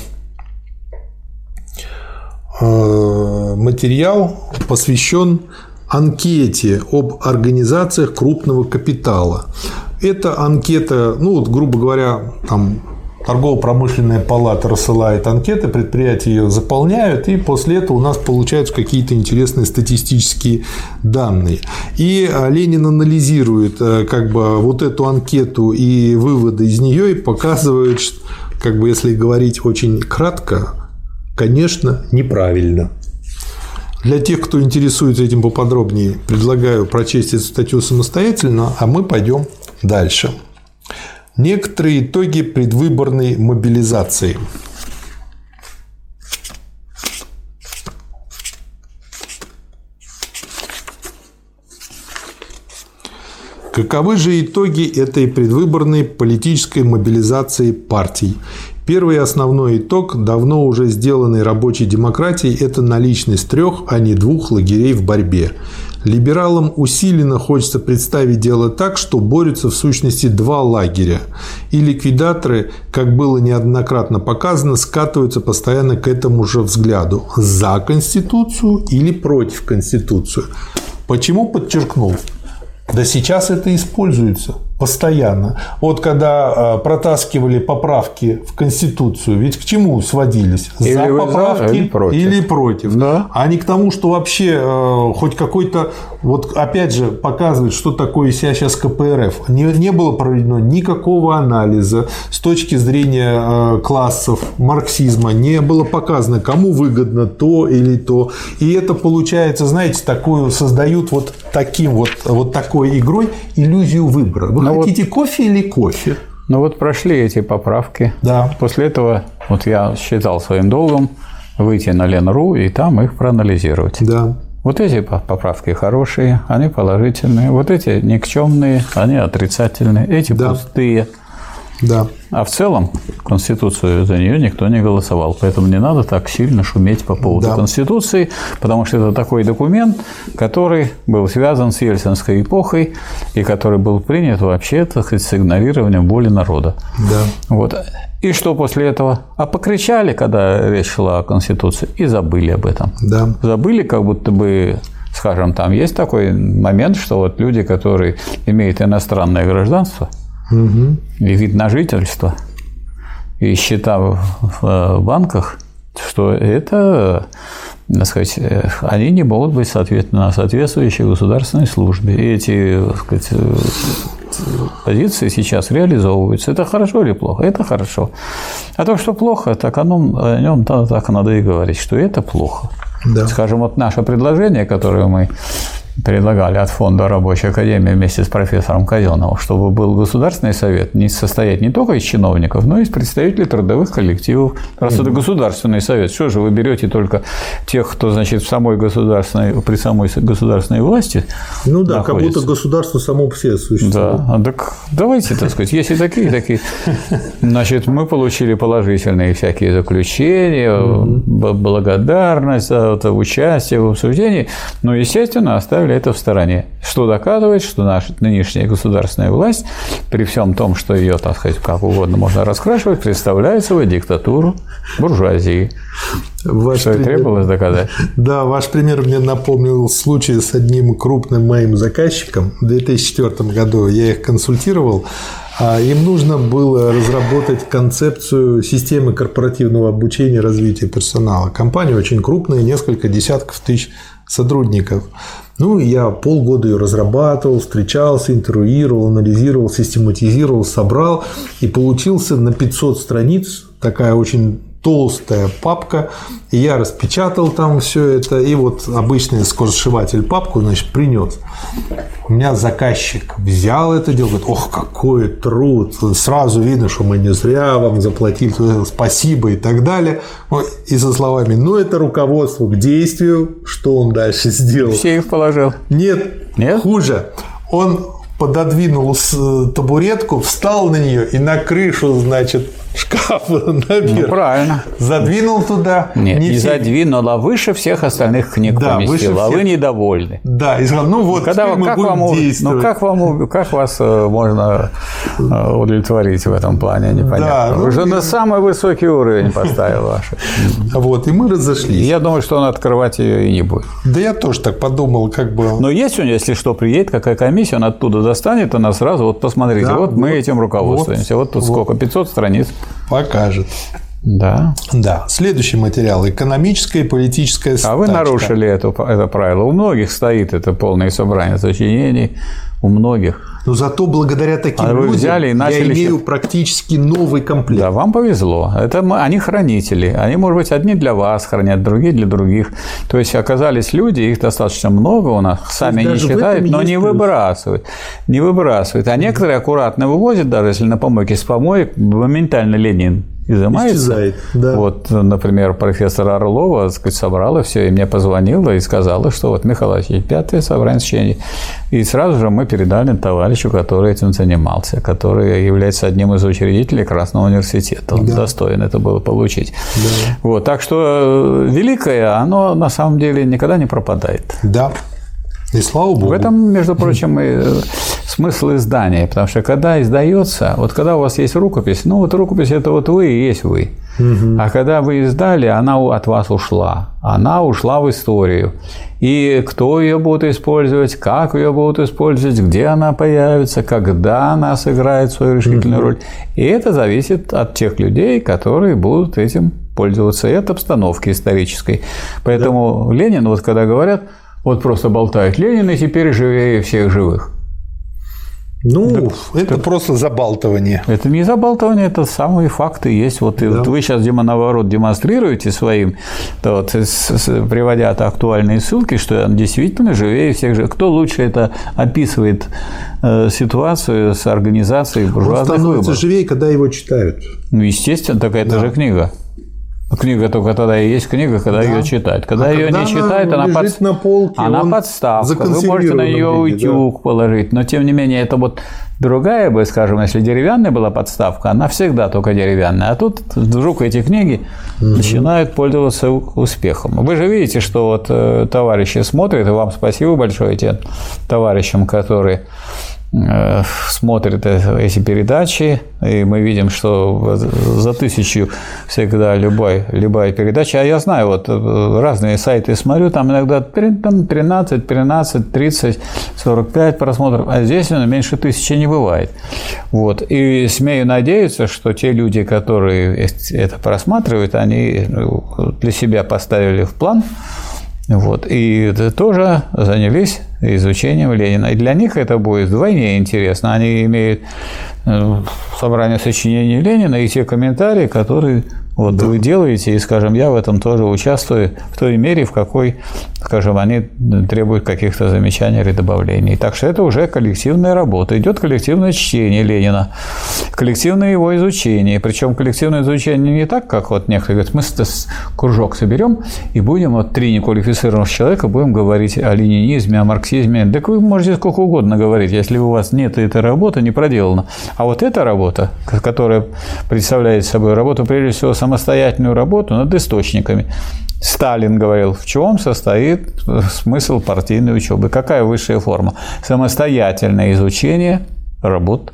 материал посвящен анкете об организациях крупного капитала. Эта анкета, ну вот, грубо говоря, там Торгово-промышленная палата рассылает анкеты, предприятия ее заполняют, и после этого у нас получаются какие-то интересные статистические данные. И Ленин анализирует как бы вот эту анкету и выводы из нее и показывает, как бы, если говорить очень кратко, конечно, неправильно. Для тех, кто интересуется этим поподробнее, предлагаю прочесть эту статью самостоятельно, а мы пойдем дальше. Некоторые итоги предвыборной мобилизации. Каковы же итоги этой предвыборной политической мобилизации партий? Первый основной итог давно уже сделанной рабочей демократии – это наличность 3, а не 2 лагерей в борьбе. Либералам усиленно хочется представить дело так, что борются в сущности 2 лагеря. И ликвидаторы, как было неоднократно показано, скатываются постоянно к этому же взгляду – за Конституцию или против Конституции. Почему подчеркнул? Да сейчас это используется. Постоянно. Вот когда протаскивали поправки в Конституцию, ведь к чему сводились? За поправки или против. Да. А не к тому, что вообще хоть какой-то, вот опять же, показывает, что такое из себя сейчас КПРФ. Не было проведено никакого анализа с точки зрения классов марксизма. Не было показано, кому выгодно то или то. И это получается, знаете, такую создают вот такой игрой иллюзию выбора. Вы хотите кофе или кофе? Ну вот прошли эти поправки. Да. После этого вот я считал своим долгом выйти на Ленру и там их проанализировать. Да. Вот эти поправки хорошие, они положительные. Вот эти никчемные, они отрицательные. Эти пустые. Да. А в целом Конституцию за нее никто не голосовал. Поэтому не надо так сильно шуметь по поводу Конституции, потому что это такой документ, который был связан с ельцинской эпохой и который был принят вообще, так сказать, с игнорированием воли народа. Да. Вот. И что после этого? А покричали, когда речь шла о Конституции, и забыли об этом. Да. Забыли, как будто бы, скажем, там есть такой момент, что вот люди, которые имеют иностранное гражданство, и вид на жительство, и счета в банках, что это, так сказать, они не могут быть, соответственно, на соответствующей государственной службе. И эти, так сказать, позиции сейчас реализовываются. Это хорошо или плохо? Это хорошо. А то, что плохо, так о нем так надо и говорить, что это плохо. Да. Скажем, вот наше предложение, которое мы предлагали от фонда Рабочей академии вместе с профессором Казёновым, чтобы был государственный совет, состоять не только из чиновников, но и из представителей трудовых коллективов. Раз это государственный совет, что же вы берете только тех, кто, значит, при самой государственной власти? Ну да, находится. Как будто государство само по себе существует. Да, так давайте, так сказать, есть и такие. Значит, мы получили положительные всякие заключения, благодарность за участие в обсуждении, но, естественно, оставили это в стороне, что доказывает, что наша нынешняя государственная власть, при всем том, что ее, так сказать, как угодно можно раскрашивать, представляет собой диктатуру буржуазии. Что и требовалось доказать. Да, ваш пример мне напомнил случай с одним крупным моим заказчиком. В 2004 году я их консультировал. Им нужно было разработать концепцию системы корпоративного обучения и развития персонала. Компания очень крупная, несколько десятков тысяч сотрудников. Ну, я полгода ее разрабатывал, встречался, интервьюировал, анализировал, систематизировал, собрал. И получился на 500 страниц такая очень толстая папка, и я распечатал там все это, и вот обычный скоросшиватель папку, значит, принес. У меня заказчик взял это дело, говорит: ох, какой труд, сразу видно, что мы не зря вам заплатили, спасибо и так далее. И со словами: ну, это руководство к действию, что он дальше сделал? Все их положил. Нет? Хуже. Он пододвинул табуретку, встал на нее и на крышу, значит, шкафа наверх. Ну, правильно. Задвинул туда. Нет, не задвинул, а выше всех остальных книг поместил. А вы недовольны. Да, и сказал: ну вот, теперь мы будем действовать. Ну, как вас можно удовлетворить в этом плане, непонятно. Да, вы же на самый высокий уровень поставил ваш. Вот, и мы разошлись. Я думаю, что он открывать ее и не будет. Да я тоже так подумал, как бы. Но есть у него, если что, приедет, какая комиссия, он оттуда достанет, она сразу, вот посмотрите, да, вот мы этим руководствуемся. Вот тут сколько, 500 страниц. Покажет. Да. Да. Следующий материал. Экономическая и политическая стачка. А вы нарушили это правило. У многих стоит это полное собрание сочинений. У многих. Но зато благодаря таким людям я имею практически новый комплект. Да, вам повезло. Они хранители. Они, может быть, одни для вас хранят, другие для других. То есть оказались люди, их достаточно много у нас, сами не читают, но не выбрасывают. Не выбрасывают. А некоторые аккуратно вывозят, даже если на помойке с помоек моментально Ленин изымается. Исчезает, да. Вот, например, профессор Орлова, так сказать, собрала все, и мне позвонила и сказала, что вот, Михаил Васильевич, 5-е собрание сочинений. И сразу же мы передали товарищу, который этим занимался, который является одним из учредителей Красного университета. Он достоин это было получить. Да. Вот, так что великое, оно на самом деле никогда не пропадает. Да. И слава богу. В этом, между прочим, смысл издания. Потому что когда издается, вот когда у вас есть рукопись, ну вот рукопись – это вот вы и есть вы. А когда вы издали, она от вас ушла. Она ушла в историю. И кто ее будет использовать, как ее будут использовать, где она появится, когда она сыграет свою решительную роль. И это зависит от тех людей, которые будут этим пользоваться, и от обстановки исторической. Поэтому Ленин, вот когда говорят, вот просто болтают, Ленин и теперь живее всех живых. Ну, это просто забалтывание. Это не забалтывание, это самые факты есть. Вот, вот вы сейчас, наоборот, демонстрируете своим, вот, приводя актуальные ссылки, что он действительно живее всех живых. Кто лучше это описывает ситуацию с организацией буржуазных выборов? Он становится живее, когда его читают. Ну, естественно, так это же книга. Книга только тогда и есть книга, когда ее читают. Когда ее не читают, она подставка. Вы можете на нее утюг положить. Но тем не менее, это вот другая бы, скажем, если деревянная была подставка, она всегда только деревянная. А тут вдруг эти книги начинают пользоваться успехом. Вы же видите, что вот товарищи смотрят, и вам спасибо большое тем товарищам, которые смотрят эти передачи, и мы видим, что за 1000 всегда любая передача. А я знаю, вот разные сайты смотрю, там иногда 13, 30, 45 просмотров, а здесь меньше 1000 не бывает. Вот. И смею надеяться, что те люди, которые это просматривают, они для себя поставили в план, вот, и тоже занялись изучением Ленина. И для них это будет вдвойне интересно. Они имеют собрание сочинений Ленина и те комментарии, которые вот вы делаете, и, скажем, я в этом тоже участвую в той мере, в какой, скажем, они требуют каких-то замечаний или добавлений. Так что это уже коллективная работа. Идет коллективное чтение Ленина, коллективное его изучение. Причем коллективное изучение не так, как вот некоторые говорят, мы кружок соберем и будем вот 3 неквалифицированных человека будем говорить о ленинизме, о марксизме. Так вы можете сколько угодно говорить, если у вас нет этой работы, не проделана. А вот эта работа, которая представляет собой работу, прежде всего, самостоятельную работу над источниками. Сталин говорил, в чем состоит смысл партийной учебы, какая высшая форма. Самостоятельное изучение работ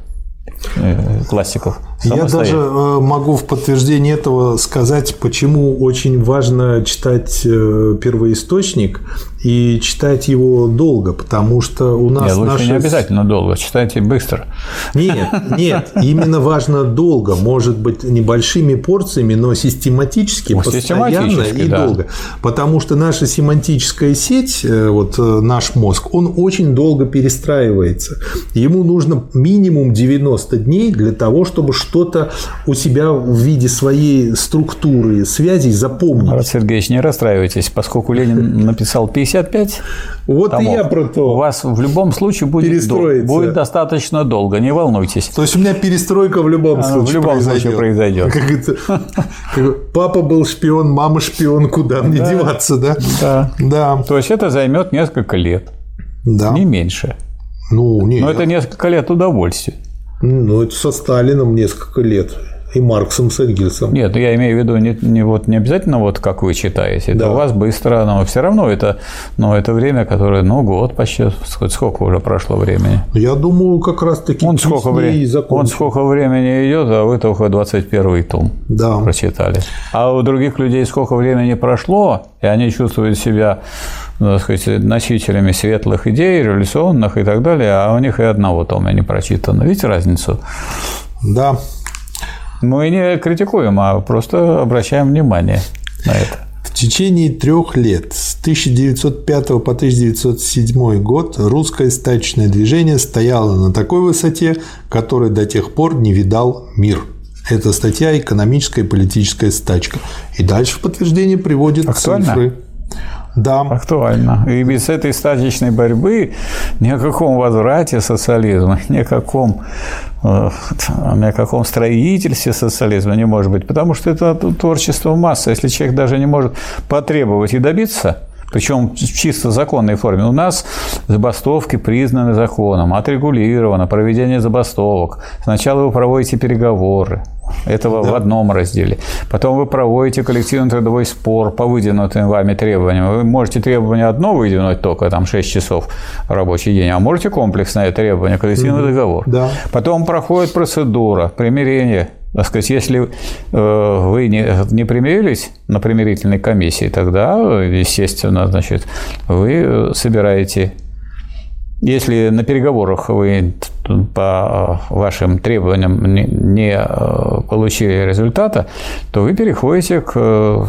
классиков. Я даже могу в подтверждение этого сказать, почему очень важно читать первоисточник и читать его долго, потому что у нас... Лучше не обязательно долго, читайте быстро. Нет, именно важно долго, может быть, небольшими порциями, но систематически, постоянно и долго. Потому что наша семантическая сеть, вот наш мозг, он очень долго перестраивается. Ему нужно минимум 90 дней для того, чтобы что-то у себя в виде своей структуры, связей запомнить. Марат Сергеевич, не расстраивайтесь, поскольку Ленин написал 55 вот томов, и я про то. У вас в любом случае будет достаточно долго, не волнуйтесь. То есть у меня перестройка в любом случае произойдет. Папа был шпион, мама шпион, куда мне деваться, да? Да. То есть это займет несколько лет, не меньше. Но это несколько лет удовольствия. Ну, это со Сталином несколько лет. И Марксом с Энгельсом. Нет, я имею в виду не обязательно вот как вы читаете. Это у вас быстро, но все равно это время, которое, год почти, сколько уже прошло времени. Я думаю, как раз таки он сколько времени идет, а вы только 21 том прочитали. А у других людей сколько времени прошло, и они чувствуют себя, так сказать, носителями светлых идей, революционных и так далее, а у них и одного тома не прочитано. Видите разницу? Да. Мы не критикуем, а просто обращаем внимание на это. В течение 3 лет, с 1905 по 1907 год, русское стачечное движение стояло на такой высоте, которой до тех пор не видал мир. Это статья «Экономическая и политическая стачка». И дальше в подтверждение приводит цифры. Да. Актуально. И без этой стачечной борьбы ни о каком возврате социализма, ни о каком строительстве социализма не может быть, потому что это творчество массы. Если человек даже не может потребовать и добиться Причем в чисто законной форме. У нас забастовки признаны законом, отрегулировано проведение забастовок. Сначала вы проводите переговоры. Этого в одном разделе. Потом вы проводите коллективный трудовой спор по выдвинутым вами требованиям. Вы можете требование одно выдвинуть только, там 6 часов рабочий день, а можете комплексное требование, коллективный договор. Да. Потом проходит процедура примирения. Так сказать, если вы не примирились на примирительной комиссии, тогда, естественно, значит, вы собираете. Если на переговорах вы по вашим требованиям не получили результата, то вы переходите в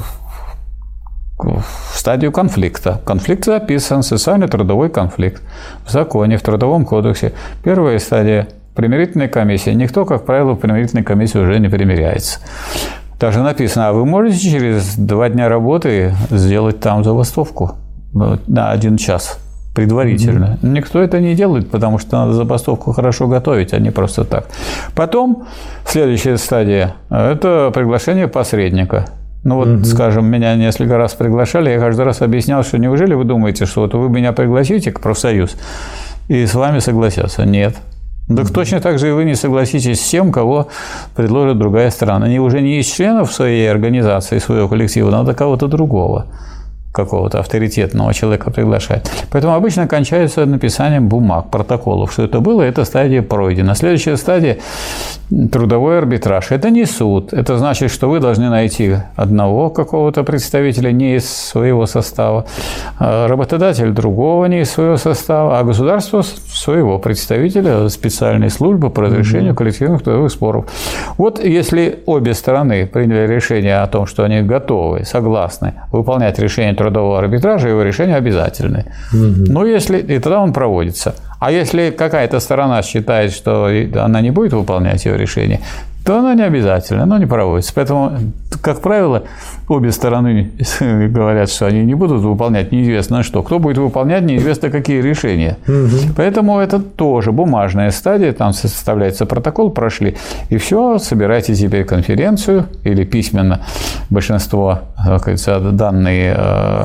стадию конфликта. Конфликт записан, социально-трудовой конфликт в законе, в Трудовом кодексе. Первая стадия – примирительная комиссия. Никто, как правило, в примирительной комиссии уже не примиряется. Также написано, а вы можете через 2 дня работы сделать там забастовку на 1 час? Предварительно. Никто это не делает, потому что надо забастовку хорошо готовить, а не просто так. Потом следующая стадия – это приглашение посредника. Ну вот, скажем, меня несколько раз приглашали, я каждый раз объяснял, что неужели вы думаете, что вот вы меня пригласите к профсоюз и с вами согласятся? Нет. Так точно так же и вы не согласитесь с тем, кого предложит другая сторона. Они уже не из членов своей организации, своего коллектива, надо кого-то другого. Какого-то авторитетного человека приглашать. Поэтому обычно кончается написанием бумаг, протоколов, что это было, эта стадия пройдена. Следующая стадия – трудовой арбитраж. Это не суд. Это значит, что вы должны найти одного какого-то представителя не из своего состава, работодатель другого не из своего состава, а государство своего представителя специальной службы по разрешению коллективных трудовых споров. Вот если обе стороны приняли решение о том, что они готовы, согласны выполнять решение трудового арбитража, его решение обязательное. Ну, если и тогда он проводится. А если какая-то сторона считает, что она не будет выполнять его решение, то оно не обязательно, оно не проводится. Поэтому, как правило, обе стороны говорят, что они не будут выполнять неизвестно что. Кто будет выполнять неизвестно какие решения. Поэтому это тоже бумажная стадия, там составляется протокол, прошли, и все, собирайте теперь конференцию или письменно большинство, как говорится, данные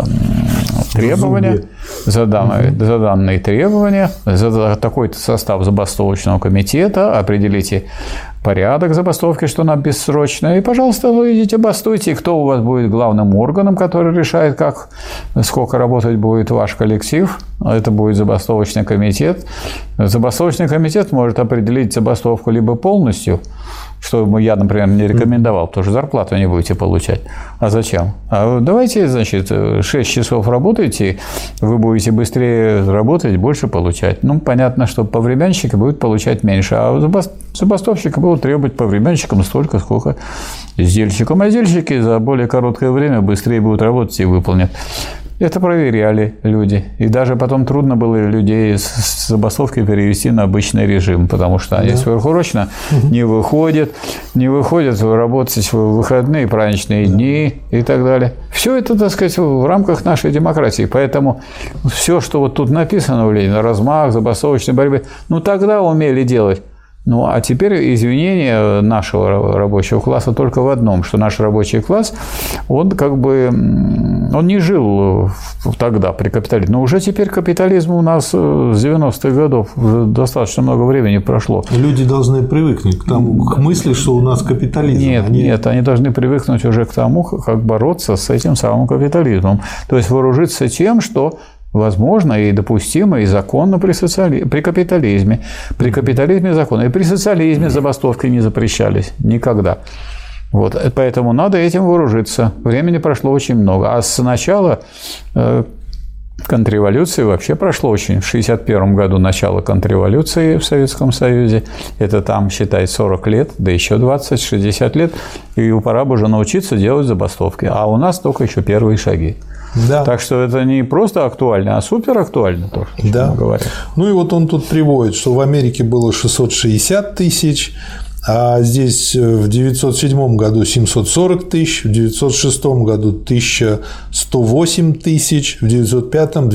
требования, за данные требования, за такой-то состав забастовочного комитета, определите порядок забастовки, что она бессрочная, и, пожалуйста, вы идите бастуйте. Кто у вас будет главным органом, который решает, как, сколько работать будет ваш коллектив? Это будет забастовочный комитет. Забастовочный комитет может определить забастовку либо полностью, что я, например, не рекомендовал, потому что зарплату не будете получать. А зачем? А давайте, значит, 6 часов работаете, вы будете быстрее работать, больше получать. Ну, понятно, что повременщики будут получать меньше, а забастовщики будут требовать повременщикам столько, сколько издельщикам. А издельщики за более короткое время быстрее будут работать и выполнят. Это проверяли люди. И даже потом трудно было людей с забастовки перевести на обычный режим, потому что они сверхурочно не выходят работать в выходные, праздничные дни и так далее. Все это, так сказать, в рамках нашей демократии. Поэтому все, что вот тут написано у Ленина, размах, забастовочной борьбы, ну тогда умели делать. Ну, а теперь извинение нашего рабочего класса только в одном, что наш рабочий класс, он как бы, он не жил тогда при капитализме, но уже теперь капитализм у нас с 90-х годов, уже достаточно много времени прошло. Люди должны привыкнуть к мысли, что у нас капитализм. Нет, они должны привыкнуть уже к тому, как бороться с этим самым капитализмом. То есть вооружиться тем, что возможно и допустимо, и законно при капитализме. При капитализме законно. И при социализме забастовки не запрещались никогда. Вот. Поэтому надо этим вооружиться. Времени прошло очень много. А с начала контрреволюции вообще прошло очень. В 1961 году начало контрреволюции в Советском Союзе. Это там, считай, 40 лет, да еще 20-60 лет. И пора бы уже научиться делать забастовки. А у нас только еще первые шаги. Да. Так что это не просто актуально, а супер актуально тоже, да. Говорят. Ну и вот он тут приводит, что в Америке было 660 тысяч, а здесь в 1907 году 740 тысяч, в 1906 году 1108 тысяч, в 1905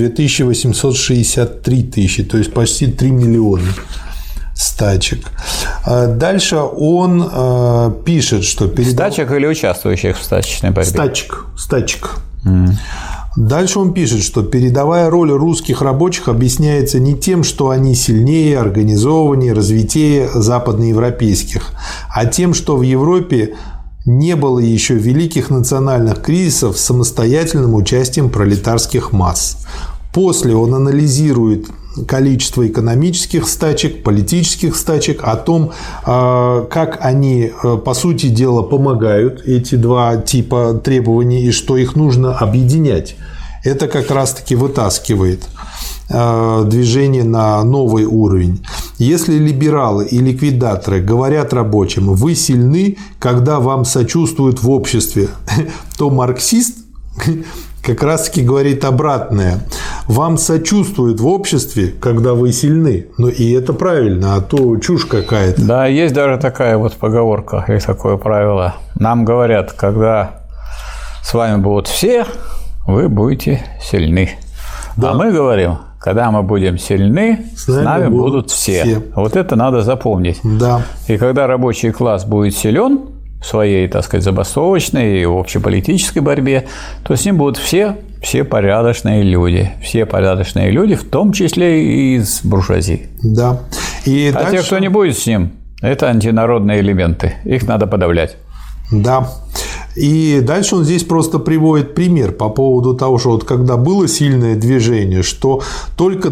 2863 тысячи, то есть почти 3 миллиона стачек. Дальше он пишет, что стачек или участвующих в стачечной борьбе? Стачек. Дальше он пишет, что передовая роль русских рабочих объясняется не тем, что они сильнее, организованнее, развитее западноевропейских, а тем, что в Европе не было еще великих национальных кризисов с самостоятельным участием пролетарских масс. После он анализирует количество экономических стачек, политических стачек, о том, как они, по сути дела, помогают, эти два типа требований, и что их нужно объединять. Это как раз-таки вытаскивает движение на новый уровень. Если либералы и ликвидаторы говорят рабочим: вы сильны, когда вам сочувствуют в обществе, то марксист как раз-таки говорит обратное. Вам сочувствуют в обществе, когда вы сильны. Ну, и это правильно, а то чушь какая-то. Да, есть даже такая вот поговорка, есть такое правило. Нам говорят, когда с вами будут все, вы будете сильны. Да. А мы говорим, когда мы будем сильны, с нами будут все. Вот это надо запомнить. Да. И когда рабочий класс будет силен в своей, так сказать, забастовочной и общеполитической борьбе, то с ним будут все порядочные люди. Все порядочные люди, в том числе и из буржуазии. Да. И дальше... те, кто не будет с ним, это антинародные элементы. Их надо подавлять. Да. И дальше он здесь просто приводит пример по поводу того, что вот когда было сильное движение, что только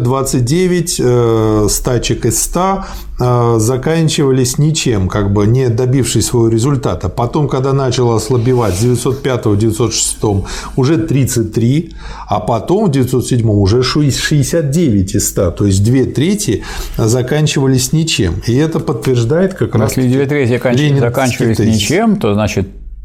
29 стачек из 100 заканчивались ничем, как бы не добившись своего результата. Потом, когда начало ослабевать с 905-906 уже 33, а потом в 907 уже 69 из 100, то есть 2/3 заканчивались ничем. И это подтверждает как раз... Если 2/3 заканчивались ничем, то значит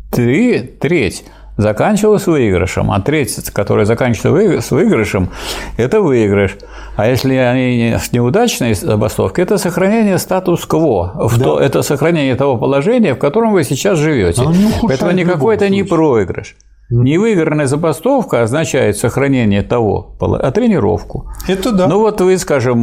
треть заканчивалась выигрышем, а треть, которая заканчивается с выигрышем, это выигрыш. А если они неудачные забастовки, это сохранение статус-кво, да. Это сохранение того положения, в котором вы сейчас живете. Поэтому никакой это не проигрыш. Невыигранная забастовка означает сохранение того, а тренировку. Это да. Ну вот вы, скажем,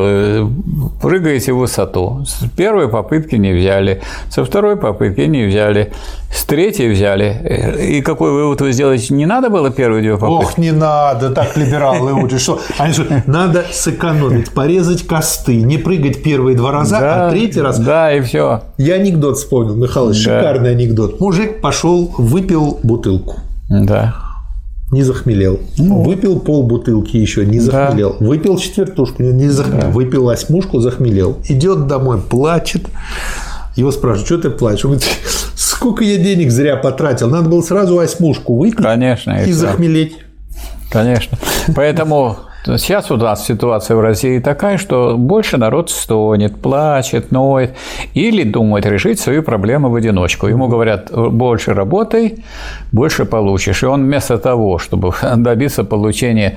прыгаете в высоту. С первой попытки не взяли, со второй попытки не взяли, с третьей взяли. И какой вывод вы сделаете? Не надо было первые две попытки? Ох, не надо, так либералы учат, что надо сэкономить, порезать косты, не прыгать первые 2 раза, да, а третий раз. Да, и все. Я анекдот вспомнил, Михалыч, шикарный анекдот. Мужик пошел, выпил бутылку. Да. Не захмелел. Выпил полбутылки еще, не захмелел. Да. Выпил четвертушку, не захмелел. Да. Выпил 8, захмелел. Идет домой, плачет. Его спрашивают: что ты плачешь? Он говорит: сколько я денег зря потратил. Надо было сразу 8 выпить. Конечно, и захмелеть. Конечно. Поэтому сейчас у нас ситуация в России такая, что больше народ стонет, плачет, ноет или думает решить свои проблемы в одиночку. Ему говорят: больше работай, больше получишь. И он вместо того, чтобы добиться получения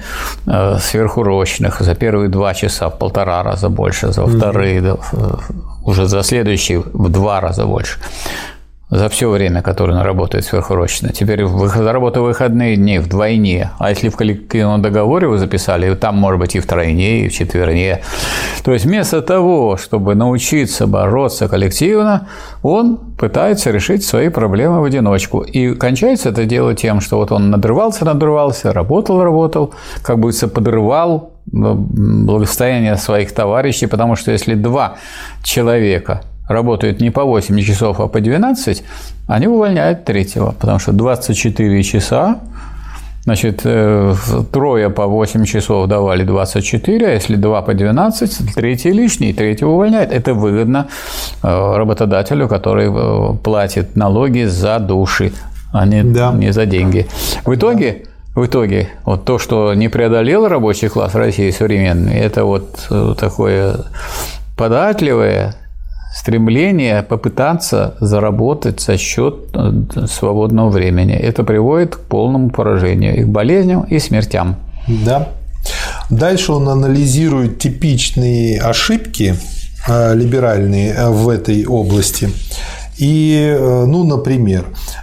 сверхурочных за первые 2 часа в 1,5 раза больше, за вторые, уже за следующие в 2 раза больше, за все время, которое он работает сверхурочно. Теперь заработал выходные дни вдвойне. А если в коллективном договоре вы записали, там может быть и втройне, и вчетверне. То есть вместо того, чтобы научиться бороться коллективно, он пытается решить свои проблемы в одиночку. И кончается это дело тем, что вот он надрывался, работал, как бы подрывал благосостояние своих товарищей, потому что если 2 человека работают не по 8 часов, а по 12, они увольняют 3-го, потому что 24 часа, значит, 3 по 8 часов давали 24, а если 2 по 12, 3-й лишний, 3-го увольняют. Это выгодно работодателю, который платит налоги за души, а не за деньги. В итоге, вот то, что не преодолел рабочий класс России современный, это вот такое податливое стремление попытаться заработать за счет свободного времени. Это приводит к полному поражению, и к болезням, и смертям. Да. Дальше он анализирует типичные ошибки либеральные в этой области. И, например,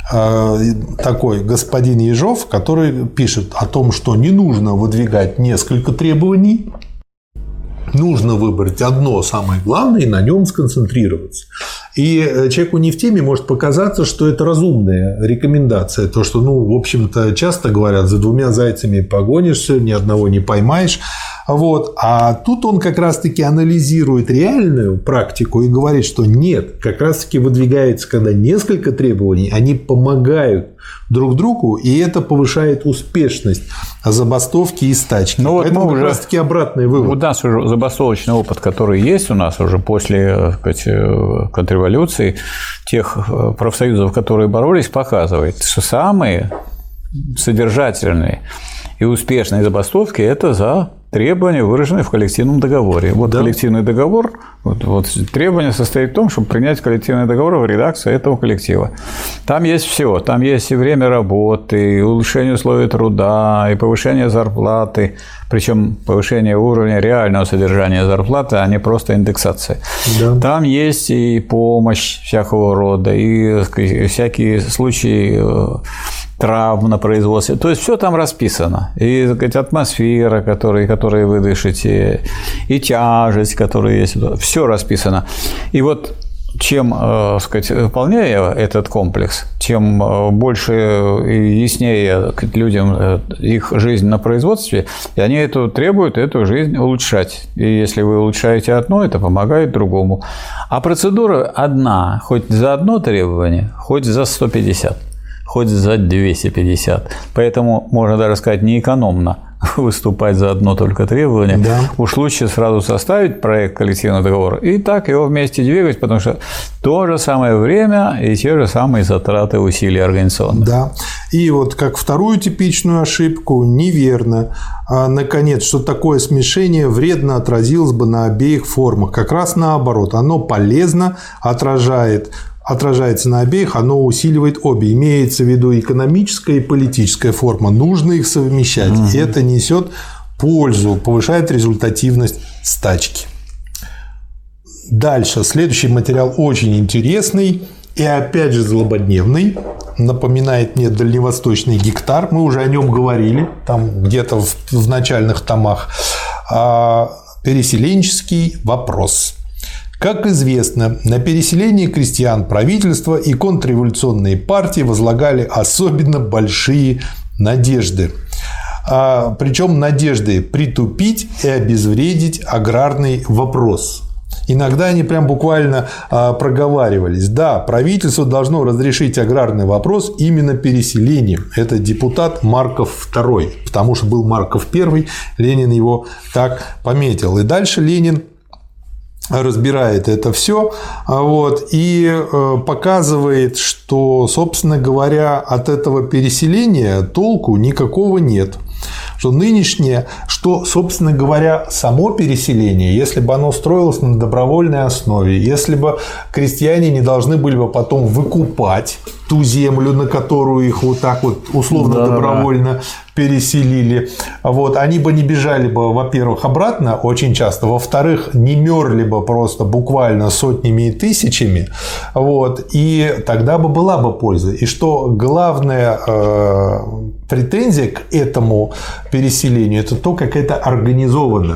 такой господин Ежов, который пишет о том, что не нужно выдвигать несколько требований, нужно выбрать одно самое главное и на нем сконцентрироваться. И человеку не в теме может показаться, что это разумная рекомендация. То, что, в общем-то, часто говорят, за 2 зайцами погонишься, ни одного не поймаешь. Вот. А тут он как раз-таки анализирует реальную практику и говорит, что нет, как раз-таки выдвигается, когда несколько требований, они помогают друг другу, и это повышает успешность забастовки и стачки. Поэтому как раз-таки обратный вывод. У нас уже забастовочный опыт, который есть у нас уже после контрреволюции, тех профсоюзов, которые боролись, показывает, что самые содержательные и успешные забастовки – это за требования, выраженные в коллективном договоре. Вот коллективный договор, вот требование состоит в том, чтобы принять коллективный договор в редакции этого коллектива. Там есть все. Там есть и время работы, и улучшение условий труда, и повышение зарплаты. Причем повышение уровня реального содержания зарплаты, а не просто индексация. Да. Там есть и помощь всякого рода, и всякие случаи травм на производстве. То есть все там расписано. И, так сказать, атмосфера, которой вы дышите, и тяжесть, которая есть. Все расписано. И вот чем, так сказать, полнее этот комплекс, чем больше и яснее людям их жизнь на производстве, и они требуют эту жизнь улучшать. И если вы улучшаете одно, это помогает другому. А процедура одна, хоть за одно требование, хоть за 150. Хоть за 250. Поэтому можно даже сказать неэкономно выступать за одно только требование. Да. Уж лучше сразу составить проект коллективного договора и так его вместе двигать, потому что то же самое время и те же самые затраты усилий организационных. Да. И вот как вторую типичную ошибку неверно. Наконец, что такое смешение вредно отразилось бы на обеих формах. Как раз наоборот, оно полезно отражается на обеих, оно усиливает обе. Имеется в виду экономическая и политическая форма. Нужно их совмещать. И это несет пользу, повышает результативность стачки. Дальше. Следующий материал очень интересный и опять же злободневный. Напоминает мне дальневосточный гектар. Мы уже о нем говорили там где-то в начальных томах. Переселенческий вопрос. Как известно, на переселение крестьян правительство и контрреволюционные партии возлагали особенно большие надежды. Причем надежды притупить и обезвредить аграрный вопрос. Иногда они прям буквально проговаривались. Да, правительство должно разрешить аграрный вопрос именно переселением. Это депутат Марков II, потому что был Марков I, Ленин его так пометил. И дальше Ленин разбирает это все и показывает, что, собственно говоря, от этого переселения толку никакого нет. Что нынешнее, что, собственно говоря, само переселение, если бы оно строилось на добровольной основе, если бы крестьяне не должны были бы потом выкупать ту землю, на которую их вот так вот условно добровольно переселили, они бы не бежали бы, во-первых, обратно очень часто, во-вторых, не мерли бы просто буквально сотнями и тысячами, и тогда бы была бы польза. И что главная претензия к этому переселению – это то, как это организовано.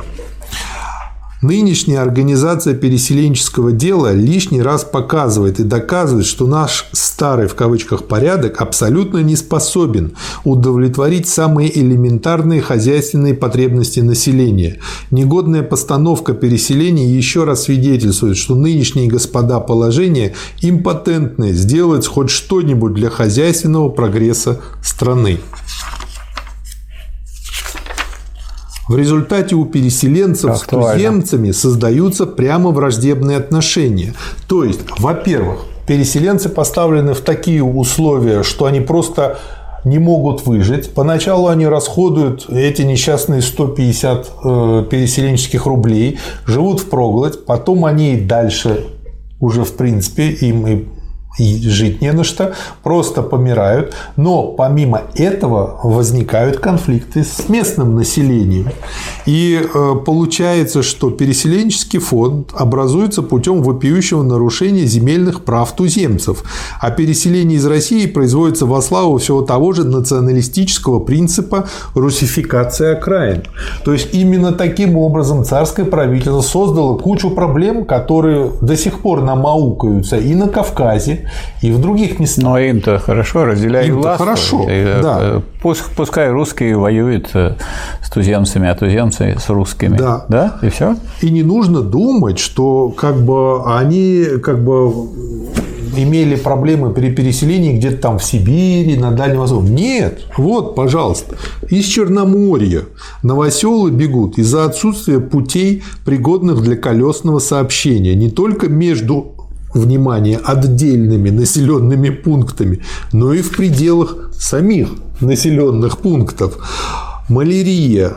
Нынешняя организация переселенческого дела лишний раз показывает и доказывает, что наш «старый» в кавычках порядок абсолютно не способен удовлетворить самые элементарные хозяйственные потребности населения. Негодная постановка переселения еще раз свидетельствует, что нынешние господа положения импотентны сделать хоть что-нибудь для хозяйственного прогресса страны. В результате у переселенцев с туземцами создаются прямо враждебные отношения. То есть, во-первых, переселенцы поставлены в такие условия, что они просто не могут выжить. Поначалу они расходуют эти несчастные 150 переселенческих рублей, живут впроголодь, потом они и дальше уже, в принципе, им и жить не на что, просто помирают. Но помимо этого возникают конфликты с местным населением. И получается, что переселенческий фонд образуется путем вопиющего нарушения земельных прав туземцев. А переселение из России производится во славу всего того же националистического принципа русификации окраин. То есть именно таким образом царское правительство создало кучу проблем, которые до сих пор нам аукаются и на Кавказе, и в других местах. Но им-то хорошо, разделяют власть. Хорошо, да. Пускай русские воюют с туземцами, а туземцы с русскими. Да. Да? И все. И не нужно думать, что они имели проблемы при переселении где-то там в Сибири, на Дальнем Востоке. Нет. Вот, пожалуйста. Из Черноморья новоселы бегут из-за отсутствия путей, пригодных для колесного сообщения. Не только между, внимание, отдельными населенными пунктами, но и в пределах самих населенных пунктов. Малярия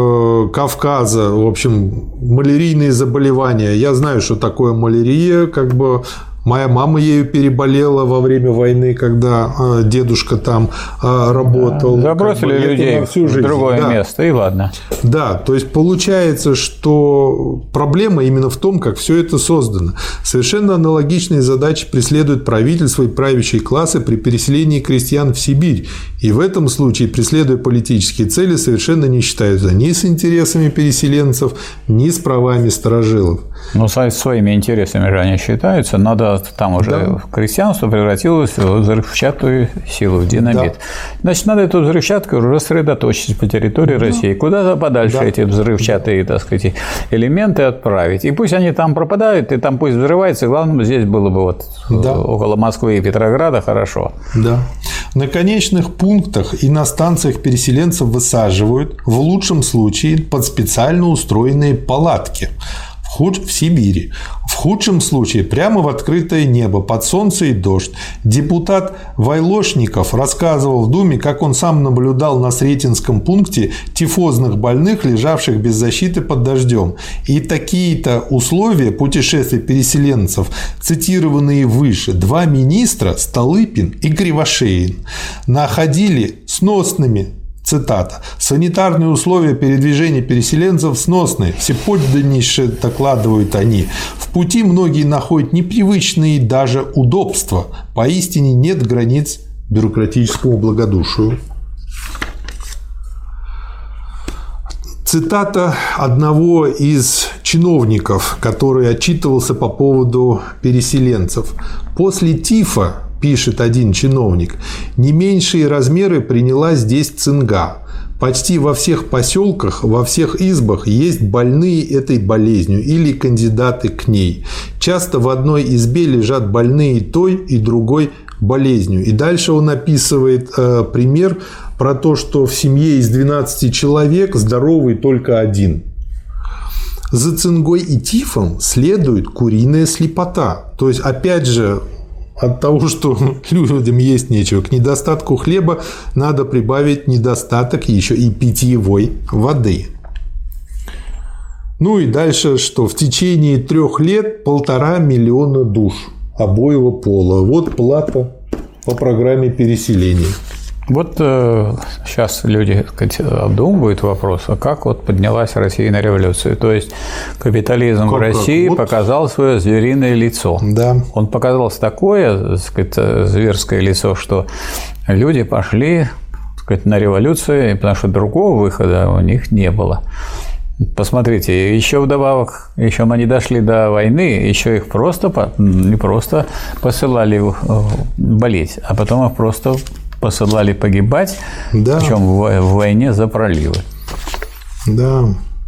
Кавказа, в общем, малярийные заболевания. Я знаю, что такое малярия, моя мама ею переболела во время войны, когда дедушка там работал. Забросили людей в другое место, и ладно. Да, то есть получается, что проблема именно в том, как все это создано. Совершенно аналогичные задачи преследуют правительство и правящие классы при переселении крестьян в Сибирь. И в этом случае, преследуя политические цели, совершенно не считаются ни с интересами переселенцев, ни с правами старожилов. Но своими интересами же они считаются. Надо там уже крестьянство превратилось в взрывчатую силу, в динамит. Да. Значит, надо эту взрывчатку рассредоточить по территории России. Куда-то подальше эти взрывчатые, так сказать, элементы отправить. И пусть они там пропадают, и там пусть взрываются. Главное, здесь было бы около Москвы и Петрограда хорошо. Да. На конечных пунктах и на станциях переселенцев высаживают, в лучшем случае, под специально устроенные палатки в Сибири. В худшем случае прямо в открытое небо, под солнце и дождь. Депутат Вайлошников рассказывал в Думе, как он сам наблюдал на Сретенском пункте тифозных больных, лежавших без защиты под дождем. И такие-то условия путешествий переселенцев, цитированные выше, два министра, Столыпин и Кривошеин, находили сносными. Цитата. «Санитарные условия передвижения переселенцев сносные, всеподданнейше докладывают они. В пути многие находят непривычные даже удобства. Поистине нет границ бюрократическому благодушию». Цитата одного из чиновников, который отчитывался по поводу переселенцев. «После тифа, – пишет один чиновник, – не меньшие размеры приняла здесь цинга. Почти во всех поселках, во всех избах есть больные этой болезнью или кандидаты к ней. Часто в одной избе лежат больные той и другой болезнью». И дальше он описывает пример про то, что в семье из 12 человек здоровый только один. За цингой и тифом следует куриная слепота. То есть, опять же, от того, что людям есть нечего, к недостатку хлеба надо прибавить недостаток еще и питьевой воды. Ну и дальше, что в течение 3 лет 1,5 миллиона душ обоего пола. Вот плата по программе переселения. Вот сейчас люди, так сказать, обдумывают вопрос, а как вот поднялась Россия на революцию? То есть капитализм в России показал свое звериное лицо. Да. Он показал такое, так сказать, зверское лицо, что люди пошли, так сказать, на революцию, потому что другого выхода у них не было. Посмотрите, еще вдобавок, еще мы не дошли до войны, еще их не просто посылали болеть, а потом их просто посылали погибать, да. Причем в войне за проливы. Да.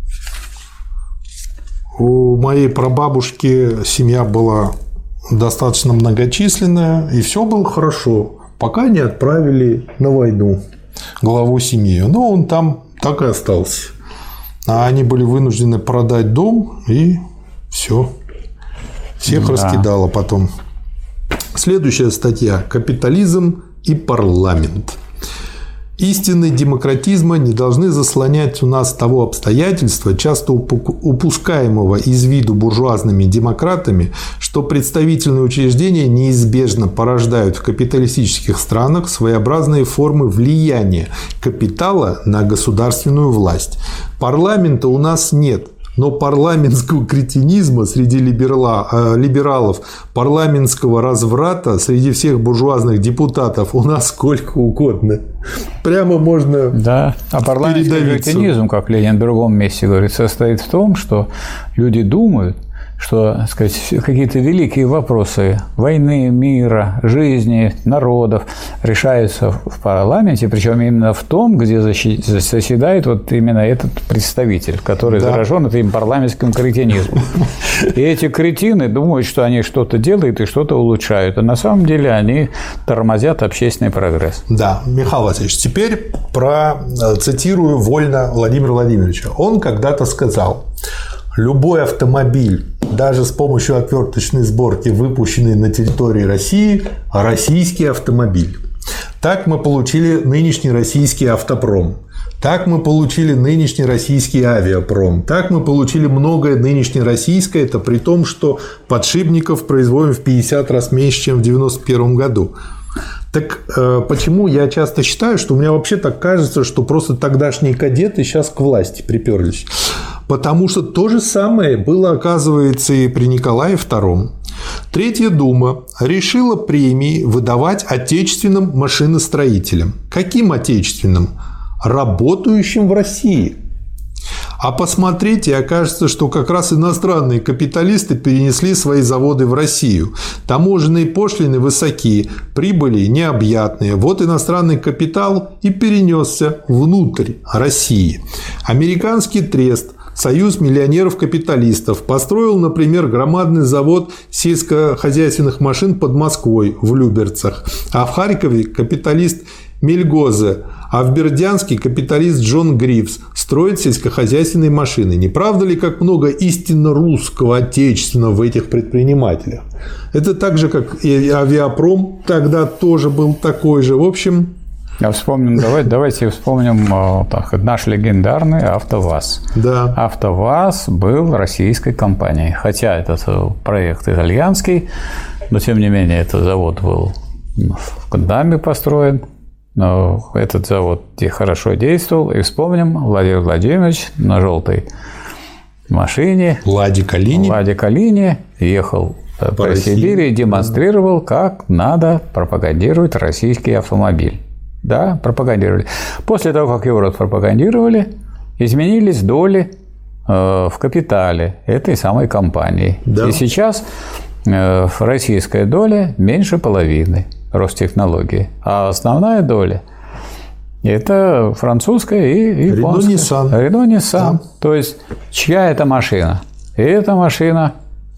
У моей прабабушки семья была достаточно многочисленная, и все было хорошо, пока не отправили на войну главу семьи. Но он там так и остался. А они были вынуждены продать дом, и все. Всех раскидало потом. Следующая статья. Капитализм и парламент. Истины демократизма не должны заслонять у нас того обстоятельства, часто упускаемого из виду буржуазными демократами, что представительные учреждения неизбежно порождают в капиталистических странах своеобразные формы влияния капитала на государственную власть. Парламента у нас нет. Но парламентского кретинизма среди либералов, парламентского разврата среди всех буржуазных депутатов у нас сколько угодно. Прямо можно а парламентский кретинизм, как Ленин в другом месте говорит, состоит в том, что люди думают, что, так сказать, какие-то великие вопросы войны, мира, жизни, народов решаются в парламенте, причем именно в том, где заседает вот именно этот представитель, который заражен этим парламентским кретинизмом. И эти кретины думают, что они что-то делают и что-то улучшают, а на самом деле они тормозят общественный прогресс. Да, Михаил Васильевич, теперь цитирую вольно Владимира Владимировича. Он когда-то сказал: любой автомобиль, даже с помощью отверточной сборки, выпущенный на территории России, российский автомобиль. Так мы получили нынешний российский автопром. Так мы получили нынешний российский авиапром. Так мы получили многое нынешнее российское. Это при том, что подшипников производим в 50 раз меньше, чем в 1991 году. Так почему я часто считаю, что у меня вообще так кажется, что просто тогдашние кадеты сейчас к власти приперлись. Потому что то же самое было, оказывается, и при Николае II. Третья Дума решила премии выдавать отечественным машиностроителям. Каким отечественным? Работающим в России. А посмотрите, окажется, что как раз иностранные капиталисты перенесли свои заводы в Россию. Таможенные пошлины высокие, прибыли необъятные. Вот иностранный капитал и перенесся внутрь России. Американский трест Союз миллионеров-капиталистов построил, например, громадный завод сельскохозяйственных машин под Москвой в Люберцах, а в Харькове капиталист Мельгозе, а в Бердянске капиталист Джон Грифс строит сельскохозяйственные машины. Не правда ли, как много истинно русского, отечественного в этих предпринимателях? Это так же, как и авиапром тогда тоже был такой же. В общем... Давайте вспомним наш легендарный АвтоВАЗ. Да. АвтоВАЗ был российской компанией. Хотя этот проект итальянский, но тем не менее этот завод был годами построен. Но этот завод хорошо действовал. И вспомним, Владимир Владимирович на желтой машине Ладе Калине ехал по Сибири и демонстрировал, как надо пропагандировать российский автомобиль. Да, пропагандировали. После того, как его пропагандировали, изменились доли в капитале этой самой компании. Да. И сейчас российская доля меньше половины Ростехнологии. А основная доля – это французская и японская. Рено-Ниссан. Да. То есть, чья это машина? И эта машина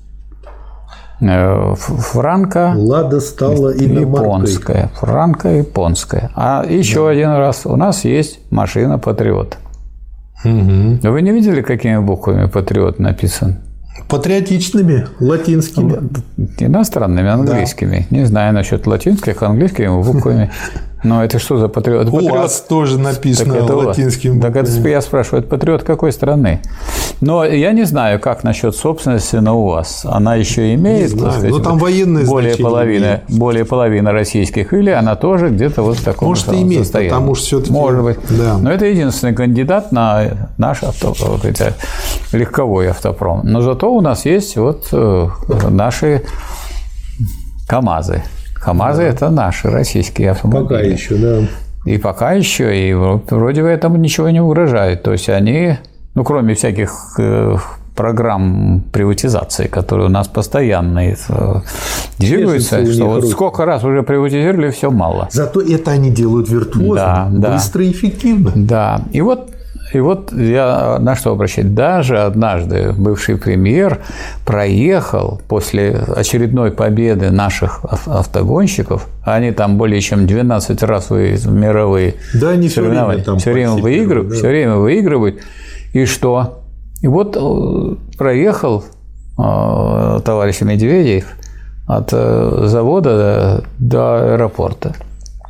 Лада стала японская. Франко-японская. А еще один раз у нас есть машина «Патриот». Угу. Вы не видели, какими буквами «Патриот» написан? Патриотичными, латинскими. Иностранными, английскими. Да. Не знаю насчет латинских, английскими буквами. Но это что за патриот? У вас тоже написано латинскими буквами. Так это я спрашиваю, это патриот какой страны? Но я не знаю, как насчет собственности на УАЗ. Она еще имеет, так сказать, но там военное значение. Более половины российских, или она тоже где-то вот в таком состоянии. Может, имеет, потому что все-таки... Может быть. Да. Но это единственный кандидат на наш легковой автопром. Но зато у нас есть вот наши КАМАЗы. КАМАЗы – это наши российские автомобили. Пока еще, да. И пока еще, и вроде бы этому ничего не угрожает. То есть они, кроме всяких программ приватизации, которые у нас постоянно двигаются, что вот сколько раз уже приватизировали, все мало. Зато это они делают виртуозно, быстро и эффективно. Да. И вот я на что обращаюсь. Даже однажды бывший премьер проехал после очередной победы наших автогонщиков, они там более чем 12 раз мировые соревнования, все время выигрывают. И что? И вот проехал товарищ Медведев от завода до аэропорта.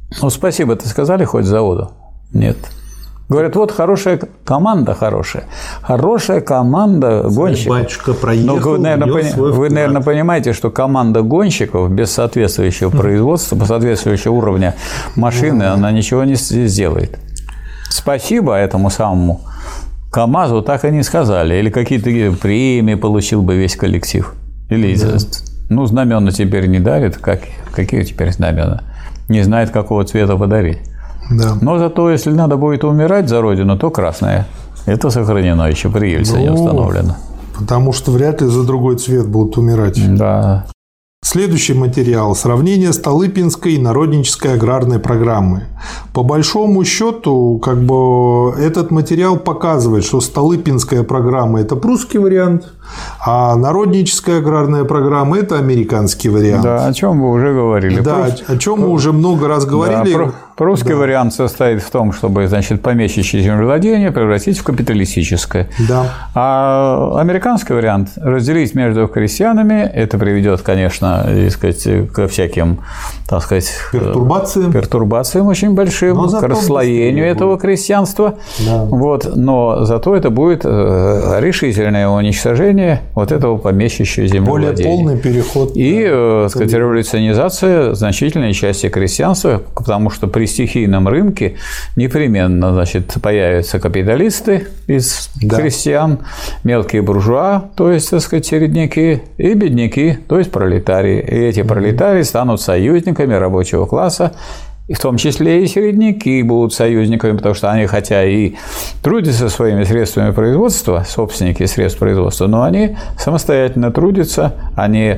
Ну, спасибо, ты сказали хоть заводу? Нет. Говорят, вот хорошая команда, хорошая команда гонщиков. Батюшка проехал, но вы, наверное, понимаете, что команда гонщиков без соответствующего производства, без соответствующего уровня машины, она ничего не сделает. Спасибо этому самому КАМАЗу так и не сказали. Или какие-то премии получил бы весь коллектив. Или, ну, знамена теперь не дарят. Какие теперь знамена? Не знает, какого цвета подарить. Да. Но зато, если надо будет умирать за Родину, то красное. Это сохранено еще, при Ельцине установлено. Потому что вряд ли за другой цвет будут умирать. Да. Следующий материал – сравнение Столыпинской и народнической аграрной программы. По большому счету, этот материал показывает, что Столыпинская программа – это прусский вариант, а народническая аграрная программа – это американский вариант. Да, о чем вы уже говорили. Да, о чем мы уже много раз говорили. Да, прусский вариант состоит в том, чтобы, значит, помещичье землевладение превратить в капиталистическое. Да. А американский вариант – разделить между крестьянами. Это приведет, конечно, ко всяким, так сказать, пертурбациям очень большим, к расслоению этого крестьянства. Да. Вот, но зато это будет решительное уничтожение вот этого помещичьего землевладения. Более полный переход. И, так сказать, революционизация значительной части крестьянства, потому что при стихийном рынке непременно, значит, появятся капиталисты из крестьян, мелкие буржуа, то есть, так сказать, середняки, и бедняки, то есть пролетарии. И эти пролетарии станут союзниками рабочего класса, и в том числе и середняки будут союзниками, потому что они, хотя и трудятся своими средствами производства, собственники средств производства, но они самостоятельно трудятся, они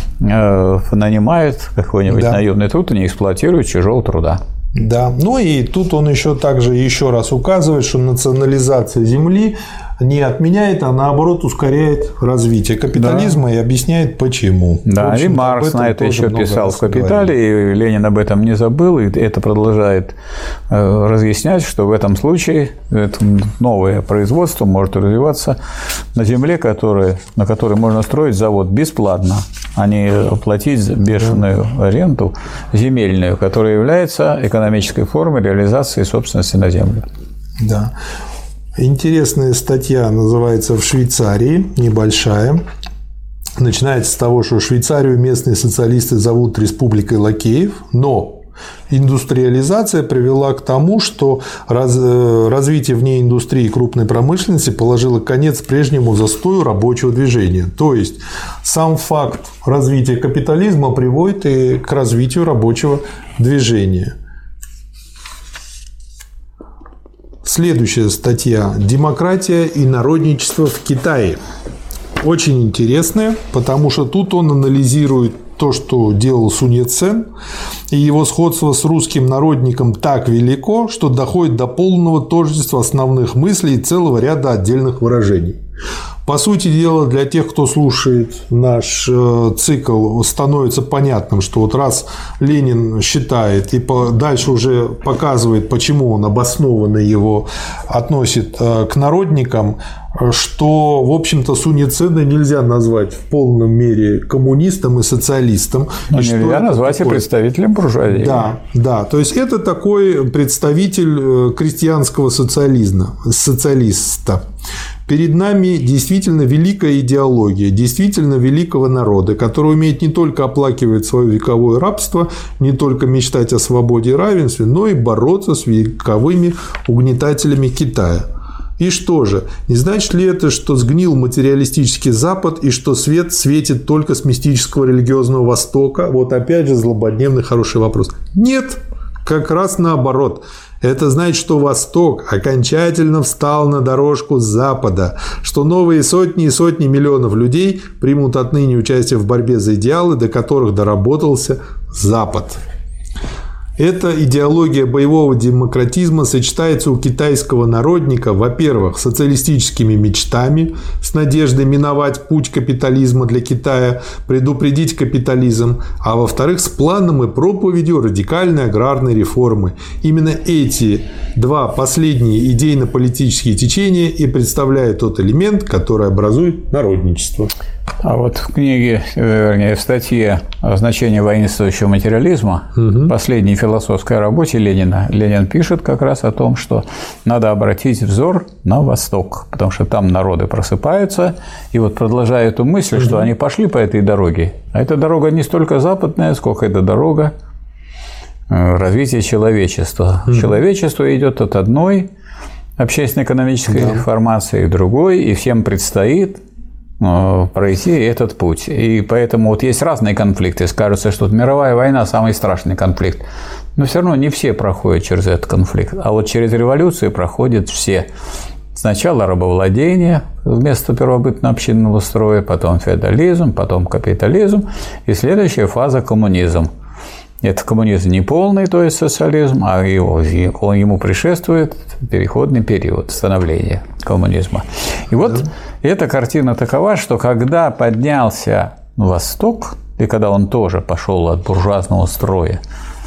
нанимают какой-нибудь наемный труд и не эксплуатируют чужого труда. Да, ну и тут он также еще раз указывает, что национализация земли не отменяет, а наоборот ускоряет развитие капитализма и объясняет почему. Да, и Маркс на это еще писал в «Капитале», и Ленин об этом не забыл, и это продолжает разъяснять, что в этом случае новое производство может развиваться на земле, на которой можно строить завод бесплатно, а не платить бешеную аренду земельную, которая является экономической формой реализации собственности на землю. Да. Интересная статья называется «В Швейцарии», небольшая. Начинается с того, что Швейцарию местные социалисты зовут республикой лакеев, но индустриализация привела к тому, что развитие вне индустрии и крупной промышленности положило конец прежнему застою рабочего движения. То есть сам факт развития капитализма приводит и к развитию рабочего движения. Следующая статья «Демократия и народничество в Китае». Очень интересная, потому что тут он анализирует то, что делал Сунь Яцен, и его сходство с русским народником так велико, что доходит до полного тождества основных мыслей и целого ряда отдельных выражений. По сути дела, для тех, кто слушает наш цикл, становится понятным, что вот раз Ленин считает и дальше уже показывает, почему он обоснованно его относит к народникам, что, в общем-то, Сунь Яцена нельзя назвать в полном мере коммунистом и социалистом. Но нельзя назвать и представителем буржуазии. Да, да. То есть это такой представитель крестьянского социалиста. Перед нами действительно великая идеология, действительно великого народа, который умеет не только оплакивать свое вековое рабство, не только мечтать о свободе и равенстве, но и бороться с вековыми угнетателями Китая. И что же, не значит ли это, что сгнил материалистический Запад и что свет светит только с мистического религиозного Востока? Вот опять же злободневный хороший вопрос. Нет, как раз наоборот. Это значит, что Восток окончательно встал на дорожку Запада, что новые сотни и сотни миллионов людей примут отныне участие в борьбе за идеалы, до которых доработался Запад. Эта идеология боевого демократизма сочетается у китайского народника, во-первых, с социалистическими мечтами, с надеждой миновать путь капитализма для Китая, предупредить капитализм, а во-вторых, с планом и проповедью радикальной аграрной реформы. Именно эти два последние идейно-политические течения и представляют тот элемент, который образует народничество. А вот в книге, вернее, в статье о значении воинствующего материализма, последней философской работе Ленина, Ленин пишет как раз о том, что надо обратить взор на Восток, потому что там народы просыпаются, и вот продолжая эту мысль, что они пошли по этой дороге, а эта дорога не столько западная, сколько это дорога развития человечества. Человечество идет от одной общественно-экономической формации к другой, и всем предстоит пройти этот путь. И поэтому вот есть разные конфликты. Скажется, что мировая война – самый страшный конфликт. Но все равно не все проходят через этот конфликт. А вот через революцию проходят все. Сначала рабовладение вместо первобытного общинного строя, потом феодализм, потом капитализм. И следующая фаза – коммунизм. Это коммунизм не полный, то есть социализм, а ему предшествует переходный период становления коммунизма. И вот эта картина такова, что когда поднялся Восток, и когда он тоже пошел от буржуазного строя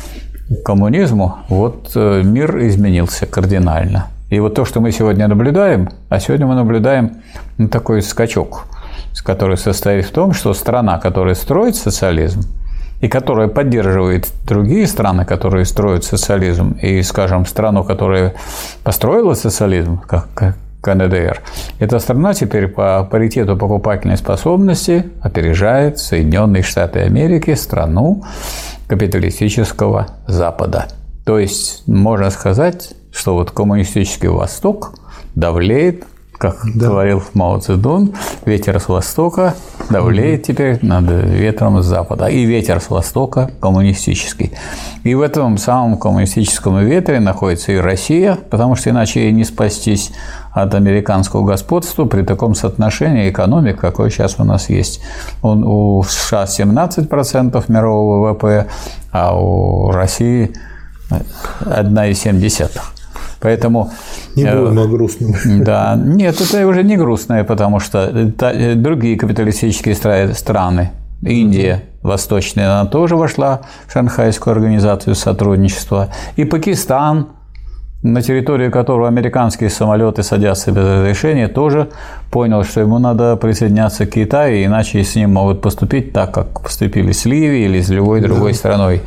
к коммунизму, вот мир изменился кардинально. И вот то, что мы сегодня наблюдаем, а сегодня мы наблюдаем такой скачок, который состоит в том, что страна, которая строит социализм, и которая поддерживает другие страны, которые строят социализм, и, скажем, страну, которая построила социализм, как КНДР, эта страна теперь по паритету покупательной способности опережает Соединенные Штаты Америки, страну капиталистического Запада. То есть можно сказать, что вот коммунистический Восток давлеет, как говорил Мао Цзэдун, ветер с востока давлеет теперь над ветром с запада. И ветер с востока коммунистический. И в этом самом коммунистическом ветре находится и Россия, потому что иначе ей не спастись от американского господства при таком соотношении экономик, какой сейчас у нас есть. У США 17% мирового ВВП, а у России 1,7%. Поэтому… Не будем о грустном. Да, нет, это уже не грустное, потому что другие капиталистические страны, Индия Восточная, она тоже вошла в Шанхайскую организацию сотрудничества, и Пакистан, на территории которого американские самолеты садятся без разрешения, тоже понял, что ему надо присоединяться к Китаю, иначе с ним могут поступить так, как поступили с Ливией или с любой другой страной,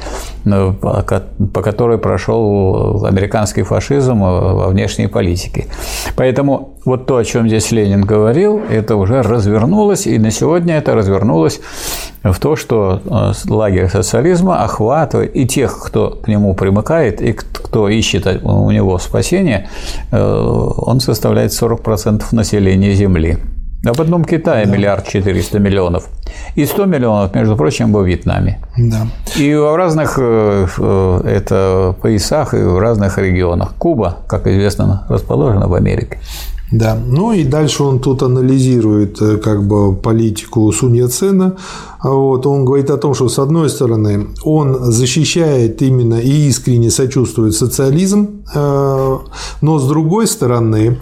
по которой прошел американский фашизм во внешней политике. Поэтому вот то, о чем здесь Ленин говорил, это уже развернулось, и на сегодня это развернулось в то, что лагерь социализма охватывает и тех, кто к нему примыкает, и кто ищет у него спасения, он составляет 40% населения Земли. Об одном Китае 1 400 000 000. И 100 миллионов, между прочим, во Вьетнаме. Да. И в разных поясах, и в разных регионах. Куба, как известно, расположена в Америке. Да, ну и дальше он тут анализирует как бы политику Сунь Яцена. Вот, он говорит о том, что с одной стороны он защищает именно и искренне сочувствует социализм, но с другой стороны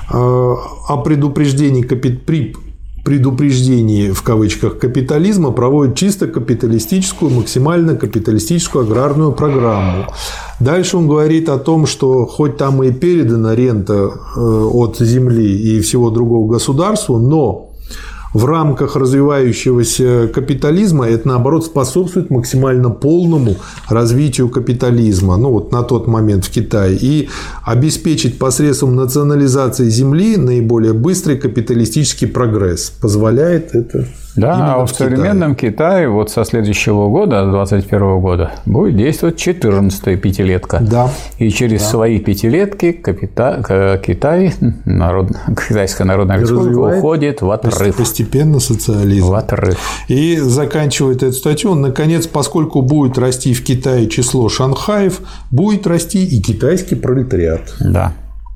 о предупреждении при предупреждении в кавычках капитализма проводит чисто капиталистическую, максимально капиталистическую аграрную программу. Дальше он говорит о том, что хоть там и передана рента от земли и всего другого государству, но в рамках развивающегося капитализма это, наоборот, способствует максимально полному развитию капитализма, ну вот на тот момент в Китае, и обеспечить посредством национализации земли наиболее быстрый капиталистический прогресс. Позволяет это. Да, а в современном Китае вот со следующего года, 2021 года, будет действовать 14-я пятилетка. Да. И через свои пятилетки Китай, Китайская Народная Республика, уходит в отрыв. Постепенно социализм. В отрыв. И заканчивает эту статью. Наконец, поскольку будет расти в Китае число шанхаев, будет расти и китайский пролетариат. Да.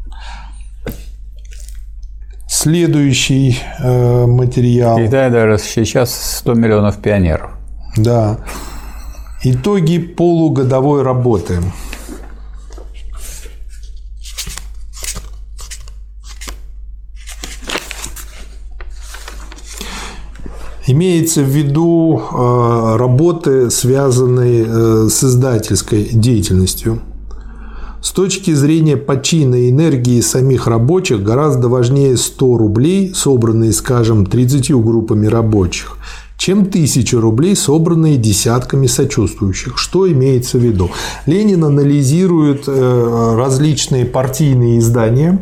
Следующий материал. Китай даже сейчас 100 миллионов пионеров. Да. Итоги полугодовой работы. Имеется в виду работы, связанные с издательской деятельностью. С точки зрения почина энергии самих рабочих гораздо важнее 100 рублей, собранные, скажем, 30 группами рабочих, чем 1000 рублей, собранные десятками сочувствующих. Что имеется в виду? Ленин анализирует различные партийные издания,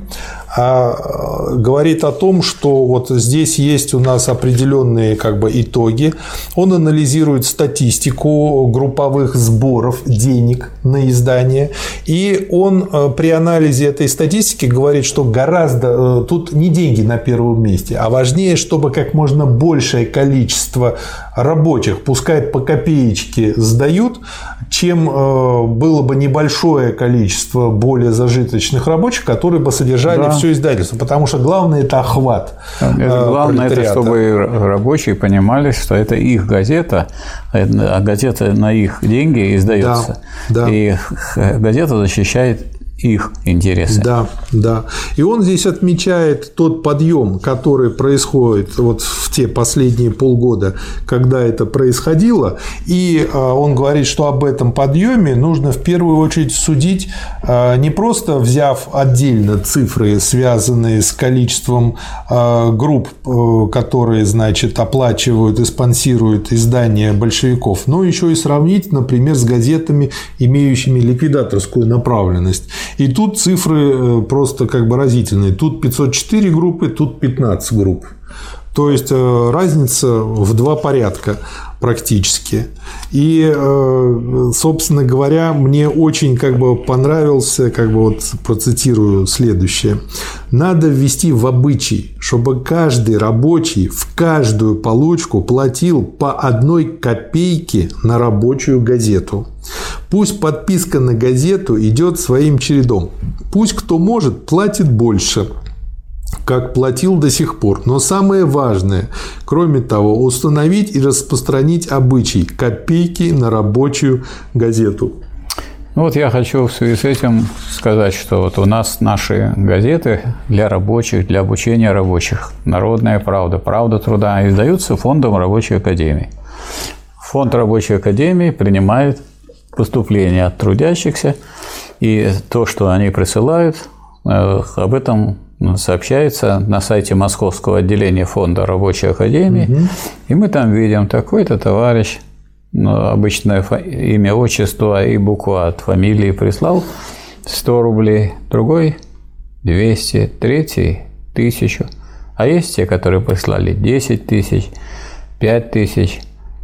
говорит о том, что вот здесь есть у нас определенные итоги. Он анализирует статистику групповых сборов денег на издание. И он при анализе этой статистики говорит, что гораздо тут не деньги на первом месте, а важнее, чтобы как можно большее количество рабочих, пускай по копеечке, сдают, чем было бы небольшое количество более зажиточных рабочих, которые бы содержали все издательство. Потому что главное – это охват. Главное, это чтобы рабочие понимали, что это их газета, а газета на их деньги издается. Да. И газета защищает их интересы. Да. И он здесь отмечает тот подъем, который происходит вот в те последние полгода, когда это происходило. И он говорит, что об этом подъеме нужно в первую очередь судить, не просто взяв отдельно цифры, связанные с количеством групп, которые, оплачивают и спонсируют издания большевиков, но еще и сравнить, например, с газетами, имеющими ликвидаторскую направленность. И тут цифры просто разительные. Тут 504 группы, тут 15 групп. То есть разница в 2 порядка практически. И, собственно говоря, мне очень понравился, процитирую следующее. Надо ввести в обычай, чтобы каждый рабочий в каждую получку платил по 1 копейке на рабочую газету. Пусть подписка на газету идет своим чередом. Пусть кто может, платит больше, как платил до сих пор. Но самое важное, кроме того, установить и распространить обычай копейки на рабочую газету. Я хочу в связи с этим сказать, что у нас наши газеты для рабочих, для обучения рабочих, «Народная правда», «Правда труда» издаются Фондом Рабочей Академии. Фонд Рабочей Академии принимает поступления от трудящихся, и то, что они присылают, об этом сообщается на сайте Московского отделения Фонда Рабочей Академии, и мы там видим, такой-то товарищ, обычное имя, отчество и буква от фамилии прислал 100 рублей, другой 200, третий 1000, а есть те, которые прислали 10 тысяч, 5 тысяч,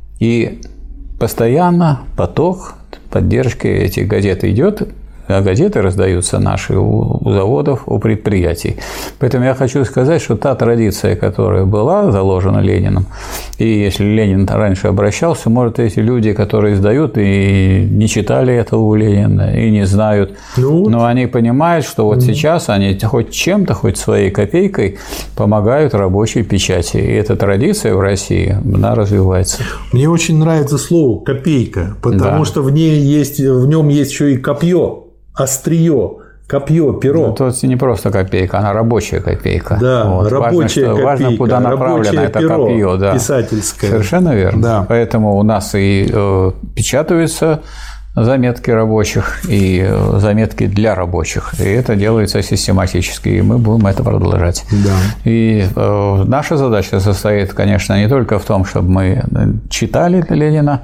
и постоянно поток поддержки этих газет идет, а газеты раздаются наши у заводов, у предприятий. Поэтому я хочу сказать, что та традиция, которая была заложена Лениным, и если Ленин раньше обращался, может, эти люди, которые издают и не читали этого у Ленина, и не знают, но они понимают, что сейчас они хоть чем-то, хоть своей копейкой помогают рабочей печати. И эта традиция в России, она развивается. Мне очень нравится слово «копейка», потому что в нем есть еще и копье. Острие, копье, перо. Это не просто копейка, она рабочая копейка. Да, рабочая копейка. Важно, куда направлено это перо, копье. Да. Писательское. Совершенно верно. Да. Поэтому у нас и печатаются заметки рабочих, и заметки для рабочих. И это делается систематически, и мы будем это продолжать. Да. И наша задача состоит, конечно, не только в том, чтобы мы читали Ленина,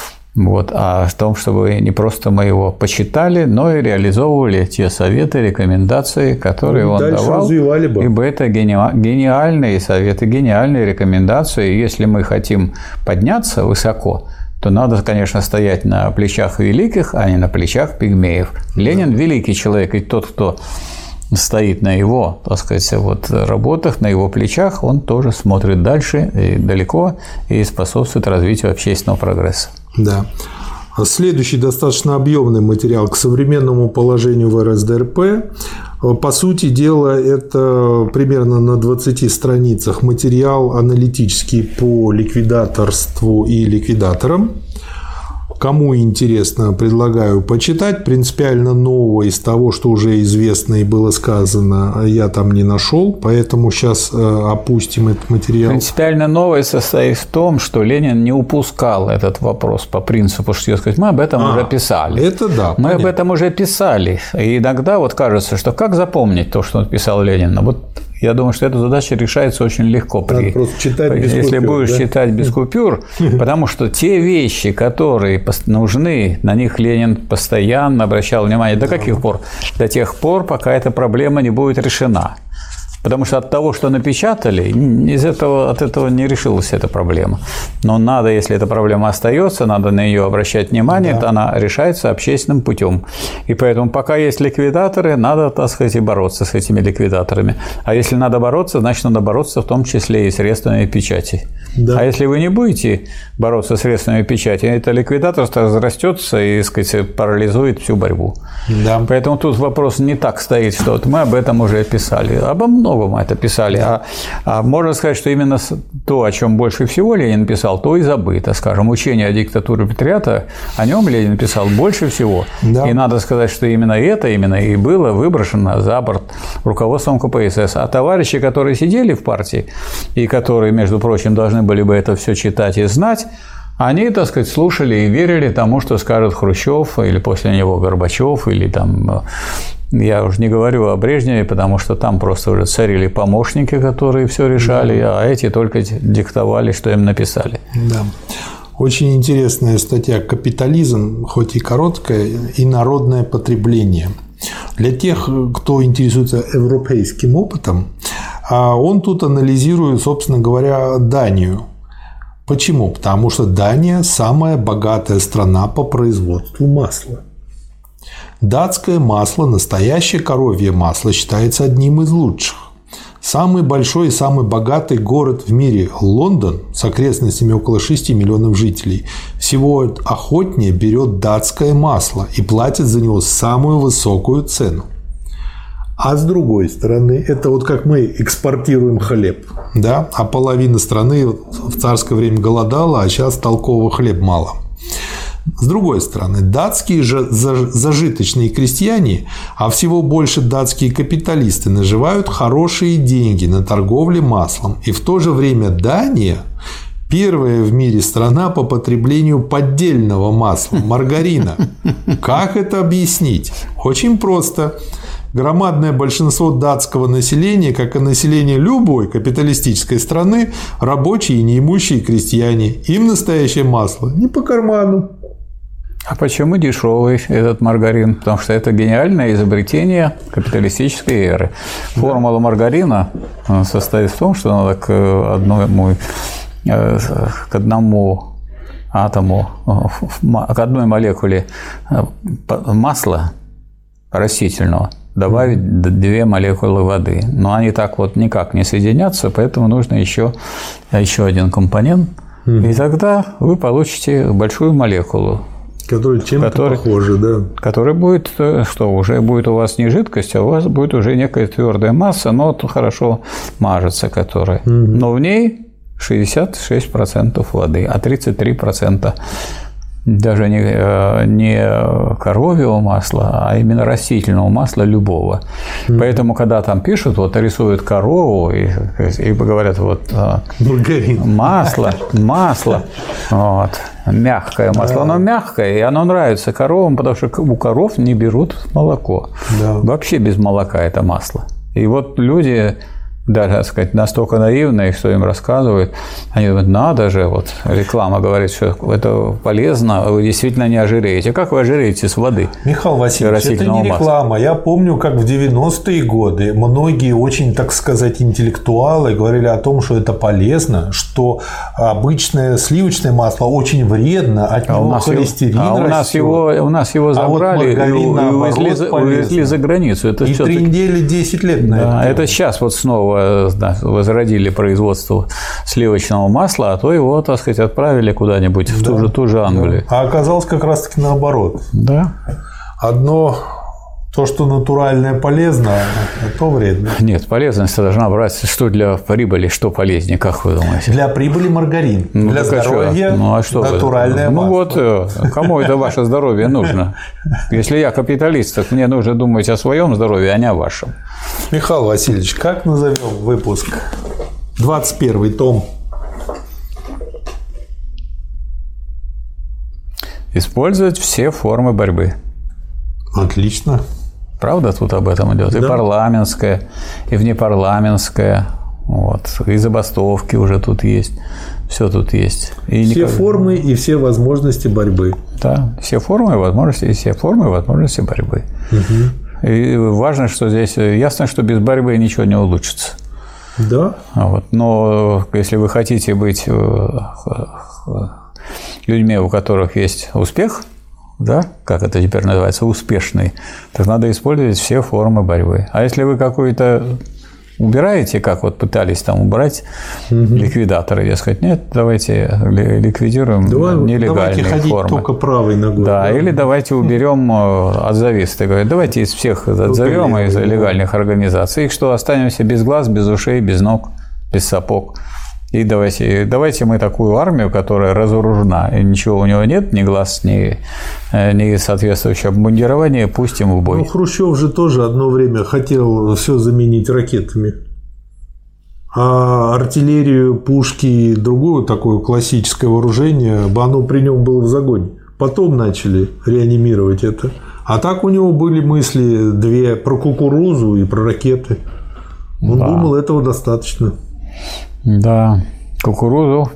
а в том, чтобы не просто мы его почитали, но и реализовывали те советы, рекомендации, которые он давал. Ибо это гениальные советы, гениальные рекомендации. И если мы хотим подняться высоко, то надо, конечно, стоять на плечах великих, а не на плечах пигмеев. Ленин – великий человек, и тот, кто стоит на его, работах, на его плечах, он тоже смотрит дальше и далеко и способствует развитию общественного прогресса. Да. Следующий достаточно объемный материал к современному положению в РСДРП. По сути дела, это примерно на 20 страницах материал аналитический по ликвидаторству и ликвидаторам. Кому интересно, предлагаю почитать. Принципиально нового из того, что уже известно и было сказано, я там не нашел, поэтому сейчас опустим этот материал. Принципиально новое состоит в том, что Ленин не упускал этот вопрос по принципу, что сказать, мы об этом уже писали. Это да. Мы об этом уже писали. И иногда вот кажется, что как запомнить то, что он писал Ленин? Вот я думаю, что эта задача решается очень легко. Просто читать без если купюр, будешь читать без купюр, потому что те вещи, которые нужны, на них Ленин постоянно обращал внимание. До каких пор? До тех пор, пока эта проблема не будет решена. Потому что от того, что напечатали, от этого не решилась эта проблема. Но надо, если эта проблема остается, надо на нее обращать внимание, то она решается общественным путем. И поэтому, пока есть ликвидаторы, надо, так сказать, и бороться с этими ликвидаторами. А если надо бороться, значит, надо бороться в том числе и средствами печати. Да. А если вы не будете бороться с средствами печати, это ликвидаторство разрастется и, так сказать, парализует всю борьбу. Да. Поэтому тут вопрос не так стоит, что вот мы об этом уже писали. Обо многом это писали. Да. А можно сказать, что именно то, о чем больше всего Ленин писал, то и забыто. Скажем, учение о диктатуре пролетариата, о нем Ленин писал больше всего. Да. И надо сказать, что именно это и было выброшено за борт руководством КПСС. А товарищи, которые сидели в партии и которые, между прочим, должны были бы это все читать и знать, они, так сказать, слушали и верили тому, что скажет Хрущев, или после него Горбачев, или там, я уже не говорю о Брежневе, потому что там просто уже царили помощники, которые все решали, а эти только диктовали, что им написали. Да. Очень интересная статья «Капитализм», хоть и короткая, и народное потребление. Для тех, кто интересуется европейским опытом, он тут анализирует, собственно говоря, Данию. Почему? Потому что Дания – самая богатая страна по производству масла. Датское масло, настоящее коровье масло, считается одним из лучших. Самый большой и самый богатый город в мире – Лондон, с окрестностями около 6 миллионов жителей, всего охотнее берет датское масло и платит за него самую высокую цену. А с другой стороны, это вот как мы экспортируем хлеб, да? А половина страны в царское время голодала, а сейчас толкового хлеба мало. С другой стороны, датские же зажиточные крестьяне, а всего больше датские капиталисты, наживают хорошие деньги на торговле маслом. И в то же время Дания – первая в мире страна по потреблению поддельного масла, маргарина. Как это объяснить? Очень просто. Громадное большинство датского населения, как и население любой капиталистической страны, рабочие и неимущие крестьяне. Им настоящее масло не по карману. А почему дешевый этот маргарин? Потому что это гениальное изобретение капиталистической эры. Формула маргарина состоит в том, что надо к одному атому, к одной молекуле масла растительного добавить 2 молекулы воды. Но они так вот никак не соединятся, поэтому нужно еще один компонент. И тогда вы получите большую молекулу. Который чем-то похожи, да. Который будет, что уже будет у вас не жидкость, а у вас будет уже некая твердая масса, но хорошо мажется, которая. Но в ней 66% воды, а 33% даже не коровьего масла, а именно растительного масла любого. Поэтому, когда там пишут, вот рисуют корову и говорят, вот масло, вот, мягкое масло, оно мягкое, и оно нравится коровам, потому что у коров не берут молоко. Да. Вообще без молока это масло. И вот люди, даже, так сказать, настолько наивные, что им рассказывают, они думают, надо же, вот реклама говорит, что это полезно, вы действительно не ожиреете. Как вы ожиреете с воды? Михаил Васильевич, это не реклама. Я помню, как в 90-е годы многие очень, так сказать, интеллектуалы говорили о том, что это полезно, что обычное сливочное масло очень вредно, от него холестерин растет. У нас его забрали и увезли за границу. Это и 3 недели, 10 лет на это. Это сейчас вот снова возродили производство сливочного масла, а то его, так сказать, отправили куда-нибудь в ту же Англию. А оказалось как раз-таки наоборот. Да. Одно То, что натуральное полезно, то вредно. Нет, полезность должна брать, что для прибыли, что полезнее, как вы думаете? Для прибыли маргарин, для здоровья натуральное масло. Вот, кому это ваше здоровье нужно? Если я капиталист, так мне нужно думать о своем здоровье, а не о вашем. Михаил Васильевич, как назовем выпуск? 21 том. Использовать все формы борьбы. Отлично. Правда, тут об этом идет? Да. И парламентская, и внепарламентская, вот, и забастовки уже тут есть, все тут есть. И все формы и все возможности борьбы. Да, все формы и возможности борьбы. Угу. И важно, что здесь ясно, что без борьбы ничего не улучшится. Да. Вот. Но если вы хотите быть людьми, у которых есть успех, да, как это теперь называется, успешный, так надо использовать все формы борьбы. А если вы какую-то убираете, как вот пытались там убрать ликвидаторы, дескать, нет, давайте ликвидируем нелегальные давайте ходить формы. Только правой ногой. Да, или давайте уберем отзовисты. Говорят, давайте из всех отзовем из легальных организаций, и что останемся без глаз, без ушей, без ног, без сапог. И давайте мы такую армию, которая разоружена, и ничего у него нет, ни глаз, ни соответствующего обмундирования, пустим в бой. Ну, Хрущев же тоже одно время хотел все заменить ракетами. А артиллерию, пушки и другое такое классическое вооружение, оно при нем было в загоне. Потом начали реанимировать это. А так у него были мысли две про кукурузу и про ракеты. Он думал, этого достаточно. Да, кукурузу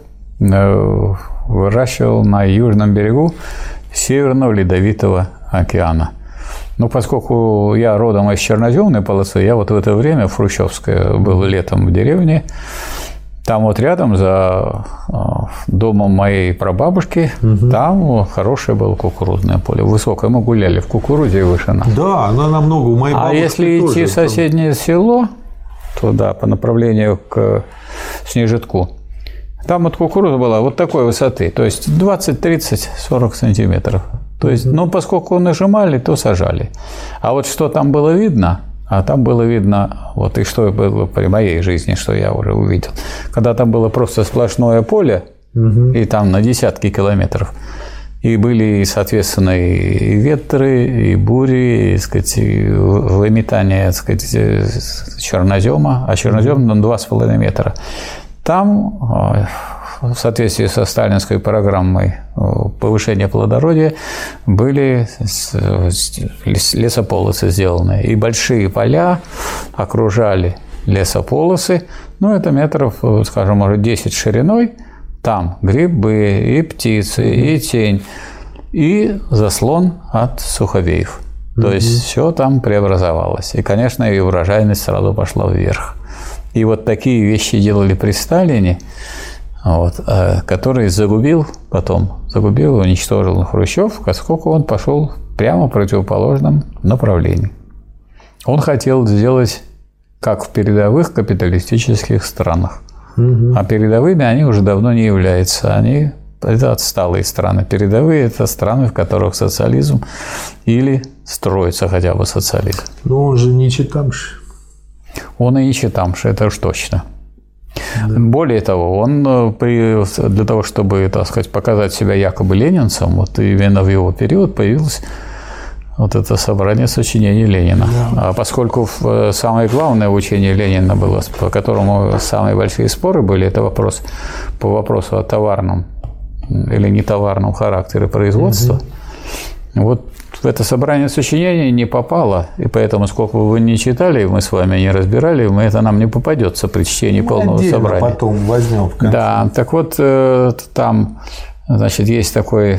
выращивал на южном берегу Северного Ледовитого океана. Но поскольку я родом из черноземной полосы, я вот в это время, в хрущевское, был летом в деревне. Там вот рядом, за домом моей прабабушки, там хорошее было кукурузное поле. Высокое, мы гуляли в кукурузе и вышина. Да, она намного у моей бабушки. А если идти в соседнее село, туда, по направлению к Снежитку, там вот кукуруза была вот такой высоты, то есть 20, 30, 40 сантиметров. То есть, ну, поскольку нажимали, то сажали. А вот что там было видно, вот и что было при моей жизни, что я уже увидел, когда там было просто сплошное поле, и там на десятки километров, и были, соответственно, и ветры, и бури, и, сказать, и выметание, сказать, чернозема, а чернозем 2,5 метра. Там, в соответствии со сталинской программой повышения плодородия, были лесополосы сделаны. И большие поля окружали лесополосы, ну, это метров, скажем, может, 10 шириной. Там грибы, и птицы, и тень, и заслон от суховеев. То есть все там преобразовалось. И, конечно, и урожайность сразу пошла вверх. И вот такие вещи делали при Сталине, вот, который загубил, уничтожил Хрущев, поскольку он пошел прямо в противоположном направлении. Он хотел сделать, как в передовых капиталистических странах. А передовыми они уже давно не являются. Это отсталые страны. Передовые – это страны, в которых социализм или строится хотя бы социализм. Но он же не читамши. Он и не читамши, это уж точно. Да. Более того, он для того, чтобы, так сказать, показать себя якобы ленинцем, вот именно в его период появилось вот это собрание сочинений Ленина. Да. А поскольку самое главное учение Ленина было, по которому самые большие споры были, это по вопросу о товарном или нетоварном характере производства, вот в это собрание сочинений не попало, и поэтому, сколько бы вы ни читали, мы с вами не разбирали, это нам не попадется при чтении полного собрания. Потом возьмем в конце. Да, так вот, там, значит, есть такое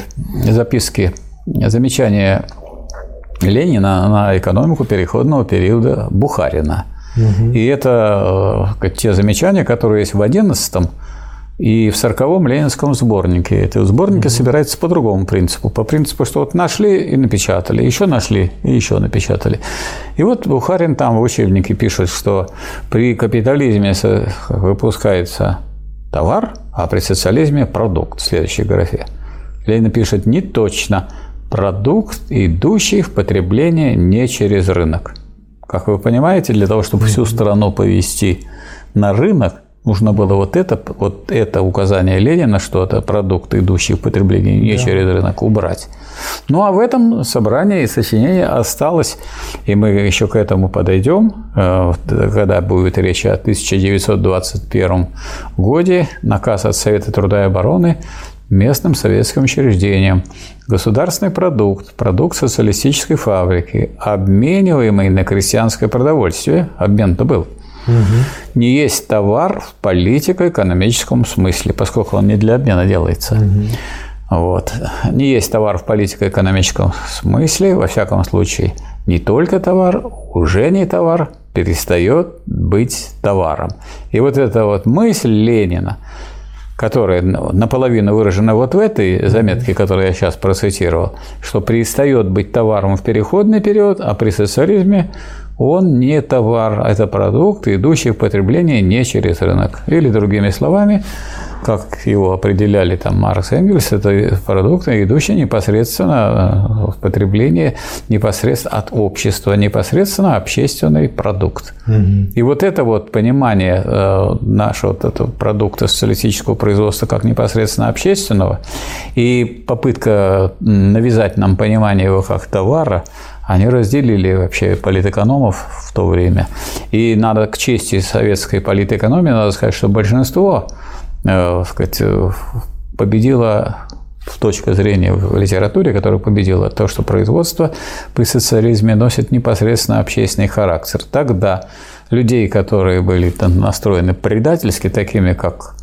замечание Ленина на экономику переходного периода Бухарина. И это те замечания, которые есть в 11-м и в 40-м ленинском сборнике. Эти сборники собираются по другому принципу. По принципу, что вот нашли и напечатали, еще нашли и еще напечатали. И вот Бухарин там в учебнике пишет, что при капитализме выпускается товар, а при социализме – продукт в следующей графе. Ленин пишет: не точно. продукт, идущий в потребление не через рынок. Как вы понимаете, для того, чтобы всю страну повести на рынок, нужно было вот это указание Ленина, что это продукт, идущий в потребление не через рынок, убрать. Ну, а в этом собрании и сочинении осталось, и мы еще к этому подойдем, когда будет речь о 1921 годе, наказ от Совета труда и обороны местным советским учреждениям. Государственный продукт, продукт социалистической фабрики, обмениваемый на крестьянское продовольствие, обмен-то был, не есть товар в политико-экономическом смысле, поскольку он не для обмена делается. Вот. Не есть товар в политико-экономическом смысле, во всяком случае, не только товар, уже не товар, перестает быть товаром. И вот эта вот мысль Ленина, которая наполовину выражена вот в этой заметке, которую я сейчас процитировал, что перестает быть товаром в переходный период, а при социализме он не товар, это продукт, идущий в потребление не через рынок. Или, другими словами, как его определяли там Маркс и Энгельс, это продукт, идущий непосредственно в потребление, непосредственно от общества, непосредственно общественный продукт. И вот это вот понимание нашего вот этого продукта социалистического производства как непосредственно общественного и попытка навязать нам понимание его как товара, они разделили вообще политэкономов в то время. И надо к чести советской политэкономии, надо сказать, что большинство победило в точке зрения в литературе, которая победила то, что производство при социализме носит непосредственно общественный характер. Тогда людей, которые были настроены предательски, такими как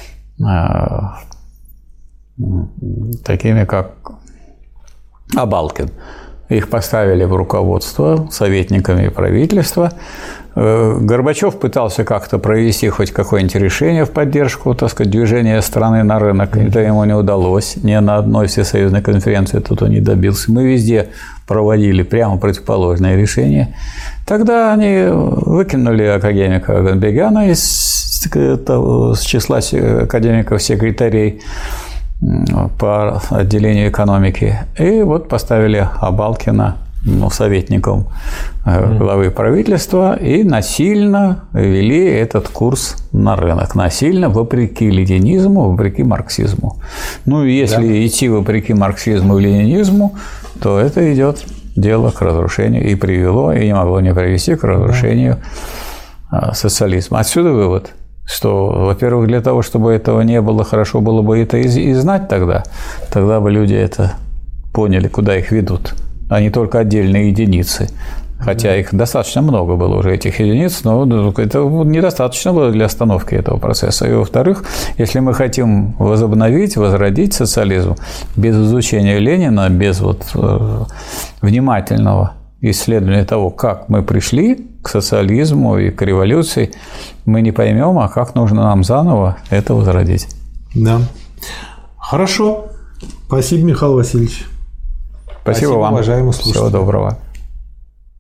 Абалкин, их поставили в руководство советниками правительства. Горбачев пытался как-то провести хоть какое-нибудь решение в поддержку, так сказать, движения страны на рынок. Это ему не удалось. Ни на одной всесоюзной конференции тут он не добился. Мы везде проводили прямо противоположные решения. Тогда они выкинули академика Ганбегяна из числа академиков-секретарей по отделению экономики. И вот поставили Абалкина советником главы правительства и насильно ввели этот курс на рынок. Насильно, вопреки ленинизму, вопреки марксизму. Ну, и если идти вопреки марксизму и ленинизму, то это идет дело к разрушению и привело, и не могло не привести к разрушению социализма. Отсюда вывод, что, во-первых, для того, чтобы этого не было, хорошо было бы это и знать тогда. Тогда бы люди это поняли, куда их ведут, а не только отдельные единицы. Хотя их достаточно много было уже, этих единиц, но это недостаточно было для остановки этого процесса. И, во-вторых, если мы хотим возродить социализм без изучения Ленина, без внимательного исследования того, как мы пришли к социализму и к революции, мы не поймем, а как нужно нам заново это возродить. Да. Хорошо. Спасибо, Михаил Васильевич. Спасибо вам. Уважаемые слушатели. Всего доброго.